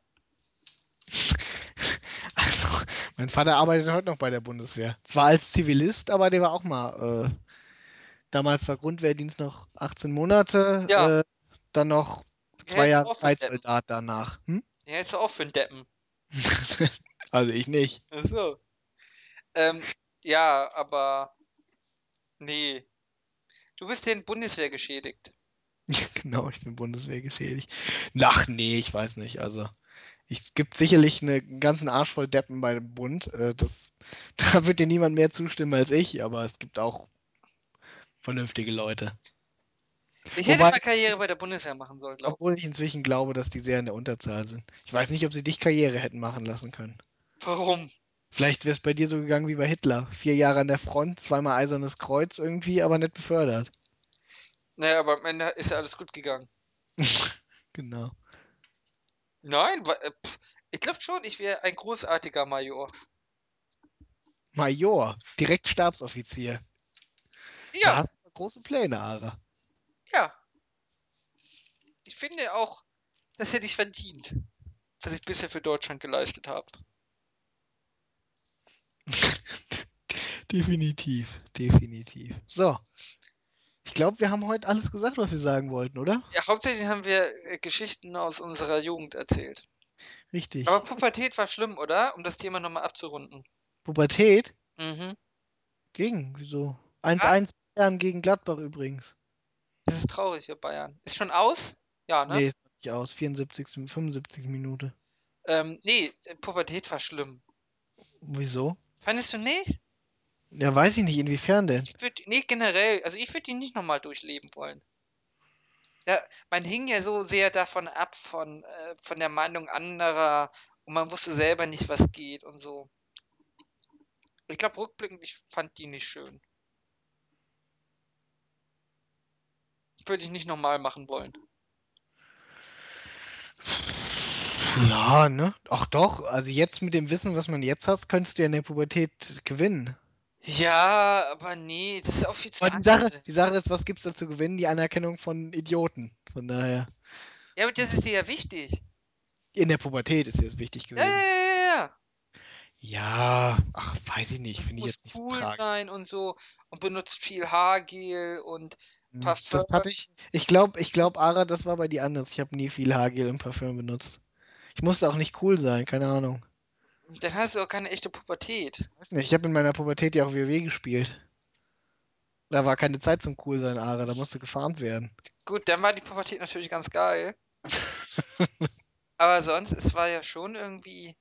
B: Also, mein Vater arbeitet heute noch bei der Bundeswehr. Zwar als Zivilist, aber der war auch mal damals war Grundwehrdienst noch 18
A: Ja,
B: Monate, dann noch
A: der
B: 2
A: hältst du
B: Jahre
A: auch für einen Deppen.
B: Zeitsoldat danach. Hm?
A: Der hältst du auch für einen Deppen.
B: Also ich nicht.
A: Ach so. Ähm, ja, aber nee. Du bist den Bundeswehr geschädigt.
B: Ja, genau, ich bin Bundeswehr geschädigt. Ach nee, ich weiß nicht. Also Es gibt sicherlich einen ganzen Arsch voll Deppen bei dem Bund. Da wird dir niemand mehr zustimmen als ich, aber es gibt auch vernünftige Leute.
A: Ich hätte
B: Wobei,
A: mal Karriere bei der Bundeswehr machen sollen, glaube
B: obwohl ich inzwischen glaube, dass die sehr in der Unterzahl sind. Ich weiß nicht, ob sie dich Karriere hätten machen lassen können.
A: ich. Warum?
B: Vielleicht wäre es bei dir so gegangen wie bei Hitler. 4 Jahre an der Front, zweimal Eisernes Kreuz irgendwie, aber nicht befördert.
A: Naja, aber am Ende ist ja alles gut gegangen.
B: Genau.
A: Nein, ich glaube schon, ich wäre ein großartiger Major.
B: Major, direkt Stabsoffizier. Da
A: Ja,
B: hast du große Pläne, Ara.
A: ja. Ich finde auch, das hätte ich verdient, was ich bisher für Deutschland geleistet habe.
B: Definitiv, definitiv. So, ich glaube, wir haben heute alles gesagt, was wir sagen wollten, oder?
A: Ja, hauptsächlich haben wir Geschichten aus unserer Jugend erzählt. Aber
B: Richtig.
A: Pubertät war schlimm, oder? Um das Thema nochmal abzurunden.
B: Pubertät?
A: Mhm.
B: Wieso?
A: Ja,
B: 1-1 Bayern gegen Gladbach übrigens.
A: das ist traurig für Bayern. Ist schon aus? Ja, ne?
B: Nee, ist noch nicht aus. 74., 75. Minute.
A: Nee, Pubertät war schlimm.
B: Wieso?
A: Fandest du nicht?
B: Ja, weiß ich nicht, inwiefern denn?
A: Nee, generell, also ich würde die nicht nochmal durchleben wollen. Man hing ja so sehr davon ab, von der Meinung anderer und man wusste selber nicht, was geht und so. Ich glaube, rückblickend, ich fand die nicht schön. Würde ich nicht nochmal machen wollen.
B: Ja, ne? Ach doch, also jetzt mit dem Wissen, was man jetzt hat, könntest du ja in der Pubertät gewinnen.
A: Ja, aber nee, das ist auch viel zu
B: Aber die
A: anstrengend.
B: Sache ist, was gibt's da zu gewinnen? Die Anerkennung von Idioten. Von daher.
A: Ja, aber das ist dir ja wichtig.
B: In der Pubertät ist jetzt wichtig
A: Ja, ja,
B: gewesen.
A: ja, ja, ja.
B: Ja, ach, weiß ich nicht, finde ich
A: Muss
B: jetzt nicht so
A: cool
B: tragisch.
A: sein und so und benutzt viel Haargel und Parfum.
B: Das hatte ich. Ich glaube, Ara, das war bei dir anders. Ich habe nie viel Haargel und Parfüm benutzt. Ich musste auch nicht cool sein, keine Ahnung.
A: Dann hast du auch keine echte Pubertät.
B: Weiß nicht, ich habe in meiner Pubertät ja auch WoW gespielt. Da war keine Zeit zum cool sein, Ara, da musste gefarmt werden.
A: Gut, dann war die Pubertät natürlich ganz geil. Aber sonst, es war ja schon irgendwie.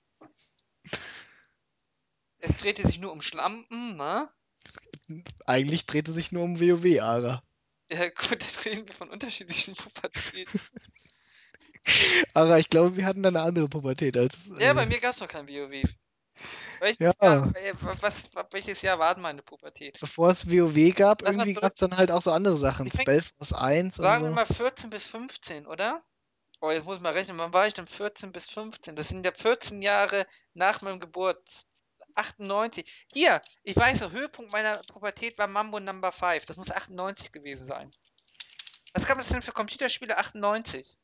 A: Es drehte sich nur um Schlampen, ne?
B: Eigentlich drehte sich nur um WoW, Ara.
A: Ja, gut, dann reden wir von unterschiedlichen Pubertäten.
B: Ara, ich glaube, wir hatten da eine andere Pubertät als.
A: Ja, bei mir gab es noch kein WoW.
B: Ja,
A: Welches Jahr war denn meine Pubertät?
B: bevor es WoW gab,
A: Lass mal
B: irgendwie gab
A: zurück.
B: es dann halt auch so andere Sachen.
A: Ich denke,
B: Spellforce 1 und
A: sagen wir
B: so.
A: mal 14 bis 15, oder? Oh, jetzt muss ich mal rechnen. Wann war ich denn 14 bis 15? Das sind ja 14 Jahre nach meinem Geburt. 98. Hier, ich weiß noch, Höhepunkt meiner Pubertät war Mambo Number 5. Das muss 98 gewesen sein. Was gab es denn für Computerspiele 98?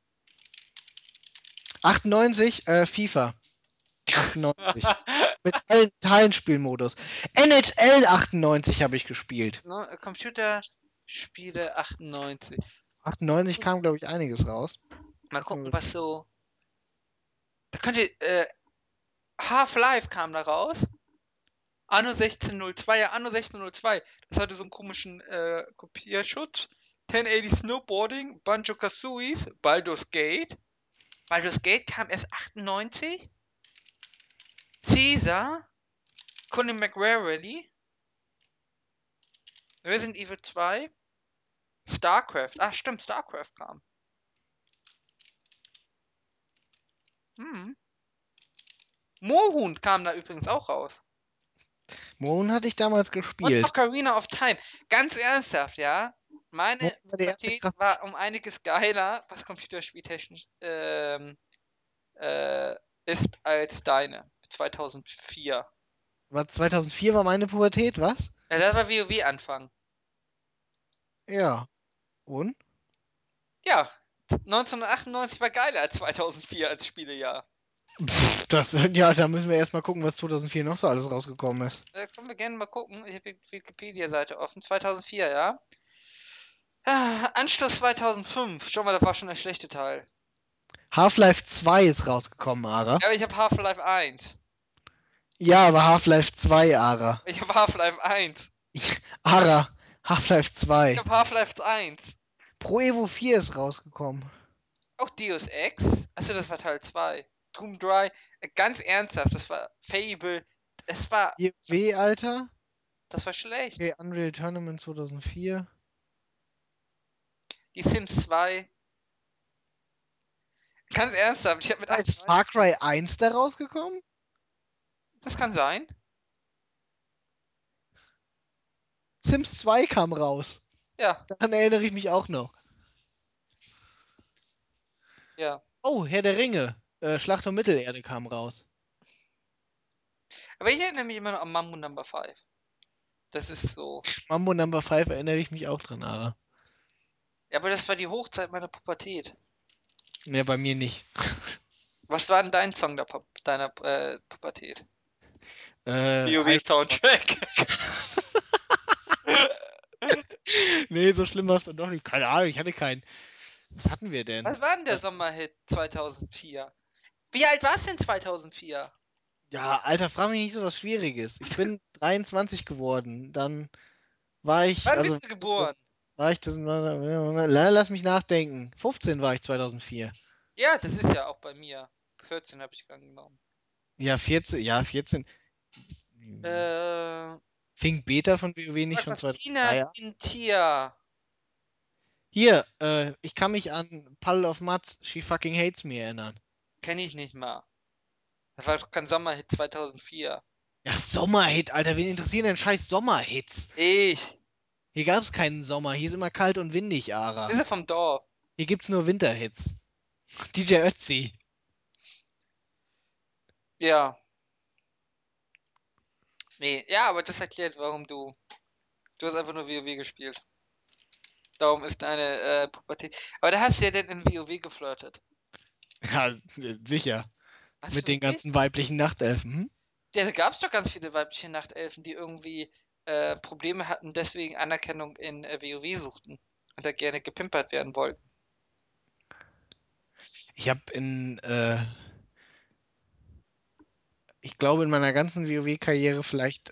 B: 98, FIFA. 98. Mit allen Teilenspielmodus. NHL 98 habe ich gespielt.
A: Ne, Computerspiele 98.
B: 98 kam, glaube ich, einiges raus.
A: Mal
B: Lass mal
A: gucken,
B: über-
A: was so. Da könnte. Half-Life kam da raus. Anno 1602, ja, Anno 1602. Das hatte so einen komischen Kopierschutz. 1080 Snowboarding, Banjo-Kazooie, Baldur's Gate. Baldur's Gate kam erst 98. Caesar, Colin McRae Rally, Resident Evil 2, StarCraft. Ah, stimmt, StarCraft kam. Hm. Mohund kam da übrigens auch raus.
B: Moon hatte ich damals
A: Und
B: gespielt.
A: Ocarina of Time. Ganz ernsthaft, ja.
B: Moon
A: Meine
B: war der erste
A: Pubertät
B: krasse.
A: war um einiges geiler, was computerspieltechnisch äh, ist, als deine. 2004.
B: 2004 war meine Pubertät, was?
A: Ja, das war WoW-Anfang.
B: Ja. Und?
A: Ja, 1998 war geiler als 2004 als Spielejahr.
B: Ja, da müssen wir erstmal gucken, was 2004 noch so alles rausgekommen ist.
A: Können wir gerne mal gucken. Ich habe die Wikipedia-Seite offen. 2004, ja. Anschluss 2005. Schon mal, das war schon der schlechte Teil.
B: Half-Life 2 ist rausgekommen, Ara.
A: Ja, aber ich habe Half-Life 1.
B: Ja, aber Half-Life 2, Ara.
A: Ich habe Half-Life 1.
B: Ara, Half-Life
A: Ich
B: 2.
A: habe Half-Life 1.
B: Pro Evo 4 ist rausgekommen.
A: Auch Deus Ex. Achso, das war Teil 2. Doom 3, ganz ernsthaft, das war Fable, es war,
B: WoW, Alter.
A: das war schlecht.
B: Okay, Unreal Tournament 2004.
A: Die Sims 2, ganz ernsthaft, ich habe mit 8
B: Ist Far Cry 1 da rausgekommen?
A: das kann sein.
B: Sims 2 kam raus.
A: Ja,
B: Daran erinnere ich mich auch noch.
A: ja.
B: Oh, Herr der Ringe. Schlacht um Mittelerde kam raus.
A: Aber ich erinnere mich immer noch an Mambo Number 5. Das ist so.
B: Mambo Number 5 erinnere ich mich auch dran, aber.
A: Ja, aber das war die Hochzeit meiner Pubertät.
B: Ne, bei mir nicht.
A: Was war denn dein Song deiner Pubertät?
B: Iron Man.
A: WoW-Soundtrack.
B: Nee, so schlimm war es dann doch nicht. Keine Ahnung, ich hatte keinen. Was hatten wir denn?
A: Was war denn der Sommerhit 2004? Wie alt warst du denn 2004?
B: Ja, Alter, frag mich nicht so was Schwieriges. Ich bin 23 geworden. Dann war ich,
A: Wann
B: also
A: bist du geboren?
B: war ich das. Lass mich nachdenken. 15 war ich 2004.
A: Ja, das ist ja auch bei mir. 14 habe ich angenommen.
B: Ja, 14. Ja, 14.
A: Äh,
B: Fing Beta von WoW nicht schon
A: Aquafina
B: 2003 an?
A: Quintia.
B: Hier, ich kann mich an Puddle of Mud, She Fucking Hates Me erinnern.
A: Kenne ich nicht mal. Das war doch kein Sommerhit 2004.
B: Ja, Sommerhit, Alter. Wen interessieren denn scheiß Sommerhits?
A: Ich.
B: Hier gab's keinen Sommer. Hier ist immer kalt und windig, Ara.
A: Bin vom Dorf.
B: Hier gibt's nur Winterhits. DJ Ötzi.
A: Ja. Nee, ja, aber das erklärt, warum du. Du hast einfach nur WoW gespielt. Darum ist deine Pubertät. Aber da hast du ja denn in WoW geflirtet.
B: Ja, sicher.
A: Hast
B: Mit
A: du
B: den
A: wirklich?
B: ganzen weiblichen Nachtelfen. Hm?
A: Ja, da gab es doch ganz viele weibliche Nachtelfen, die irgendwie Probleme hatten, deswegen Anerkennung in WoW suchten und da gerne gepimpert werden wollten.
B: Ich habe ich glaube, in meiner ganzen WoW-Karriere vielleicht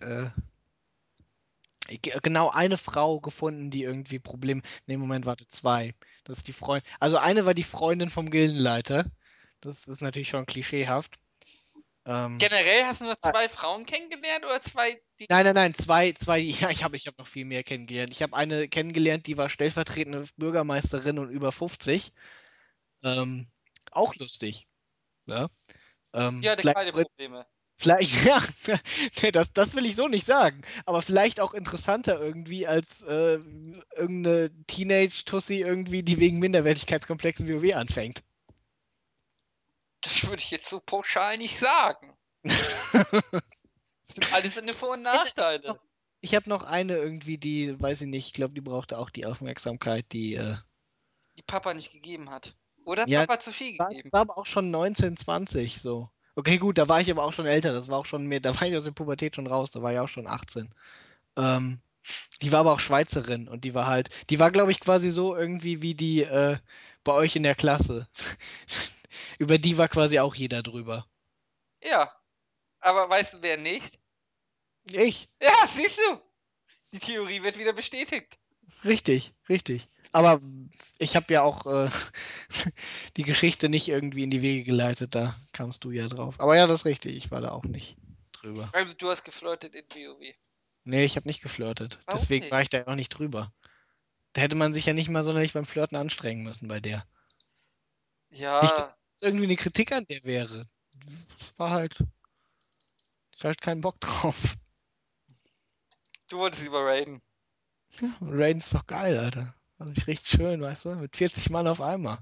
B: genau eine Frau gefunden, die irgendwie Probleme. Nee, Moment, warte, zwei. Das ist die Freundin. Also eine war die Freundin vom Gildenleiter. Das ist natürlich schon klischeehaft. Ähm,
A: Generell hast du nur zwei Frauen kennengelernt oder zwei, die.
B: nein, nein, nein, zwei, ja, ich hab noch viel mehr kennengelernt. Ich habe eine kennengelernt, die war stellvertretende Bürgermeisterin und über 50. Ähm, auch lustig. Ja?
A: Die hatte
B: Vielleicht
A: keine
B: auch,
A: Probleme.
B: vielleicht, ja, nee, das will ich so nicht sagen. Aber vielleicht auch interessanter irgendwie als irgendeine Teenage-Tussi irgendwie, die wegen Minderwertigkeitskomplexen WoW anfängt.
A: Das würde ich jetzt so pauschal nicht sagen. Das sind alles seine Vor- und
B: Eine,
A: Nachteile.
B: ich hab noch eine irgendwie, die, weiß ich nicht, ich glaube, die brauchte auch die Aufmerksamkeit, die,
A: Die Papa nicht gegeben hat. Oder hat
B: ja,
A: Papa zu viel
B: war,
A: gegeben?
B: war aber auch schon 19, 20 so. Okay, gut, da war ich aber auch schon älter, das war auch schon mehr, da war ich aus der Pubertät schon raus, da war ich auch schon 18. Ähm, Die war aber auch Schweizerin und die war halt, die war, glaube ich, quasi so irgendwie wie die bei euch in der Klasse. Über die war quasi auch jeder drüber.
A: Ja, aber weißt du wer nicht?
B: Ich,
A: Ja, siehst du? Die Theorie wird wieder bestätigt.
B: richtig, richtig. Aber ich habe ja auch die Geschichte nicht irgendwie in die Wege geleitet, da kamst du ja drauf. Aber ja, das ist richtig, ich war da auch nicht drüber.
A: Also du hast geflirtet in WoW.
B: Nee, ich habe nicht geflirtet.
A: Warum
B: Deswegen war
A: nicht?
B: ich da ja auch nicht drüber. Da hätte man sich ja nicht mal sonderlich beim Flirten anstrengen müssen bei der. Nicht, dass
A: Ja,
B: es irgendwie eine Kritik an der wäre. Das war halt, ich hatte halt keinen Bock drauf.
A: du wolltest sie überraiden.
B: Raiden ist doch geil, Alter. Also ich richtig schön, weißt du? Mit 40 Mann auf einmal.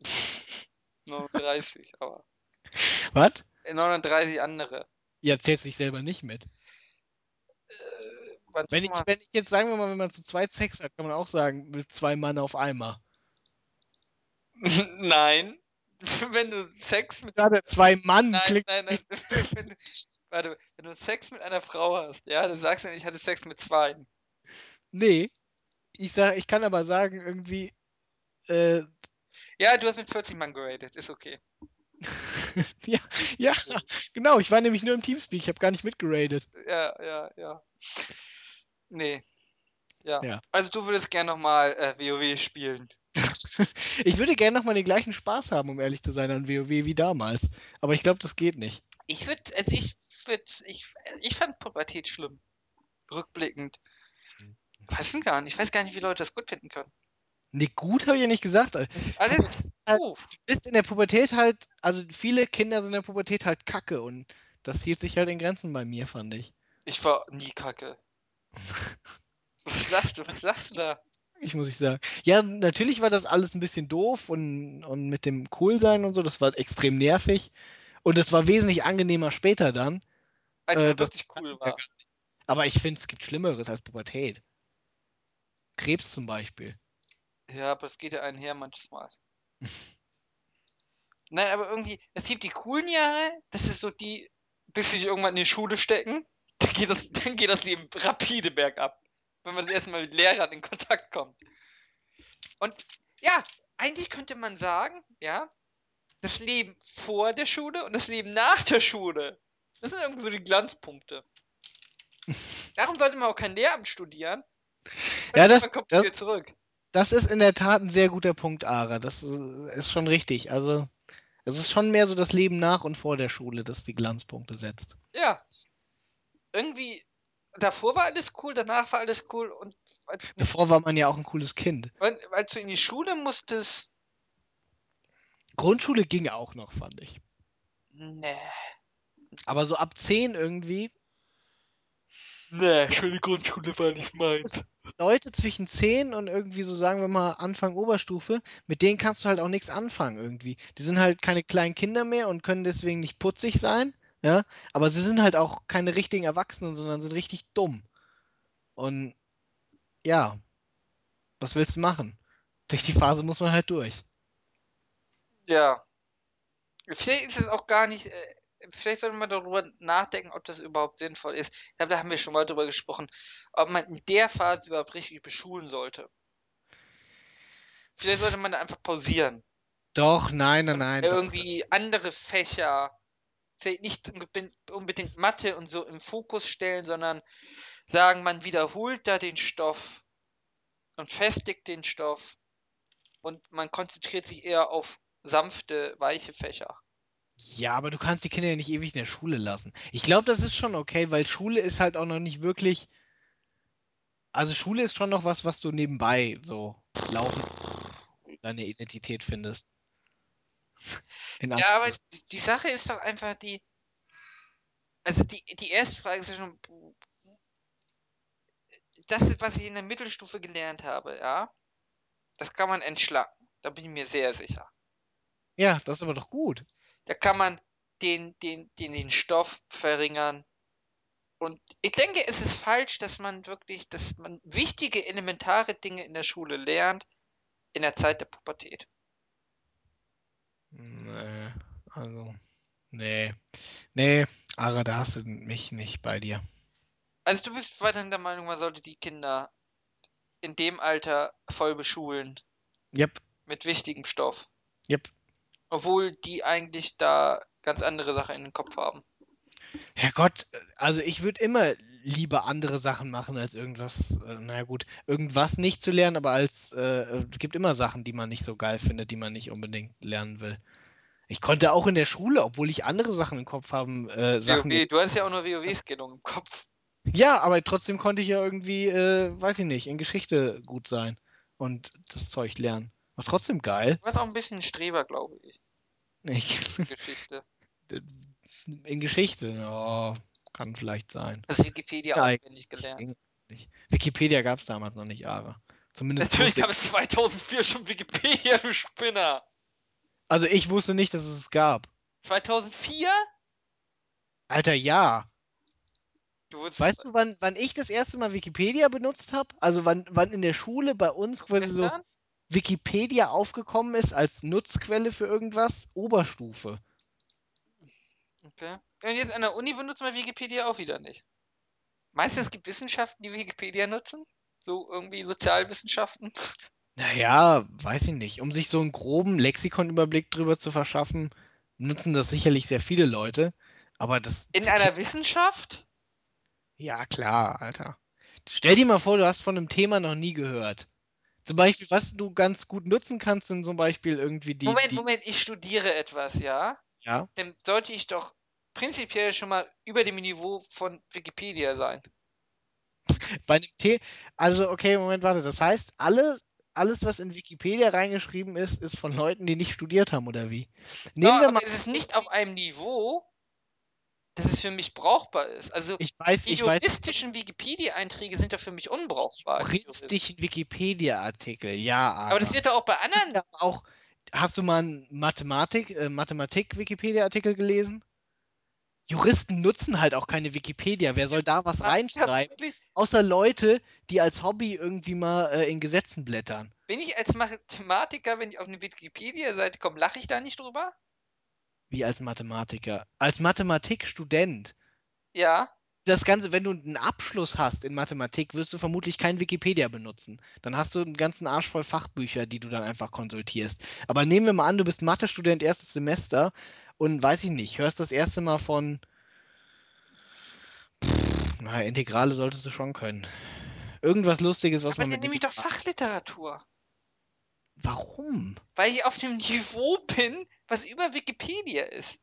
A: 39, aber.
B: Was?
A: 39 andere.
B: Ihr erzählst dich selber nicht mit.
A: Warte mal.
B: Wenn ich jetzt, sagen wir mal, wenn man zu zweit Sex hat, kann man auch sagen, mit zwei Mann auf einmal.
A: Nein. Wenn du Sex mit.
B: Gerade zwei Mann
A: Nein,
B: klingt
A: nein, nein.
B: nicht.
A: Wenn du, warte, wenn du Sex mit einer Frau hast, ja, dann sagst du nicht, ich hatte Sex mit zwei.
B: Nee, ich kann aber sagen, irgendwie, äh,
A: Ja, du hast mit 40 Mann geradet, ist okay.
B: ja, ja, genau, ich war nämlich nur im Teamspeak, ich habe gar nicht mitgeradet.
A: Ja, ja, ja. Nee, ja.
B: Ja.
A: Also du würdest gern nochmal WoW spielen.
B: Ich würde gerne nochmal den gleichen Spaß haben, um ehrlich zu sein, an WoW wie damals. Aber ich glaube, das geht nicht.
A: Ich fand Pubertät schlimm, rückblickend. Ich weiß gar nicht, wie Leute das gut finden können.
B: Nee, gut habe ich ja nicht gesagt.
A: Das ist alles
B: Pubertät ist halt,
A: doof.
B: du bist in der Pubertät halt, also viele Kinder sind in der Pubertät halt kacke und das hielt sich halt in Grenzen bei mir, fand ich.
A: Ich war nie kacke. Was lachst du da?
B: Muss ich sagen. Ja, natürlich war das alles ein bisschen doof und mit dem Coolsein und so, das war extrem nervig. Und es war wesentlich angenehmer später dann.
A: Als man
B: Das
A: wirklich
B: fand
A: cool
B: ich ja
A: war.
B: gar nicht. Aber ich finde, es gibt Schlimmeres als Pubertät. Krebs zum Beispiel.
A: Ja, aber es geht ja einher manchmal. Nein, aber irgendwie, es gibt die coolen Jahre, das ist so die, bis sie dich irgendwann in die Schule stecken, dann geht das Leben rapide bergab. Wenn man das erste Mal mit Lehrern in Kontakt kommt. Und ja, eigentlich könnte man sagen, ja, das Leben vor der Schule und das Leben nach der Schule. Das sind irgendwie so die Glanzpunkte. Darum sollte man auch kein Lehramt studieren.
B: Ja,
A: Und man kommt wieder zurück.
B: das ist in der Tat ein sehr guter Punkt, Ara. Das ist schon richtig. Also, es ist schon mehr so das Leben nach und vor der Schule, das die Glanzpunkte setzt.
A: Ja, irgendwie, davor war alles cool, danach war alles cool
B: Davor war man ja auch ein cooles Kind.
A: als du in die Schule musstest,
B: Grundschule ging auch noch, fand ich.
A: nee,
B: Aber so ab 10 irgendwie,
A: nee, schöne Grundschule war nicht
B: es-
A: meins.
B: Leute zwischen 10 und irgendwie so, sagen wir mal, Anfang Oberstufe, mit denen kannst du halt auch nichts anfangen irgendwie. Die sind halt keine kleinen Kinder mehr und können deswegen nicht putzig sein, ja, aber sie sind halt auch keine richtigen Erwachsenen, sondern sind richtig dumm. Und ja, was willst du machen? Durch die Phase muss man halt durch.
A: Ja, vielleicht ist es auch gar nicht, vielleicht sollte man darüber nachdenken, ob das überhaupt sinnvoll ist. Ich glaube, da haben wir schon mal drüber gesprochen, ob man in der Phase überhaupt richtig beschulen sollte. Vielleicht sollte man da einfach pausieren
B: Doch, nein, nein,
A: und
B: nein, doch.
A: irgendwie andere Fächer, vielleicht nicht unbedingt Mathe und so im Fokus stellen, sondern sagen, man wiederholt da den Stoff und festigt den Stoff und man konzentriert sich eher auf sanfte, weiche Fächer.
B: Ja, aber du kannst die Kinder ja nicht ewig in der Schule lassen. Ich glaube, das ist schon okay, weil Schule ist halt auch noch nicht wirklich. Also Schule ist schon noch was, was du nebenbei so laufen deine Identität findest. In
A: Ja, aber
B: Anführungszeichen.
A: die Sache ist doch einfach also die erste Frage ist ja schon, das ist, was ich in der Mittelstufe gelernt habe, ja, das kann man entschlacken. Da bin ich mir sehr sicher.
B: Ja, das ist aber doch gut.
A: Da kann man den Stoff verringern. Und ich denke, es ist falsch, dass man wichtige, elementare Dinge in der Schule lernt in der Zeit der Pubertät.
B: Nee, also, nee. Nee, Ara, da hast du mich nicht bei dir.
A: Also du bist weiterhin der Meinung, man sollte die Kinder in dem Alter voll beschulen
B: Jep,
A: mit wichtigem Stoff,
B: jep.
A: obwohl die eigentlich da ganz andere Sachen in den Kopf haben.
B: Herrgott, also ich würde immer lieber andere Sachen machen als irgendwas, naja gut, irgendwas nicht zu lernen, aber gibt immer Sachen, die man nicht so geil findet, die man nicht unbedingt lernen will. Ich konnte auch in der Schule, obwohl ich andere Sachen im Kopf haben, Sachen
A: WoW,
B: gelernt.
A: du hast ja auch nur WoW-Skillung im Kopf.
B: Ja, aber trotzdem konnte ich ja irgendwie, weiß ich nicht, in Geschichte gut sein und das Zeug lernen. War trotzdem geil.
A: Du warst auch ein bisschen ein Streber, glaube ich,
B: Ich,
A: in Geschichte.
B: in Geschichte, ja, kann vielleicht sein.
A: Das Wikipedia
B: Ja,
A: auswendig
B: eigentlich
A: gelernt.
B: nicht. Wikipedia gab es damals noch nicht, aber zumindest
A: Natürlich
B: wusste
A: gab
B: ich.
A: es 2004 schon Wikipedia, du Spinner.
B: Also ich wusste nicht, dass es gab.
A: 2004?
B: Alter, ja.
A: Du wurdest
B: Weißt du, wann ich das erste Mal Wikipedia benutzt habe? Also wann in der Schule bei uns quasi so
A: gestern?
B: Wikipedia aufgekommen ist als Nutzquelle für irgendwas? Oberstufe.
A: Okay. Und jetzt an der Uni benutzt man Wikipedia auch wieder nicht. Meinst du, es gibt Wissenschaften, die Wikipedia nutzen? So irgendwie Sozialwissenschaften?
B: Naja, weiß ich nicht. Um sich so einen groben Lexikonüberblick drüber zu verschaffen, nutzen das sicherlich sehr viele Leute. Aber das
A: In
B: zitiert.
A: einer Wissenschaft?
B: Ja, klar, Alter. Stell dir mal vor, du hast von einem Thema noch nie gehört. Zum Beispiel, was du ganz gut nutzen kannst, sind zum Beispiel irgendwie
A: Moment, ich studiere etwas, ja?
B: Ja,
A: Dann sollte ich doch prinzipiell schon mal über dem Niveau von Wikipedia sein.
B: bei dem also okay, Moment, warte, das heißt, alles, was in Wikipedia reingeschrieben ist von Leuten, die nicht studiert haben, oder wie? Nehmen
A: Ja,
B: wir mal,
A: aber es ist nicht auf einem Niveau, dass es für mich brauchbar ist. Also die
B: ich weiß,
A: juristischen Wikipedia-Einträge sind doch für mich unbrauchbar als Jurist.
B: juristischen Wikipedia-Artikel, ja,
A: Aber das
B: aber.
A: wird doch auch bei
B: Das ist
A: anderen.
B: ja auch, hast du mal einen Mathematik-Wikipedia-Artikel gelesen? Juristen nutzen halt auch keine Wikipedia. Wer soll da was
A: Mathematiker
B: reinschreiben?
A: wirklich,
B: Außer Leute, die als Hobby irgendwie mal in Gesetzen blättern.
A: bin ich als Mathematiker, wenn ich auf eine Wikipedia-Seite komme, lache ich da nicht drüber?
B: Wie als Mathematiker. Als Mathematikstudent.
A: Ja.
B: Das Ganze, wenn du einen Abschluss hast in Mathematik, wirst du vermutlich kein Wikipedia benutzen. Dann hast du einen ganzen Arsch voll Fachbücher, die du dann einfach konsultierst. Aber nehmen wir mal an, du bist Mathestudent erstes Semester und weiß ich nicht, hörst das erste Mal von, na, Integrale solltest du schon können. Irgendwas Lustiges, was
A: Aber
B: man
A: dann
B: mit
A: nehme ich doch
B: Integralen.
A: Fachliteratur.
B: Warum?
A: Weil ich auf dem Niveau bin, was über Wikipedia ist.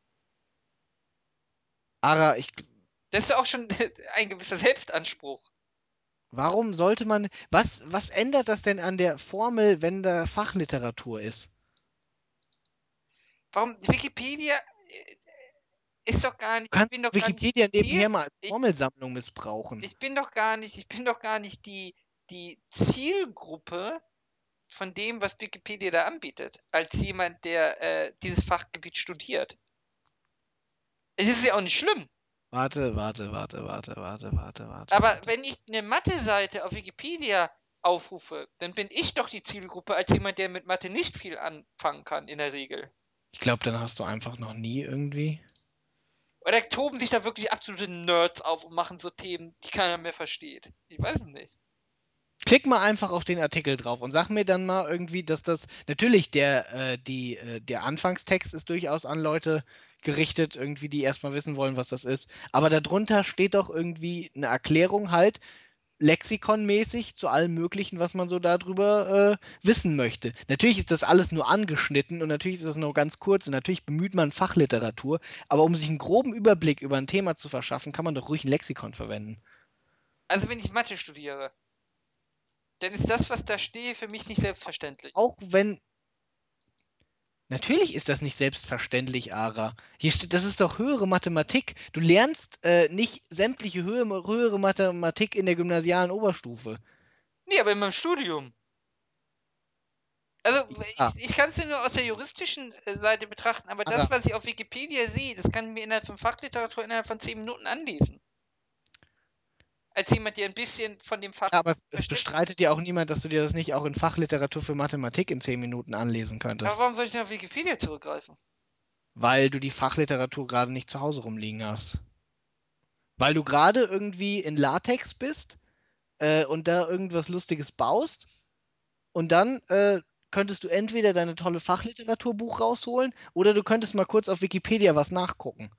B: Ara,
A: Das ist doch auch schon ein gewisser Selbstanspruch.
B: warum sollte man, was ändert das denn an der Formel, wenn da Fachliteratur ist?
A: Warum Wikipedia ist doch gar
B: Du
A: nicht, ich
B: kannst
A: bin doch gar nicht
B: Wikipedia
A: Ziel,
B: nebenher mal als
A: ich,
B: Formelsammlung missbrauchen.
A: ich bin doch gar nicht die Zielgruppe von dem, was Wikipedia da anbietet, als jemand, der dieses Fachgebiet studiert. Es ist ja auch nicht schlimm. Aber
B: Warte.
A: wenn ich eine Mathe-Seite auf Wikipedia aufrufe, dann bin ich doch die Zielgruppe als jemand, der mit Mathe nicht viel anfangen kann, in der Regel.
B: Ich glaube, dann hast du einfach noch nie irgendwie.
A: Oder toben sich da wirklich absolute Nerds auf und machen so Themen, die keiner mehr versteht. Ich weiß es nicht.
B: Klick mal einfach auf den Artikel drauf und sag mir dann mal irgendwie, dass das. Natürlich, der Anfangstext ist durchaus an Leute gerichtet, irgendwie, die erstmal wissen wollen, was das ist. Aber darunter steht doch irgendwie eine Erklärung halt, lexikonmäßig zu allem Möglichen, was man so darüber wissen möchte. Natürlich ist das alles nur angeschnitten und natürlich ist das nur ganz kurz und natürlich bemüht man Fachliteratur, aber um sich einen groben Überblick über ein Thema zu verschaffen, kann man doch ruhig ein Lexikon verwenden.
A: Also wenn ich Mathe studiere, dann ist das, was da stehe, für mich nicht selbstverständlich.
B: Auch wenn, natürlich ist das nicht selbstverständlich, Ara. Hier steht, das ist doch höhere Mathematik. Du lernst nicht sämtliche höhere Mathematik in der gymnasialen Oberstufe.
A: Nee, aber in meinem Studium. Also
B: Ja,
A: ich kann es ja nur aus der juristischen Seite betrachten, aber das,
B: Ara.
A: was ich auf Wikipedia sehe, das kann ich mir innerhalb von Fachliteratur innerhalb von 10 Minuten anlesen. Als jemand, der ein bisschen von dem Fach
B: Ja, aber es
A: versteht.
B: bestreitet ja auch niemand, dass du dir das nicht auch in Fachliteratur für Mathematik in 10 Minuten anlesen
A: Aber
B: könntest.
A: warum soll ich denn auf Wikipedia zurückgreifen?
B: Weil du die Fachliteratur gerade nicht zu Hause rumliegen hast. Weil du gerade irgendwie in Latex bist und da irgendwas Lustiges baust und dann könntest du entweder deine tolle Fachliteraturbuch rausholen oder du könntest mal kurz auf Wikipedia was nachgucken.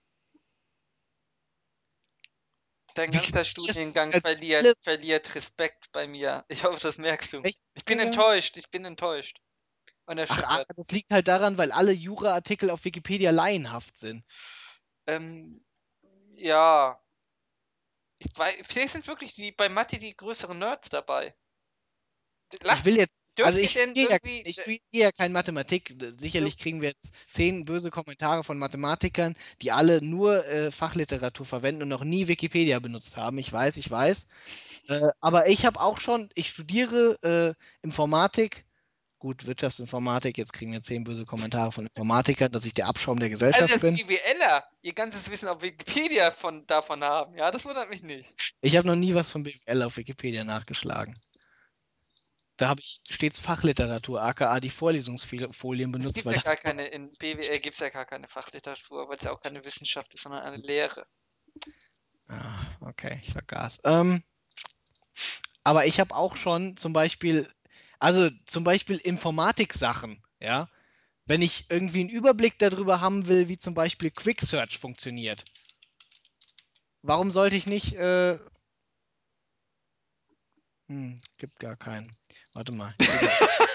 A: Dein ganzer
B: Wikipedia ist
A: Studiengang
B: als Quelle.
A: verliert Respekt bei mir. Ich hoffe, das merkst du.
B: Welchen
A: Ich bin
B: Studiengang?
A: enttäuscht, ich bin enttäuscht und
B: Ach,
A: erschüttert.
B: das liegt halt daran, weil alle Jura-Artikel auf Wikipedia laienhaft sind.
A: Ähm, ja, vielleicht sind wirklich bei Mathe die größeren Nerds dabei.
B: Ich
A: Lacht,
B: will jetzt, also
A: dürft ihr denn irgendwie,
B: ich studiere ja kein Mathematik.
A: du,
B: Sicherlich kriegen wir jetzt 10 böse Kommentare von Mathematikern, die alle nur Fachliteratur verwenden und noch nie Wikipedia benutzt haben. Ich weiß. Aber ich studiere Informatik. Gut, Wirtschaftsinformatik. Jetzt kriegen wir 10 böse Kommentare von Informatikern, dass ich der Abschaum der
A: also
B: Gesellschaft
A: dass
B: bin.
A: BWLer ihr ganzes Wissen auf Wikipedia davon haben, ja, das wundert mich nicht.
B: Ich habe noch nie was von BWL auf Wikipedia nachgeschlagen. Da habe ich stets Fachliteratur, aka die Vorlesungsfolien
A: Es
B: benutzt,
A: gibt
B: weil
A: ja gar
B: das
A: keine, in BWL gibt es ja gar keine Fachliteratur, weil es ja auch keine Wissenschaft ist, sondern eine Lehre.
B: Okay, ich vergaß. Aber ich habe auch schon zum Beispiel Informatik-Sachen, ja. Wenn ich irgendwie einen Überblick darüber haben will, wie zum Beispiel Quick Search funktioniert, warum sollte ich nicht Gibt gar keinen. Warte mal. Ich gebe mal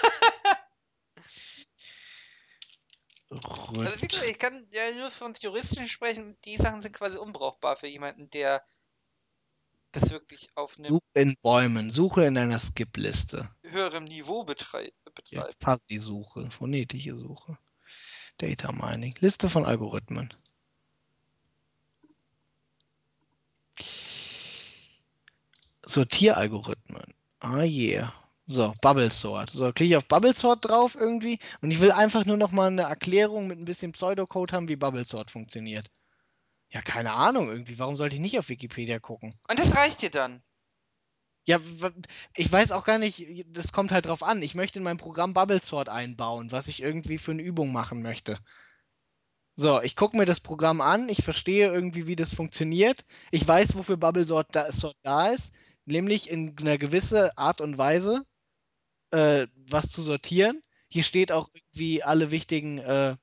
A: Also wie gesagt, ich kann ja nur von Juristischen sprechen. Die Sachen sind quasi unbrauchbar für jemanden, der das wirklich auf einem
B: Suche in Bäumen. Suche in einer Skip-Liste.
A: höherem Niveau
B: Hier,
A: betreibt.
B: Fuzzy-Suche. Phonetische Suche. Data Mining. Liste von Algorithmen. Sortieralgorithmen. Ah yeah. So, Bubble Sort. So, klicke ich auf Bubble Sort drauf irgendwie und ich will einfach nur noch mal eine Erklärung mit ein bisschen Pseudocode haben, wie Bubble Sort funktioniert. Ja, keine Ahnung irgendwie. Warum sollte ich nicht auf Wikipedia gucken?
A: Und das reicht dir dann.
B: Ja, ich weiß auch gar nicht, das kommt halt drauf an. Ich möchte in mein Programm Bubble Sort einbauen, was ich irgendwie für eine Übung machen möchte. So, ich gucke mir das Programm an, ich verstehe irgendwie, wie das funktioniert. Ich weiß, wofür Bubble Sort da ist, nämlich in einer gewissen Art und Weise was zu sortieren. Hier steht auch irgendwie alle wichtigen,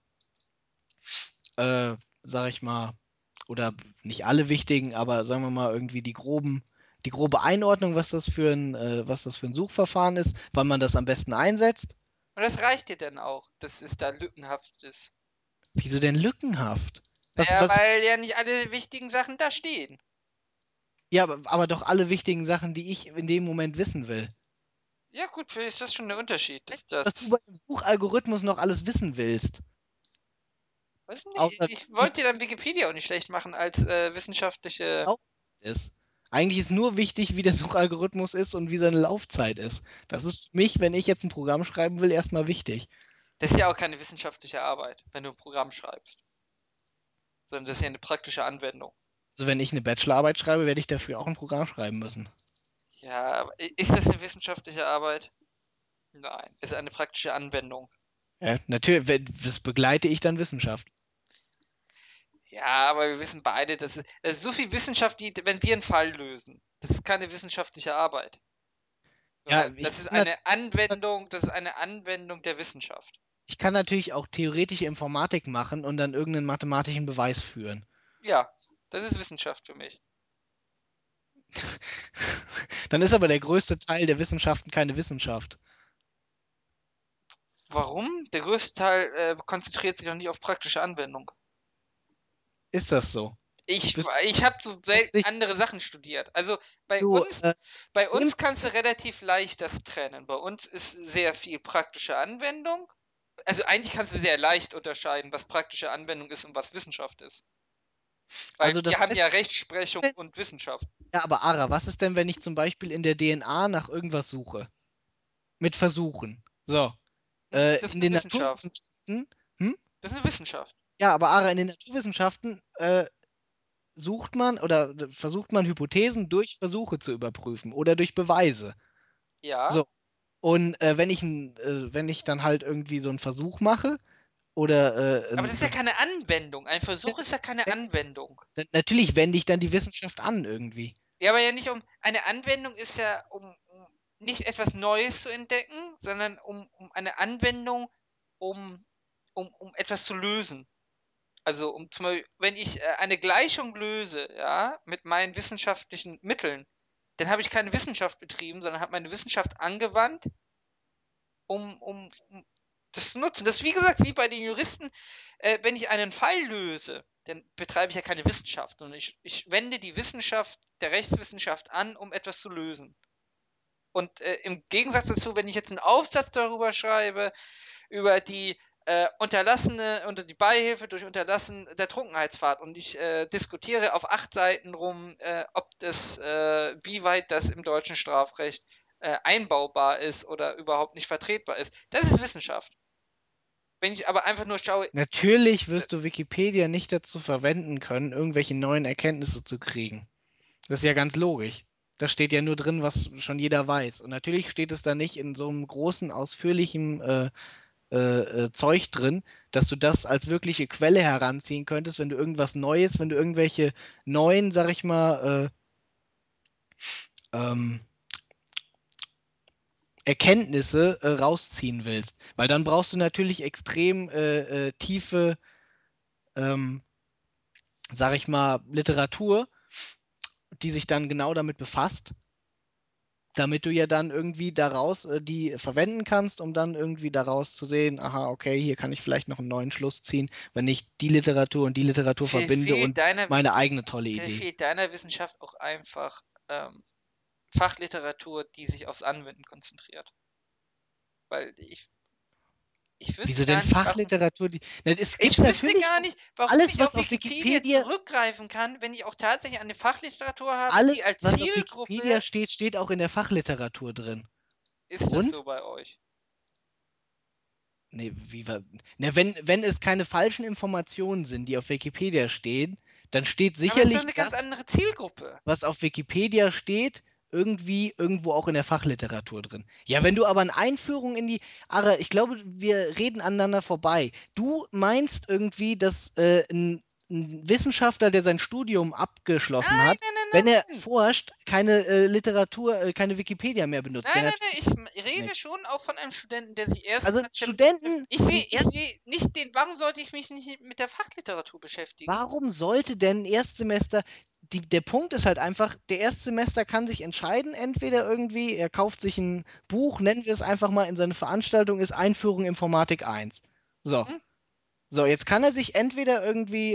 B: sag ich mal, oder nicht alle wichtigen, aber sagen wir mal irgendwie die grobe Einordnung, was das für ein Suchverfahren ist, wann man das am besten einsetzt.
A: Und das reicht dir dann auch, dass es da lückenhaft ist.
B: Wieso denn lückenhaft?
A: Naja,
B: Was,
A: weil ja nicht alle wichtigen Sachen da stehen.
B: ja, aber doch alle wichtigen Sachen, die ich in dem Moment wissen will.
A: Ja gut, vielleicht ist das schon der Unterschied.
B: Was du bei dem Suchalgorithmus noch alles wissen willst.
A: Weiß nicht,
B: Außer
A: ich wollte dir dann Wikipedia auch nicht schlecht machen als wissenschaftliche.
B: Laufzeit ist. Eigentlich ist nur wichtig, wie der Suchalgorithmus ist und wie seine Laufzeit ist. Das ist für mich, wenn ich jetzt ein Programm schreiben will, erstmal wichtig.
A: Das ist ja auch keine wissenschaftliche Arbeit, wenn du ein Programm schreibst, sondern das ist ja eine praktische Anwendung.
B: Also wenn ich eine Bachelorarbeit schreibe, werde ich dafür auch ein Programm schreiben müssen.
A: Ja, aber ist das eine wissenschaftliche Arbeit? Nein, ist eine praktische Anwendung.
B: Ja, natürlich, das begleite ich dann Wissenschaft.
A: Ja, aber wir wissen beide, dass es ist so viel Wissenschaft, die, wenn wir einen Fall lösen, das ist keine wissenschaftliche Arbeit,
B: Ja,
A: sondern das ist eine Anwendung der Wissenschaft.
B: ich kann natürlich auch theoretische Informatik machen und dann irgendeinen mathematischen Beweis führen.
A: Ja, das ist Wissenschaft für mich.
B: Dann ist aber der größte Teil der Wissenschaften keine Wissenschaft.
A: Warum? Der größte Teil konzentriert sich doch nicht auf praktische Anwendung.
B: Ist das so?
A: Ich,
B: Bist
A: ich habe so
B: du
A: selten
B: sich,
A: andere Sachen studiert. Also bei
B: du,
A: uns, bei
B: dem,
A: uns kannst du relativ leicht das trennen. Bei uns ist sehr viel praktische Anwendung. Also eigentlich kannst du sehr leicht unterscheiden, was praktische Anwendung ist und was Wissenschaft ist. Weil
B: also das
A: wir haben
B: heißt,
A: ja Rechtsprechung und Wissenschaft.
B: ja, aber Ara, was ist denn, wenn ich zum Beispiel in der DNA nach irgendwas suche? Mit Versuchen. So.
A: Das ist
B: In
A: eine
B: den
A: Wissenschaft.
B: Naturwissenschaften, hm?
A: Das ist eine Wissenschaft.
B: Ja, aber Ara, in den Naturwissenschaften sucht man oder versucht man Hypothesen durch Versuche zu überprüfen oder durch Beweise.
A: Ja,
B: So. Und wenn ich dann halt irgendwie so einen Versuch mache oder
A: aber das
B: einen
A: ist ja
B: Beweis,
A: keine Anwendung. Ein Versuch ist ja keine Anwendung.
B: natürlich wende ich dann die Wissenschaft an irgendwie.
A: Ja, aber ja nicht um. Eine Anwendung ist ja, um nicht etwas Neues zu entdecken, sondern um eine Anwendung, um, um etwas zu lösen. Also um zum Beispiel, wenn ich eine Gleichung löse, ja, mit meinen wissenschaftlichen Mitteln, dann habe ich keine Wissenschaft betrieben, sondern habe meine Wissenschaft angewandt, um das zu nutzen. Das ist wie gesagt wie bei den Juristen, wenn ich einen Fall löse, dann betreibe ich ja keine Wissenschaft, sondern ich wende die Wissenschaft der Rechtswissenschaft an, um etwas zu lösen. Und im Gegensatz dazu, wenn ich jetzt einen Aufsatz darüber schreibe, über die unter die Beihilfe durch Unterlassen der Trunkenheitsfahrt und ich diskutiere auf 8 Seiten rum, wie weit das im deutschen Strafrecht einbaubar ist oder überhaupt nicht vertretbar ist. Das ist Wissenschaft. Wenn ich aber einfach nur schaue,
B: Natürlich wirst du Wikipedia nicht dazu verwenden können, irgendwelche neuen Erkenntnisse zu kriegen. Das ist ja ganz logisch. Da steht ja nur drin, was schon jeder weiß. Und natürlich steht es da nicht in so einem großen, ausführlichen Zeug drin, dass du das als wirkliche Quelle heranziehen könntest, wenn du irgendwas Neues, wenn du irgendwelche neuen, sag ich mal, ähm, Erkenntnisse rausziehen willst. Weil dann brauchst du natürlich extrem tiefe, ähm, sag ich mal, Literatur, die sich dann genau damit befasst. damit du ja dann irgendwie daraus die verwenden kannst, um dann irgendwie daraus zu sehen, aha, okay, hier kann ich vielleicht noch einen neuen Schluss ziehen, wenn ich die Literatur und die Literatur
A: Vielleicht
B: verbinde
A: fehlt
B: und
A: deiner,
B: meine eigene tolle
A: vielleicht
B: Idee.
A: fehlt deiner Wissenschaft auch einfach Fachliteratur, die sich aufs Anwenden konzentriert. Weil ich wüsste
B: Wieso denn
A: gar nicht, warum.
B: Fachliteratur? Na, es
A: Ich
B: gibt
A: wüsste
B: natürlich
A: gar
B: auch
A: nicht, warum
B: alles,
A: ich
B: was
A: auf
B: auf
A: Wikipedia
B: Wikipedia,
A: zurückgreifen kann, wenn ich auch tatsächlich eine Fachliteratur habe, die
B: alles,
A: als
B: was auf
A: Zielgruppe.
B: Wikipedia steht, steht auch in der Fachliteratur drin.
A: Ist das
B: Und?
A: so bei euch?
B: Nee, wenn es keine falschen Informationen sind, die auf Wikipedia stehen, dann steht
A: Aber das ist doch
B: sicherlich
A: eine ganz
B: das,
A: andere Zielgruppe.
B: was auf Wikipedia steht, irgendwie irgendwo auch in der Fachliteratur drin. Ja, wenn du aber eine Einführung in die. Ara, ich glaube, wir reden aneinander vorbei. Du meinst irgendwie, dass ein Wissenschaftler, der sein Studium abgeschlossen
A: Nein,
B: hat,
A: nein, nein,
B: wenn
A: nein,
B: er
A: nein.
B: forscht, keine Literatur, keine Wikipedia mehr benutzt. Ja,
A: Nein, nein,
B: natürlich
A: nein, ich
B: das
A: rede
B: nicht.
A: schon auch von einem Studenten, der sich erst
B: Also
A: mit dem.
B: Studenten,
A: Ich sehe,
B: ein
A: ich sehe nicht den. Warum sollte ich mich nicht mit der Fachliteratur beschäftigen?
B: Warum sollte denn Erstsemester, der Punkt ist halt einfach, der Erstsemester kann sich entscheiden, entweder irgendwie, er kauft sich ein Buch, nennen wir es einfach mal, in seine Veranstaltung ist Einführung Informatik 1. So.
A: Hm?
B: So, jetzt kann er sich entweder irgendwie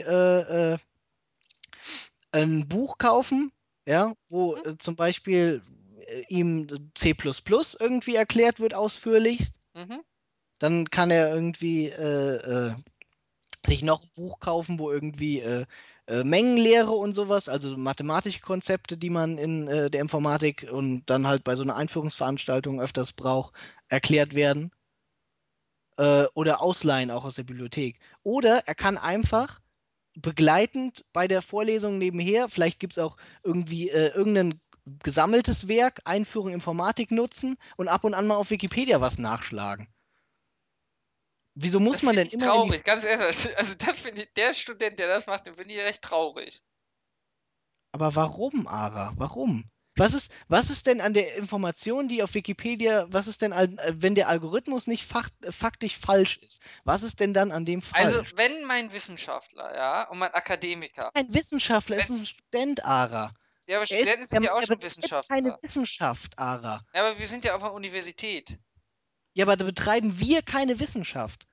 B: ein Buch kaufen, ja, wo
A: Hm?
B: zum Beispiel ihm C++ irgendwie erklärt wird ausführlichst.
A: Mhm.
B: Dann kann er irgendwie sich noch ein Buch kaufen, wo irgendwie Mengenlehre und sowas, also mathematische Konzepte, die man in der Informatik und dann halt bei so einer Einführungsveranstaltung öfters braucht, erklärt werden. Oder ausleihen auch aus der Bibliothek. Oder er kann einfach begleitend bei der Vorlesung nebenher, vielleicht gibt es auch irgendwie irgendein gesammeltes Werk, Einführung Informatik nutzen und ab und an mal auf Wikipedia was nachschlagen. Wieso muss
A: Das
B: man
A: finde
B: denn
A: ich
B: immer in die.
A: traurig, ganz ehrlich. Also das finde ich, der Student, der das macht, den finde ich recht traurig.
B: Aber warum, Ara? Warum? Was ist denn an der Information, die auf Wikipedia, was ist denn, wenn der Algorithmus nicht faktisch falsch ist? Was ist denn dann an dem
A: Also,
B: falsch?
A: wenn mein Wissenschaftler, ja, und mein
B: Es ist
A: Akademiker,
B: kein Wissenschaftler,
A: wenn,
B: es ist ein Student, Ara.
A: ja, aber Studenten sind ja auch
B: Er
A: schon
B: betreibt keine
A: Wissenschaftler.
B: Wissenschaft, Ara.
A: Ja, aber wir sind ja auf der Universität.
B: Ja, aber da betreiben wir keine Wissenschaft.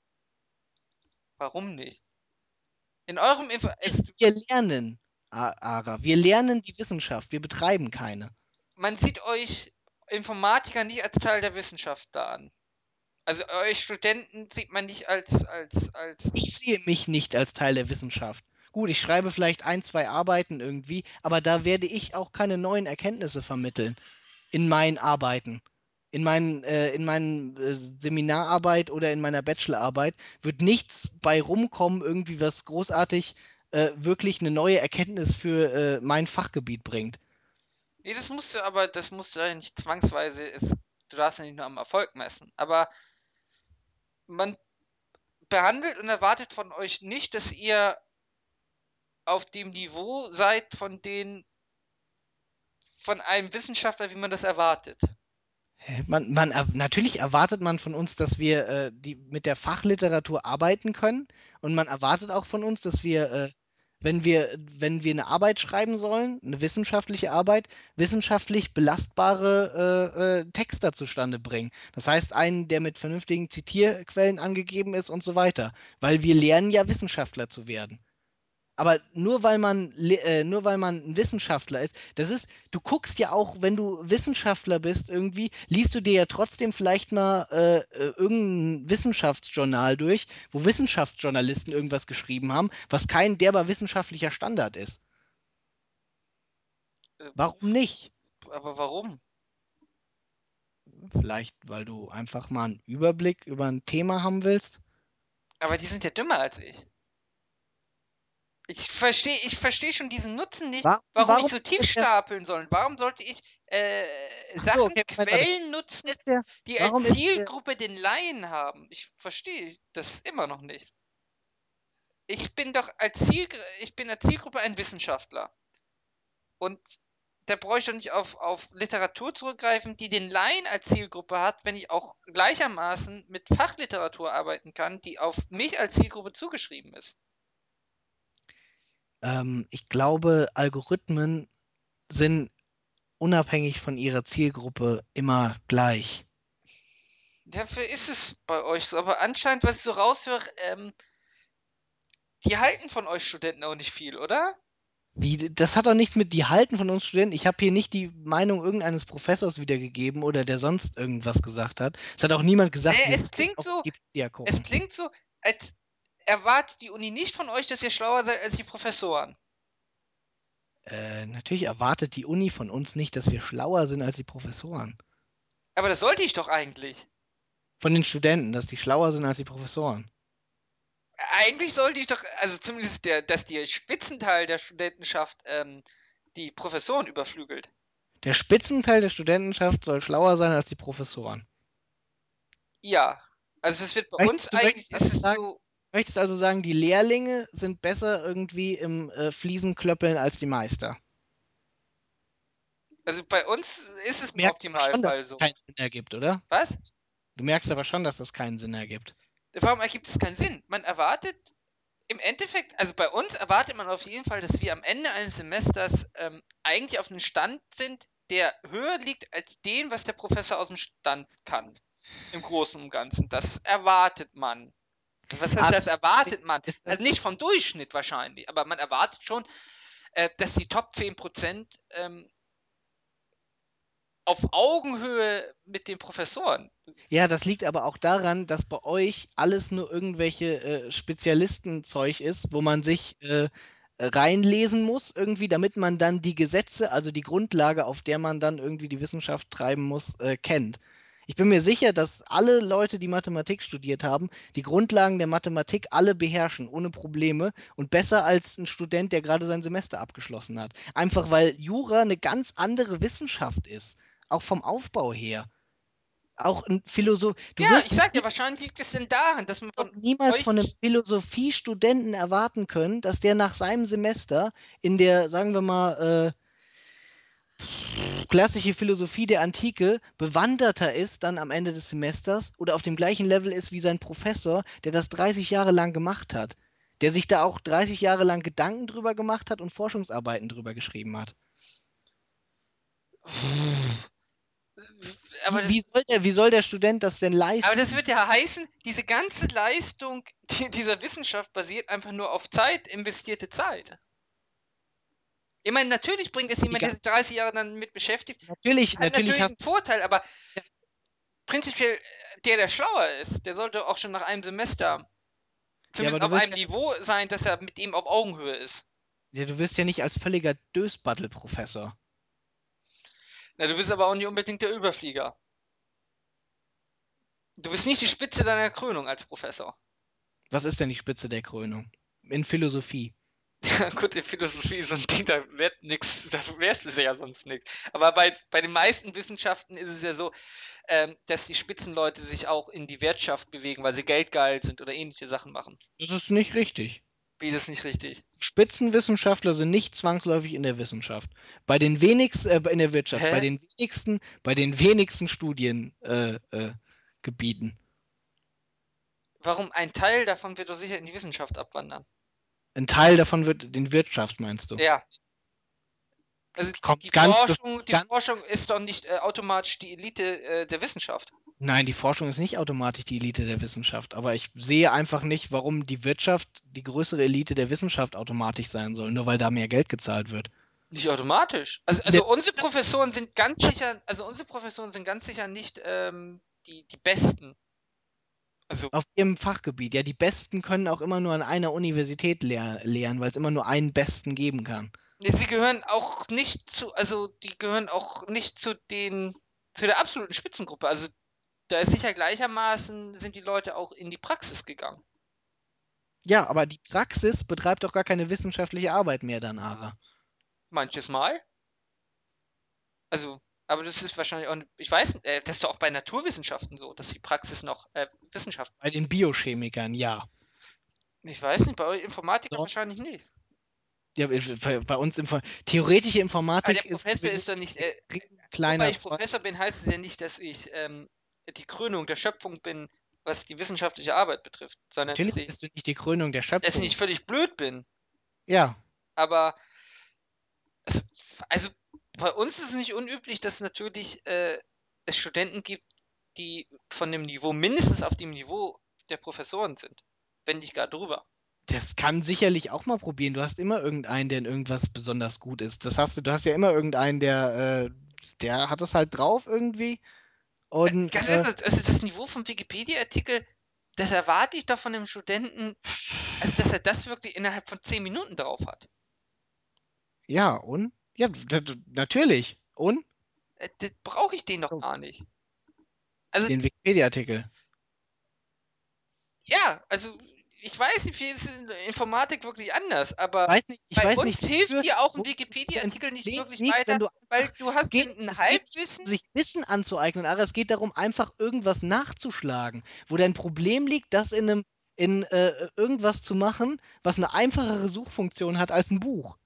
A: Warum nicht? In eurem
B: Wir lernen, Ara. Wir lernen die Wissenschaft. Wir betreiben keine.
A: man sieht euch Informatiker nicht als Teil der Wissenschaftler an. Also euch Studenten sieht man nicht als.
B: Ich sehe mich nicht als Teil der Wissenschaft. Gut, ich schreibe vielleicht ein, zwei Arbeiten irgendwie, aber da werde ich auch keine neuen Erkenntnisse vermitteln in meinen Arbeiten. In meinen Seminararbeit oder in meiner Bachelorarbeit wird nichts bei rumkommen, irgendwie was großartig wirklich eine neue Erkenntnis für mein Fachgebiet bringt.
A: Nee, das musst du ja nicht zwangsweise, du darfst ja nicht nur am Erfolg messen. Aber man behandelt und erwartet von euch nicht, dass ihr auf dem Niveau seid von einem Wissenschaftler, wie man das erwartet.
B: Hä? Natürlich erwartet man von uns, dass wir mit der Fachliteratur arbeiten können und man erwartet auch von uns, dass wir, wenn wir eine Arbeit schreiben sollen, eine wissenschaftliche Arbeit, wissenschaftlich belastbare Texte zustande bringen. Das heißt, einen, der mit vernünftigen Zitierquellen angegeben ist und so weiter, weil wir lernen ja Wissenschaftler zu werden. Aber nur weil man ein Wissenschaftler ist, du guckst ja auch, wenn du Wissenschaftler bist, irgendwie, liest du dir ja trotzdem vielleicht mal irgendein Wissenschaftsjournal durch, wo Wissenschaftsjournalisten irgendwas geschrieben haben, was kein derber wissenschaftlicher Standard ist.
A: Äh,
B: Warum nicht?
A: Aber warum?
B: Vielleicht, weil du einfach mal einen Überblick über ein Thema haben willst.
A: Aber die sind ja dümmer als ich. Ich verstehe schon diesen Nutzen nicht, warum ich
B: Warum
A: so
B: ist
A: tief
B: denn der.
A: stapeln soll. Warum sollte ich
B: Ach so,
A: Sachen,
B: okay, Moment, warte.
A: Quellen nutzen,
B: Ist der,
A: die als
B: warum ist der.
A: Zielgruppe den Laien haben? Ich verstehe das immer noch nicht. Ich bin als Zielgruppe ein Wissenschaftler. Und da brauche ich doch nicht auf Literatur zurückgreifen, die den Laien als Zielgruppe hat, wenn ich auch gleichermaßen mit Fachliteratur arbeiten kann, die auf mich als Zielgruppe zugeschrieben ist.
B: Ich glaube, Algorithmen sind unabhängig von ihrer Zielgruppe immer gleich.
A: Dafür ist es bei euch so. Aber anscheinend, was ich so raushöre, die halten von euch Studenten auch nicht viel, oder?
B: Wie, das hat doch nichts mit die halten von uns Studenten. Ich habe hier nicht die Meinung irgendeines Professors wiedergegeben oder der sonst irgendwas gesagt hat. Es hat auch niemand gesagt,
A: Naja,
B: wir sollen auf Wikipedia
A: es
B: gucken.
A: klingt so, als erwartet die Uni nicht von euch, dass ihr schlauer seid als die Professoren.
B: Natürlich erwartet die Uni von uns nicht, dass wir schlauer sind als die Professoren.
A: Aber das sollte ich doch eigentlich.
B: Von den Studenten, dass die schlauer sind als die Professoren.
A: Eigentlich sollte ich doch, also zumindest dass die Spitzenteil der Studentenschaft die Professoren überflügelt.
B: Der Spitzenteil der Studentenschaft soll schlauer sein als die Professoren.
A: Ja. Also es wird bei uns
B: Möchtest, du
A: eigentlich,
B: möchtest
A: ist
B: also
A: es
B: sagen,
A: so,
B: möchtest also sagen, die Lehrlinge sind besser irgendwie im Fliesenklöppeln als die Meister?
A: also bei uns ist es
B: Du
A: im
B: merkst aber schon, dass
A: Optimalfall
B: das
A: so.
B: keinen Sinn ergibt, oder?
A: Was?
B: Du merkst aber schon, dass das keinen Sinn ergibt.
A: Warum ergibt es keinen Sinn? Man erwartet im Endeffekt, also bei uns erwartet man auf jeden Fall, dass wir am Ende eines Semesters eigentlich auf einem Stand sind, der höher liegt als den, was der Professor aus dem Stand kann. Im Großen und Ganzen. Das erwartet man. Was heißt,
B: Ah,
A: das erwartet man?
B: ist
A: Also
B: das,
A: nicht vom Durchschnitt wahrscheinlich, aber man erwartet schon, dass die Top 10% auf Augenhöhe mit den Professoren.
B: ja, das liegt aber auch daran, dass bei euch alles nur irgendwelche Spezialistenzeug ist, wo man sich reinlesen muss irgendwie, damit man dann die Gesetze, also die Grundlage, auf der man dann irgendwie die Wissenschaft treiben muss, kennt. Ich bin mir sicher, dass alle Leute, die Mathematik studiert haben, die Grundlagen der Mathematik alle beherrschen, ohne Probleme und besser als ein Student, der gerade sein Semester abgeschlossen hat. Einfach weil Jura eine ganz andere Wissenschaft ist, auch vom Aufbau her. Auch ein Philosoph.
A: Ja, ich sag ja, wahrscheinlich liegt es denn daran, dass man
B: Doch
A: von
B: niemals von einem
A: euch.
B: Philosophiestudenten erwarten können, dass der nach seinem Semester in der, sagen wir mal, klassische Philosophie der Antike bewanderter ist dann am Ende des Semesters oder auf dem gleichen Level ist wie sein Professor, der das 30 Jahre lang gemacht hat. Der sich da auch 30 Jahre lang Gedanken drüber gemacht hat und Forschungsarbeiten drüber geschrieben hat.
A: Aber
B: Wie, wie soll der Student das denn
A: das
B: leisten?
A: wird ja heißen, diese ganze Leistung dieser Wissenschaft basiert einfach nur auf Zeit, investierte Zeit. Ich meine, natürlich bringt es
B: Die
A: jemand, der sich
B: ganze,
A: 30 Jahre damit beschäftigt, hat
B: natürlich
A: natürlich
B: hast
A: einen Vorteil, aber
B: ja,
A: prinzipiell der schlauer ist, der sollte auch schon nach einem Semester
B: ja, aber
A: zumindest auf einem Niveau sein, dass er mit ihm auf Augenhöhe ist.
B: du wirst ja nicht als völliger Dösbattel-Professor.
A: Na, du bist aber auch nicht unbedingt der Überflieger. Du bist nicht die Spitze deiner Krönung als Professor.
B: Was ist denn die Spitze der Krönung? In Philosophie.
A: Ja, gut, in Philosophie so ein Ding, da wird nix, da wärst du ja sonst nichts. Aber bei den meisten Wissenschaften ist es ja so, dass die Spitzenleute sich auch in die Wirtschaft bewegen, weil sie geldgeil sind oder ähnliche Sachen machen.
B: Das ist nicht richtig.
A: Wie das nicht richtig?
B: Spitzenwissenschaftler sind nicht zwangsläufig in der Wissenschaft. In der Wirtschaft,
A: Hä?
B: bei den wenigsten Studiengebieten. Gebieten.
A: Warum? Ein Teil davon wird doch sicher in die Wissenschaft abwandern.
B: Ein Teil davon wird in Wirtschaft, meinst du?
A: Ja, also
B: Kommt ganz, das
A: Die
B: ganz,
A: Forschung ist doch nicht automatisch die Elite der Wissenschaft.
B: nein, die Forschung ist nicht automatisch die Elite der Wissenschaft, aber ich sehe einfach nicht, warum die Wirtschaft die größere Elite der Wissenschaft automatisch sein soll, nur weil da mehr Geld gezahlt wird.
A: Nicht automatisch. Also,
B: In der
A: unsere Professoren sind ganz sicher, nicht die Besten. Also,
B: Auf ihrem Fachgebiet. Ja, die Besten können auch immer nur an einer Universität lehren, weil es immer nur einen Besten geben kann.
A: nee, sie gehören auch nicht die gehören auch nicht zu der absoluten Spitzengruppe. Also, da ist sicher gleichermaßen sind die Leute auch in die Praxis gegangen.
B: Ja, aber die Praxis betreibt doch gar keine wissenschaftliche Arbeit mehr danach.
A: Manches Mal. Also, aber das ist wahrscheinlich auch, ich weiß, das ist doch auch bei Naturwissenschaften so, dass die Praxis noch Wissenschaft.
B: Bei den Biochemikern, ja.
A: Ich weiß nicht, bei euch Informatiker wahrscheinlich
B: Sonst,
A: nicht.
B: ja, bei uns theoretische
A: Aber der
B: Informatik ist
A: Professor
B: sowieso
A: ist doch nicht,
B: ein extrem
A: nur weil
B: kleiner
A: ich
B: Zweig.
A: Professor bin, heißt es ja nicht, dass ich die Krönung der Schöpfung bin, was die wissenschaftliche Arbeit betrifft, sondern
B: Natürlich bist du nicht die Krönung der
A: dass ich
B: Schöpfung.
A: nicht völlig blöd bin.
B: Ja,
A: Aber, also, also Bei uns ist es nicht unüblich, dass natürlich es Studenten gibt, die von dem Niveau mindestens auf dem Niveau der Professoren sind, wenn nicht gar drüber.
B: Das kann sicherlich auch mal probieren. Du hast immer irgendeinen, der in irgendwas besonders gut ist. Du hast ja immer irgendeinen, der hat es halt drauf irgendwie. Und
A: Ganz ehrlich, also das Niveau vom Wikipedia-Artikel, das erwarte ich doch von einem Studenten, also dass er das wirklich innerhalb von 10 Minuten drauf hat.
B: ja, und? Ja, natürlich. Und?
A: Das brauche ich den doch
B: So,
A: gar nicht. Also
B: den Wikipedia-Artikel.
A: ja, also ich weiß nicht, viel ist in der Informatik wirklich anders, aber
B: Ich
A: bei
B: weiß
A: uns
B: nicht,
A: hilft
B: wofür,
A: dir auch ein
B: wofür ein
A: Wikipedia-Artikel nicht
B: Problem
A: wirklich
B: liegt,
A: weiter,
B: wenn du
A: weil
B: einfach,
A: du hast ein
B: es geht nicht
A: Halbwissen.
B: darum, sich Wissen anzueignen, aber es geht darum, einfach irgendwas nachzuschlagen. Wo dein Problem liegt, das in irgendwas zu machen, was eine einfachere Suchfunktion hat als ein Buch.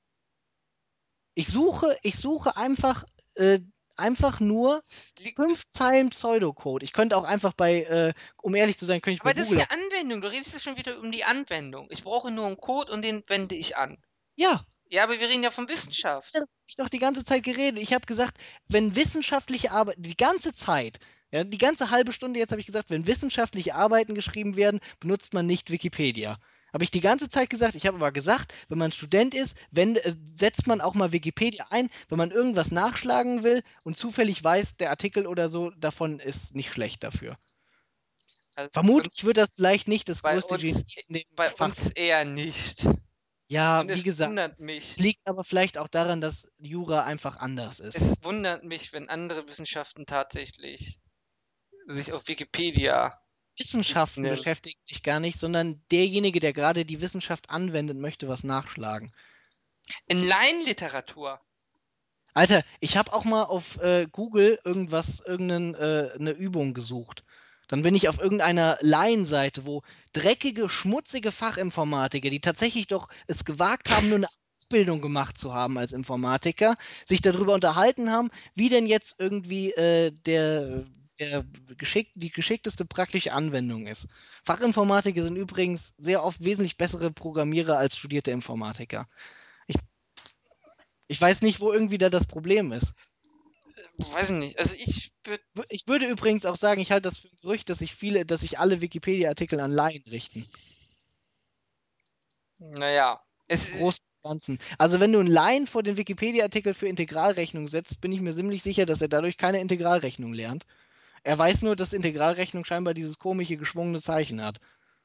B: Ich suche einfach nur
A: Es liegt,
B: 5 Zeilen Pseudocode. Ich könnte auch einfach um ehrlich zu sein, könnte ich bei
A: aber das ist
B: Google
A: ja
B: auch.
A: Anwendung. Du redest ja schon wieder um die Anwendung. Ich brauche nur einen Code und den wende ich an.
B: Ja,
A: Ja, aber wir reden ja von Wissenschaft.
B: das habe ich doch die ganze Zeit geredet. Ich habe gesagt, wenn wissenschaftliche Arbeit, die ganze Zeit, ja, die ganze halbe Stunde jetzt habe ich gesagt, wenn wissenschaftliche Arbeiten geschrieben werden, benutzt man nicht Wikipedia. Habe ich die ganze Zeit gesagt. Ich habe aber gesagt, wenn man Student ist, setzt man auch mal Wikipedia ein, wenn man irgendwas nachschlagen will und zufällig weiß, der Artikel oder so davon ist nicht schlecht dafür.
A: Also
B: Vermutlich wird das vielleicht nicht das
A: bei
B: größte
A: uns,
B: Genie in dem
A: bei
B: Fach.
A: uns eher nicht.
B: Ja,
A: Und
B: wie
A: es
B: gesagt,
A: wundert mich.
B: es liegt aber vielleicht auch daran, dass Jura einfach anders
A: Es
B: ist.
A: wundert mich, wenn andere Wissenschaften tatsächlich sich auf Wikipedia
B: Wissenschaften
A: nehmen.
B: beschäftigt sich gar nicht, sondern derjenige, der gerade die Wissenschaft anwendet, möchte was nachschlagen.
A: In Laienliteratur.
B: Alter, ich habe auch mal auf Google eine Übung gesucht. Dann bin ich auf irgendeiner Laienseite, wo dreckige, schmutzige Fachinformatiker, die tatsächlich doch es gewagt haben, nur eine Ausbildung gemacht zu haben als Informatiker, sich darüber unterhalten haben, wie denn jetzt irgendwie die geschickteste praktische Anwendung ist. Fachinformatiker sind übrigens sehr oft wesentlich bessere Programmierer als studierte Informatiker. Ich, ich weiß nicht, wo irgendwie da das Problem ist.
A: Weiß ich nicht. Also ich würde,
B: Ich würde übrigens auch sagen, ich halte das für ein Gerücht, dass sich alle Wikipedia-Artikel an Laien richten.
A: naja,
B: Im Großen und Ganzen. Also wenn du einen Laien vor den Wikipedia-Artikel für Integralrechnung setzt, bin ich mir ziemlich sicher, dass er dadurch keine Integralrechnung lernt. Er weiß nur, dass Integralrechnung scheinbar dieses komische geschwungene Zeichen hat.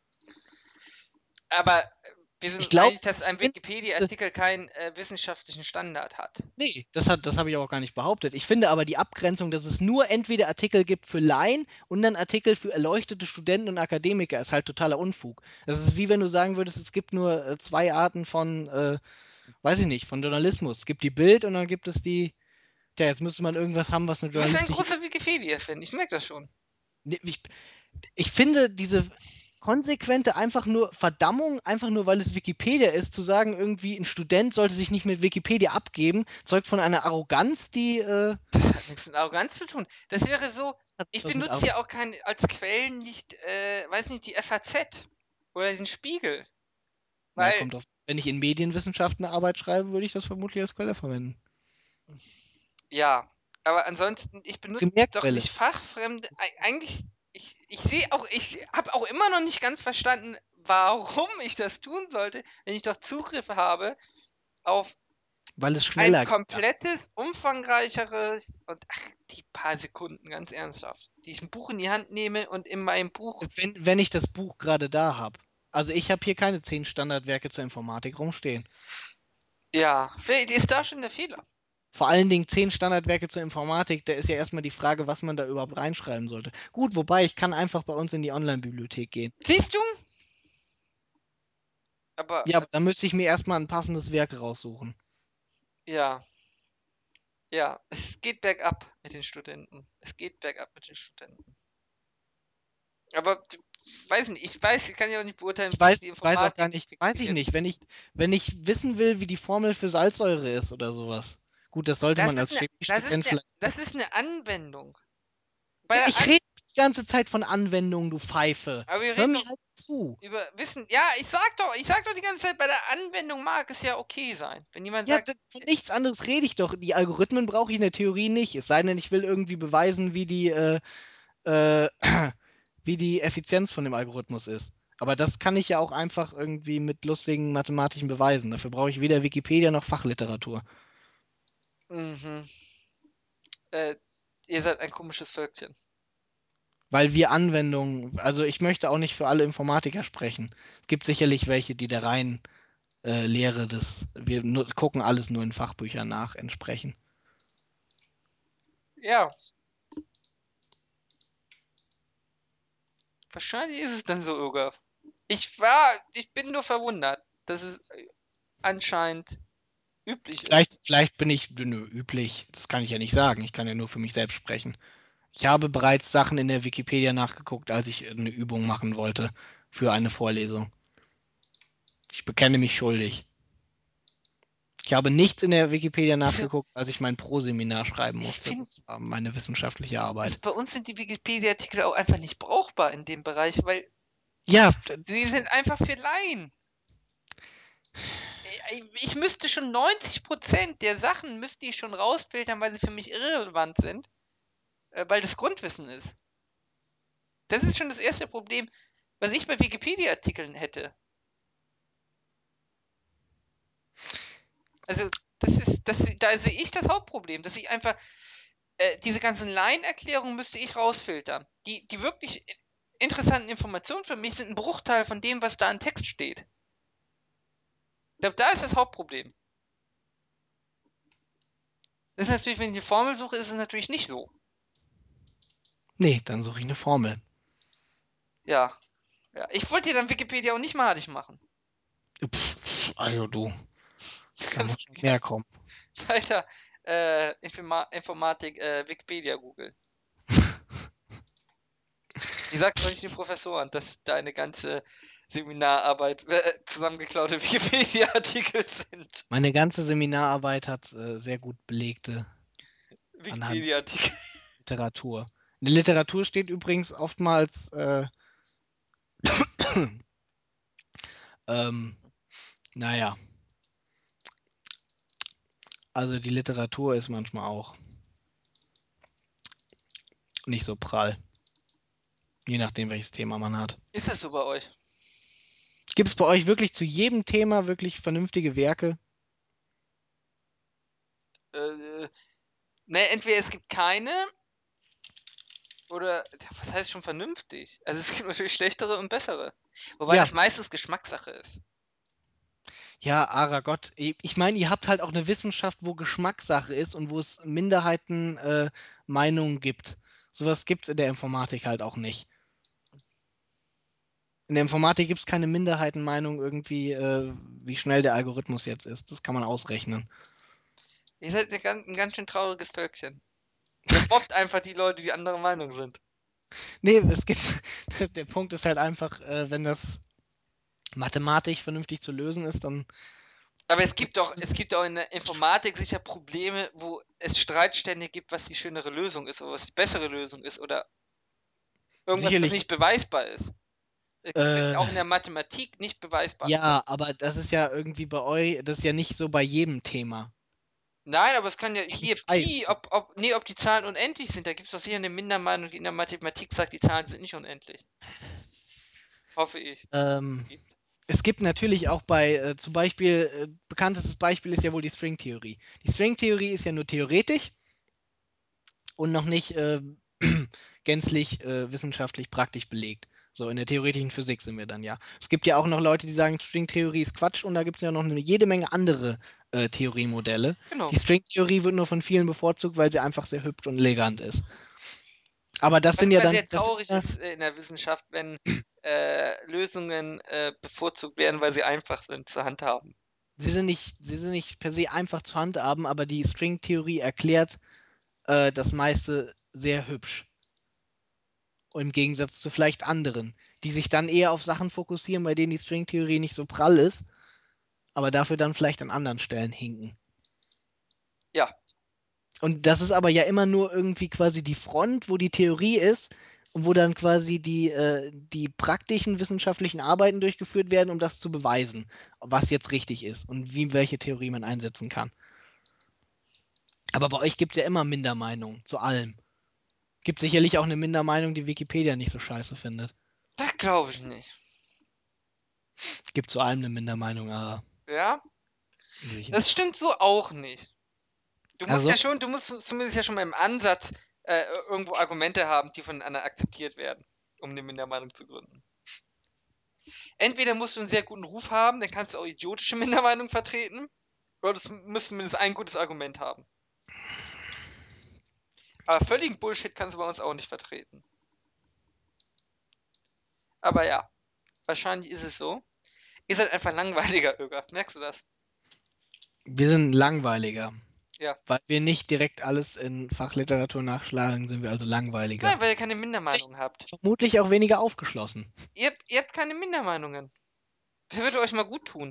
A: aber wir
B: Ich
A: sind
B: glaube,
A: einig,
B: dass
A: dass
B: sich
A: ein Wikipedia-Artikel keinen wissenschaftlichen Standard hat.
B: Nee, das habe ich auch gar nicht behauptet. Ich finde aber die Abgrenzung, dass es nur entweder Artikel gibt für Laien und dann Artikel für erleuchtete Studenten und Akademiker, ist halt totaler Unfug. Das ist wie wenn du sagen würdest, es gibt nur 2 Arten weiß ich nicht, von Journalismus. Es gibt die Bild und dann gibt es jetzt müsste man irgendwas haben, was eine
A: Du bist ein
B: journalistische.
A: großer Wikipedia-Fan, ich merke das schon.
B: Nee, ich finde diese konsequente einfach nur Verdammung, einfach nur weil es Wikipedia ist, zu sagen, irgendwie ein Student sollte sich nicht mit Wikipedia abgeben, zeugt von einer Arroganz,
A: Das hat nichts mit Arroganz zu tun. Das wäre so,
B: hat
A: ich
B: was mit
A: benutze ja auch als Quellen nicht, weiß nicht, die FAZ oder den Spiegel,
B: Ja,
A: weil,
B: kommt auf. Wenn ich in Medienwissenschaften eine Arbeit schreibe, würde ich das vermutlich als Quelle verwenden.
A: ja, aber ansonsten, ich benutze doch
B: Primärquelle.
A: nicht fachfremde, eigentlich, ich habe auch immer noch nicht ganz verstanden, warum ich das tun sollte, wenn ich doch Zugriff habe auf
B: Weil es
A: ein
B: schneller geht. Ja.
A: komplettes, umfangreicheres und ach, die paar Sekunden, ganz ernsthaft, die ich ein Buch in die Hand nehme und in meinem Buch,
B: Wenn ich das Buch gerade da habe. Also ich habe hier keine 10 Standardwerke zur Informatik rumstehen.
A: ja, vielleicht ist da schon der Fehler.
B: Vor allen Dingen 10 Standardwerke zur Informatik, da ist ja erstmal die Frage, was man da überhaupt reinschreiben sollte. Gut, wobei ich kann einfach bei uns in die Online-Bibliothek gehen.
A: Siehst du? Aber
B: Ja, aber da müsste ich mir erstmal ein passendes Werk raussuchen.
A: ja, ja, es geht bergab mit den Studenten. Es geht bergab mit den Studenten. Aber weiß nicht, ich kann ja auch nicht beurteilen, wie es die
B: Ich weiß auch gar
A: Informatik
B: nicht, weiß ich
A: interessiert.
B: nicht, wenn ich wissen will, wie die Formel für Salzsäure ist oder sowas. Gut, das sollte man als Chemiestudent vielleicht
A: Das
B: wissen.
A: ist eine Anwendung. Bei
B: Ja,
A: der
B: ich rede die ganze Zeit von Anwendungen, du Pfeife.
A: Aber wir
B: Hör
A: reden
B: mir
A: doch
B: halt zu.
A: über Wissen. Ja, ich sag doch die ganze Zeit, bei der Anwendung mag es ja okay sein. Wenn jemand
B: Ja,
A: sagt,
B: von nichts anderes rede ich doch. Die Algorithmen brauche ich in der Theorie nicht. Es sei denn, ich will irgendwie beweisen, äh, wie die Effizienz von dem Algorithmus ist. Aber das kann ich ja auch einfach irgendwie mit lustigen mathematischen Beweisen. Dafür brauche ich weder Wikipedia noch Fachliteratur.
A: mhm, äh, ihr seid ein komisches Völkchen.
B: Weil wir Anwendungen, also ich möchte auch nicht für alle Informatiker sprechen. Es gibt sicherlich welche, die der reinen Lehre wir gucken alles nur in Fachbüchern nach, entsprechen.
A: Ja, wahrscheinlich ist es dann so, Irga. Ich bin nur verwundert, dass es anscheinend üblich ist.
B: Vielleicht bin ich nö, üblich, das kann ich ja nicht sagen. Ich kann ja nur für mich selbst sprechen. Ich habe bereits Sachen in der Wikipedia nachgeguckt, als ich eine Übung machen wollte für eine Vorlesung. Ich bekenne mich schuldig. Ich habe nichts in der Wikipedia nachgeguckt, als ich mein Pro-Seminar schreiben
A: Ich
B: musste.
A: finde,
B: Das war meine wissenschaftliche Arbeit.
A: bei uns sind die Wikipedia-Artikel auch einfach nicht brauchbar in dem Bereich, weil
B: Ja,
A: sie sind einfach für Laien. Ich müsste schon 90% der Sachen müsste ich schon rausfiltern, weil sie für mich irrelevant sind, weil das Grundwissen ist. Das ist schon das erste Problem, was ich bei Wikipedia-Artikeln hätte. Also, da sehe ich das Hauptproblem, dass ich einfach, diese ganzen Laienerklärungen müsste ich rausfiltern. Die wirklich interessanten Informationen für mich sind ein Bruchteil von dem, was da im Text steht. Ich glaube, da ist das Hauptproblem. Das ist natürlich, wenn ich eine Formel suche, ist es natürlich nicht so.
B: nee, dann suche ich eine Formel.
A: Ja, ja. Ich wollte dir dann Wikipedia auch nicht madig machen.
B: Also du, da muss schon mehr kommen.
A: Weiter Informatik, Wikipedia googeln. Die sagt auch nicht den Professoren, dass deine ganze Seminararbeit zusammengeklaute Wikipedia-Artikel sind.
B: Meine ganze Seminararbeit hat sehr gut belegte anhand
A: Wikipedia-Artikel.
B: Literatur. In der Literatur steht übrigens oftmals, ähm, naja, also die Literatur ist manchmal auch nicht so prall, je nachdem, welches Thema man hat.
A: Ist das so bei euch?
B: Gibt es bei euch wirklich zu jedem Thema wirklich vernünftige Werke?
A: Äh, ne, entweder es gibt keine oder was heißt schon vernünftig? Also es gibt natürlich schlechtere und bessere. Wobei
B: Ja,
A: das meistens Geschmackssache ist.
B: ja, Gott. Ich meine, ihr habt halt auch eine Wissenschaft, wo Geschmackssache ist und wo es Minderheiten Meinungen gibt. Sowas gibt es in der Informatik halt auch nicht. In der Informatik gibt es keine Minderheitenmeinung irgendwie, wie schnell der Algorithmus jetzt ist. Das kann man ausrechnen.
A: Ihr seid ein ganz schön trauriges Völkchen. Ihr mobbt einfach die Leute, die anderer Meinung sind.
B: Nee, es gibt, der Punkt ist halt einfach, wenn das mathematisch vernünftig zu lösen ist, dann
A: Aber es gibt auch in der Informatik sicher Probleme, wo es Streitstände gibt, was die schönere Lösung ist oder was die bessere Lösung ist oder irgendwas, was
B: sicherlich
A: nicht
B: gibt es,
A: beweisbar ist. Es gibt es
B: äh,
A: auch in der Mathematik nicht beweisbar.
B: ja, aber das ist ja irgendwie bei euch, das ist ja nicht so bei jedem Thema.
A: Nein, aber es kann ja
B: Ich
A: hier
B: nicht weiß.
A: Pi, ob die Zahlen unendlich sind. Da gibt es doch sicher eine Mindermeinung, die in der Mathematik sagt, die Zahlen sind nicht unendlich. Hoffe ich, dass es
B: Ähm,
A: gibt.
B: Es gibt natürlich auch bei, zum Beispiel, bekanntestes Beispiel ist ja wohl die Stringtheorie. Die Stringtheorie ist ja nur theoretisch und noch nicht gänzlich wissenschaftlich praktisch belegt. So, in der theoretischen Physik sind wir dann ja. Es gibt ja auch noch Leute, die sagen, Stringtheorie ist Quatsch und da gibt es ja noch jede Menge andere Theoriemodelle. Die
A: Genau.
B: Stringtheorie wird nur von vielen bevorzugt, weil sie einfach sehr hübsch und elegant ist. Aber das
A: Was
B: sind ja
A: immer
B: dann,
A: sehr traurig ist in der Wissenschaft, wenn Lösungen bevorzugt werden, weil sie einfach sind zu handhaben.
B: sie sind nicht per se einfach zu handhaben, aber die Stringtheorie erklärt das meiste sehr hübsch. Im Gegensatz zu vielleicht anderen, die sich dann eher auf Sachen fokussieren, bei denen die Stringtheorie nicht so prall ist, aber dafür dann vielleicht an anderen Stellen hinken.
A: Ja,
B: Und das ist aber ja immer nur irgendwie quasi die Front, wo die Theorie ist. und wo dann quasi die praktischen wissenschaftlichen Arbeiten durchgeführt werden, um das zu beweisen, was jetzt richtig ist und welche Theorie man einsetzen kann. Aber bei euch gibt es ja immer Mindermeinungen zu allem. Gibt sicherlich auch eine Mindermeinung, die Wikipedia nicht so scheiße findet.
A: Das glaube ich nicht.
B: Gibt zu allem eine Mindermeinung, aber
A: Ja?
B: sicher.
A: Das stimmt so auch nicht.
B: Also,
A: Du musst zumindest ja schon mal im Ansatz irgendwo Argumente haben, die von anderen akzeptiert werden, um eine Mindermeinung zu gründen. Entweder musst du einen sehr guten Ruf haben, dann kannst du auch idiotische Mindermeinungen vertreten, oder du musst zumindest ein gutes Argument haben. Aber völligen Bullshit kannst du bei uns auch nicht vertreten. Aber ja, wahrscheinlich ist es so. Ihr seid einfach langweiliger, Öger. Merkst du das?
B: wir sind langweiliger.
A: Ja.
B: Weil wir nicht direkt alles in Fachliteratur nachschlagen, sind wir also langweiliger.
A: Nein, weil ihr keine Mindermeinung habt.
B: Vermutlich auch weniger aufgeschlossen.
A: Ihr habt keine Mindermeinungen. Wer würde euch mal gut tun?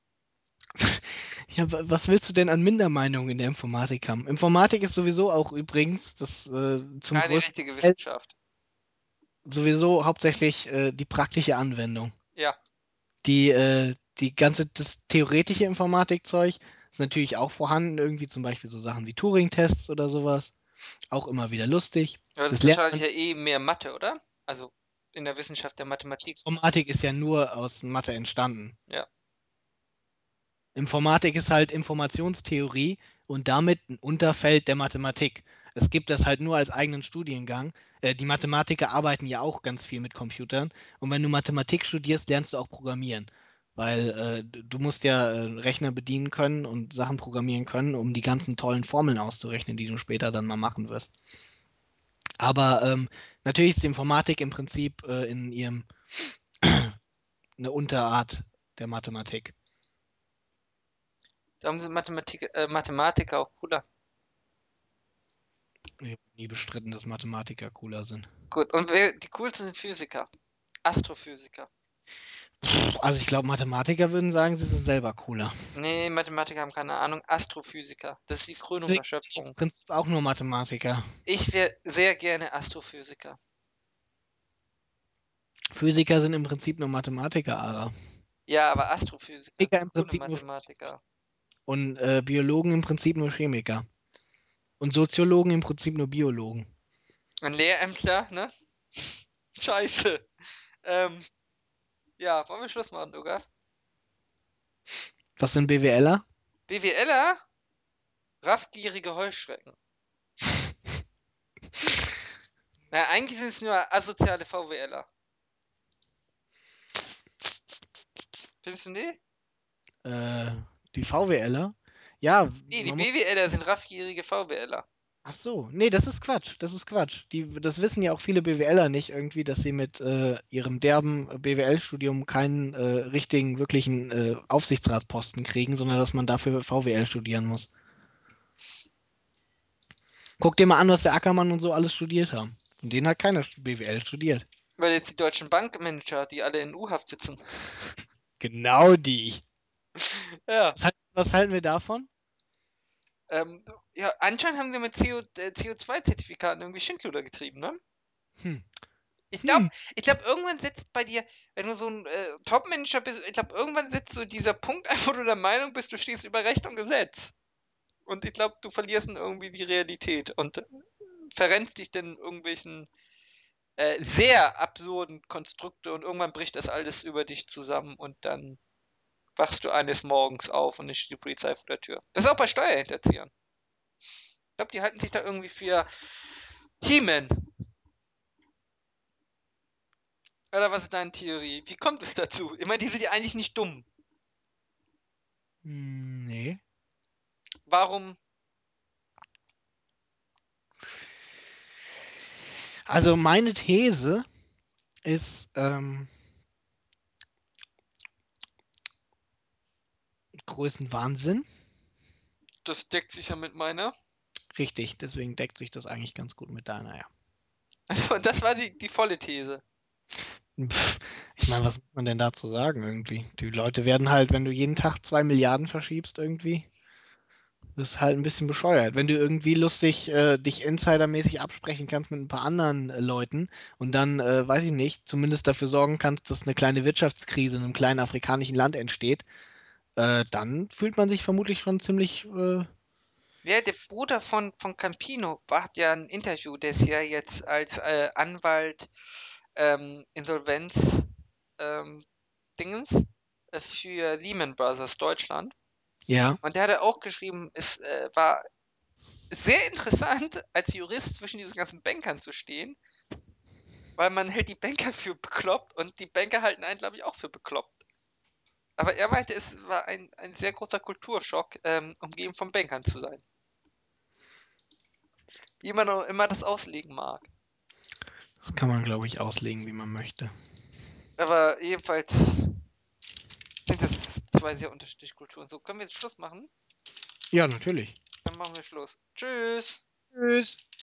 B: Ja, was willst du denn an Mindermeinungen in der Informatik haben? Informatik ist sowieso auch übrigens das zum
A: Keine
B: größten
A: richtige
B: Teil
A: Wissenschaft.
B: sowieso hauptsächlich die praktische Anwendung.
A: Ja.
B: Die ganze, das theoretische Informatikzeug ist natürlich auch vorhanden, irgendwie zum Beispiel so Sachen wie Turing-Tests oder sowas. Auch immer wieder lustig.
A: Aber das
B: Das
A: ist
B: lernt
A: wahrscheinlich
B: man.
A: ja eh mehr Mathe, oder? Also in der Wissenschaft der Mathematik.
B: Informatik ist ja nur aus Mathe entstanden.
A: Ja.
B: Informatik ist halt Informationstheorie und damit ein Unterfeld der Mathematik. Es gibt das halt nur als eigenen Studiengang. Die Mathematiker arbeiten ja auch ganz viel mit Computern. Und wenn du Mathematik studierst, lernst du auch Programmieren. Weil du musst ja Rechner bedienen können und Sachen programmieren können, um die ganzen tollen Formeln auszurechnen, die du später dann mal machen wirst. Aber natürlich ist die Informatik im Prinzip in ihrem eine Unterart der Mathematik.
A: Darum sind Mathematiker auch cooler.
B: Ich habe nie bestritten, dass Mathematiker cooler sind.
A: Gut. Und die coolsten sind Physiker. Astrophysiker.
B: Also ich glaube, Mathematiker würden sagen, sie sind selber cooler.
A: Nee, Mathematiker haben keine Ahnung. Astrophysiker. Das ist die Krönung der
B: Physik sind im
A: Schöpfung.
B: Prinzip auch nur Mathematiker.
A: Ich wäre sehr gerne Astrophysiker.
B: Physiker sind im Prinzip nur Mathematiker, Ara.
A: Ja, aber Astrophysiker.
B: Chemiker im
A: Coole
B: Prinzip nur Physik.
A: Mathematiker.
B: Und Biologen im Prinzip nur Chemiker. Und Soziologen im Prinzip nur Biologen.
A: Ein Lehrämtler, ne? Scheiße. Ähm, ja, wollen wir Schluss machen, Lukas?
B: Was sind BWLer?
A: BWLer? Raffgierige Heuschrecken. Na, eigentlich sind es nur asoziale VWLer. Findest du nicht?
B: Äh, die VWLer? Ja,
A: Nee, die
B: man muss.
A: BWLer sind raffgierige VWLer.
B: Ach so, nee, das ist Quatsch. Das ist Quatsch. Das wissen ja auch viele BWLer nicht irgendwie, dass sie mit ihrem derben BWL-Studium keinen richtigen, wirklichen Aufsichtsratsposten kriegen, sondern dass man dafür VWL studieren muss. Guck dir mal an, was der Ackermann und so alles studiert haben. Von denen hat keiner BWL studiert.
A: Weil jetzt die deutschen Bankmanager, die alle in U-Haft sitzen.
B: Genau die.
A: Ja.
B: Was halten wir davon?
A: Ähm, ja, anscheinend haben sie mit CO2-Zertifikaten irgendwie Schindluder getrieben, ne?
B: Hm.
A: Ich glaube,
B: Hm.
A: ich glaube, irgendwann setzt bei dir, wenn du so ein Top-Manager bist, ich glaube, irgendwann setzt so dieser Punkt ein, wo du der Meinung bist, du stehst über Recht und Gesetz. Und ich glaube, du verlierst dann irgendwie die Realität und verrennst dich dann in irgendwelchen sehr absurden Konstrukte und irgendwann bricht das alles über dich zusammen und dann wachst du eines Morgens auf und dann steht die Polizei vor der Tür. Das ist auch bei Steuerhinterziehern. Ich glaube, die halten sich da irgendwie für He-Man. Oder was ist deine Theorie? Wie kommt es dazu? Ich meine, die sind ja eigentlich nicht dumm.
B: Nee.
A: Warum?
B: Also meine These ist Größenwahnsinn.
A: Das deckt sich ja mit meiner.
B: Richtig, deswegen deckt sich das eigentlich ganz gut mit deiner, ja.
A: Also, das war die volle These.
B: Pff, ich meine, was muss man denn dazu sagen irgendwie? Die Leute werden halt, wenn du jeden Tag 2 Milliarden verschiebst irgendwie, Das ist halt ein bisschen bescheuert. Wenn du irgendwie lustig dich insidermäßig absprechen kannst mit ein paar anderen Leuten und dann, weiß ich nicht, zumindest dafür sorgen kannst, dass eine kleine Wirtschaftskrise in einem kleinen afrikanischen Land entsteht, dann fühlt man sich vermutlich schon ziemlich,
A: Ja, der Bruder von Campino hat ja ein Interview, der ist ja jetzt als Anwalt Insolvenz ähm, Dingens für Lehman Brothers Deutschland.
B: ja,
A: Und der hat ja auch geschrieben, es war sehr interessant, als Jurist zwischen diesen ganzen Bankern zu stehen, weil man hält die Banker für bekloppt und die Banker halten einen, glaube ich, auch für bekloppt. Aber er meinte, es war ein sehr großer Kulturschock, umgeben von Bankern zu sein. Wie man auch immer das auslegen mag.
B: das kann man, glaube ich, auslegen, wie man möchte.
A: Aber jedenfalls sind das zwei sehr unterschiedliche Kulturen. So, können wir jetzt Schluss machen?
B: Ja, natürlich.
A: Dann machen wir Schluss. Tschüss!
B: Tschüss.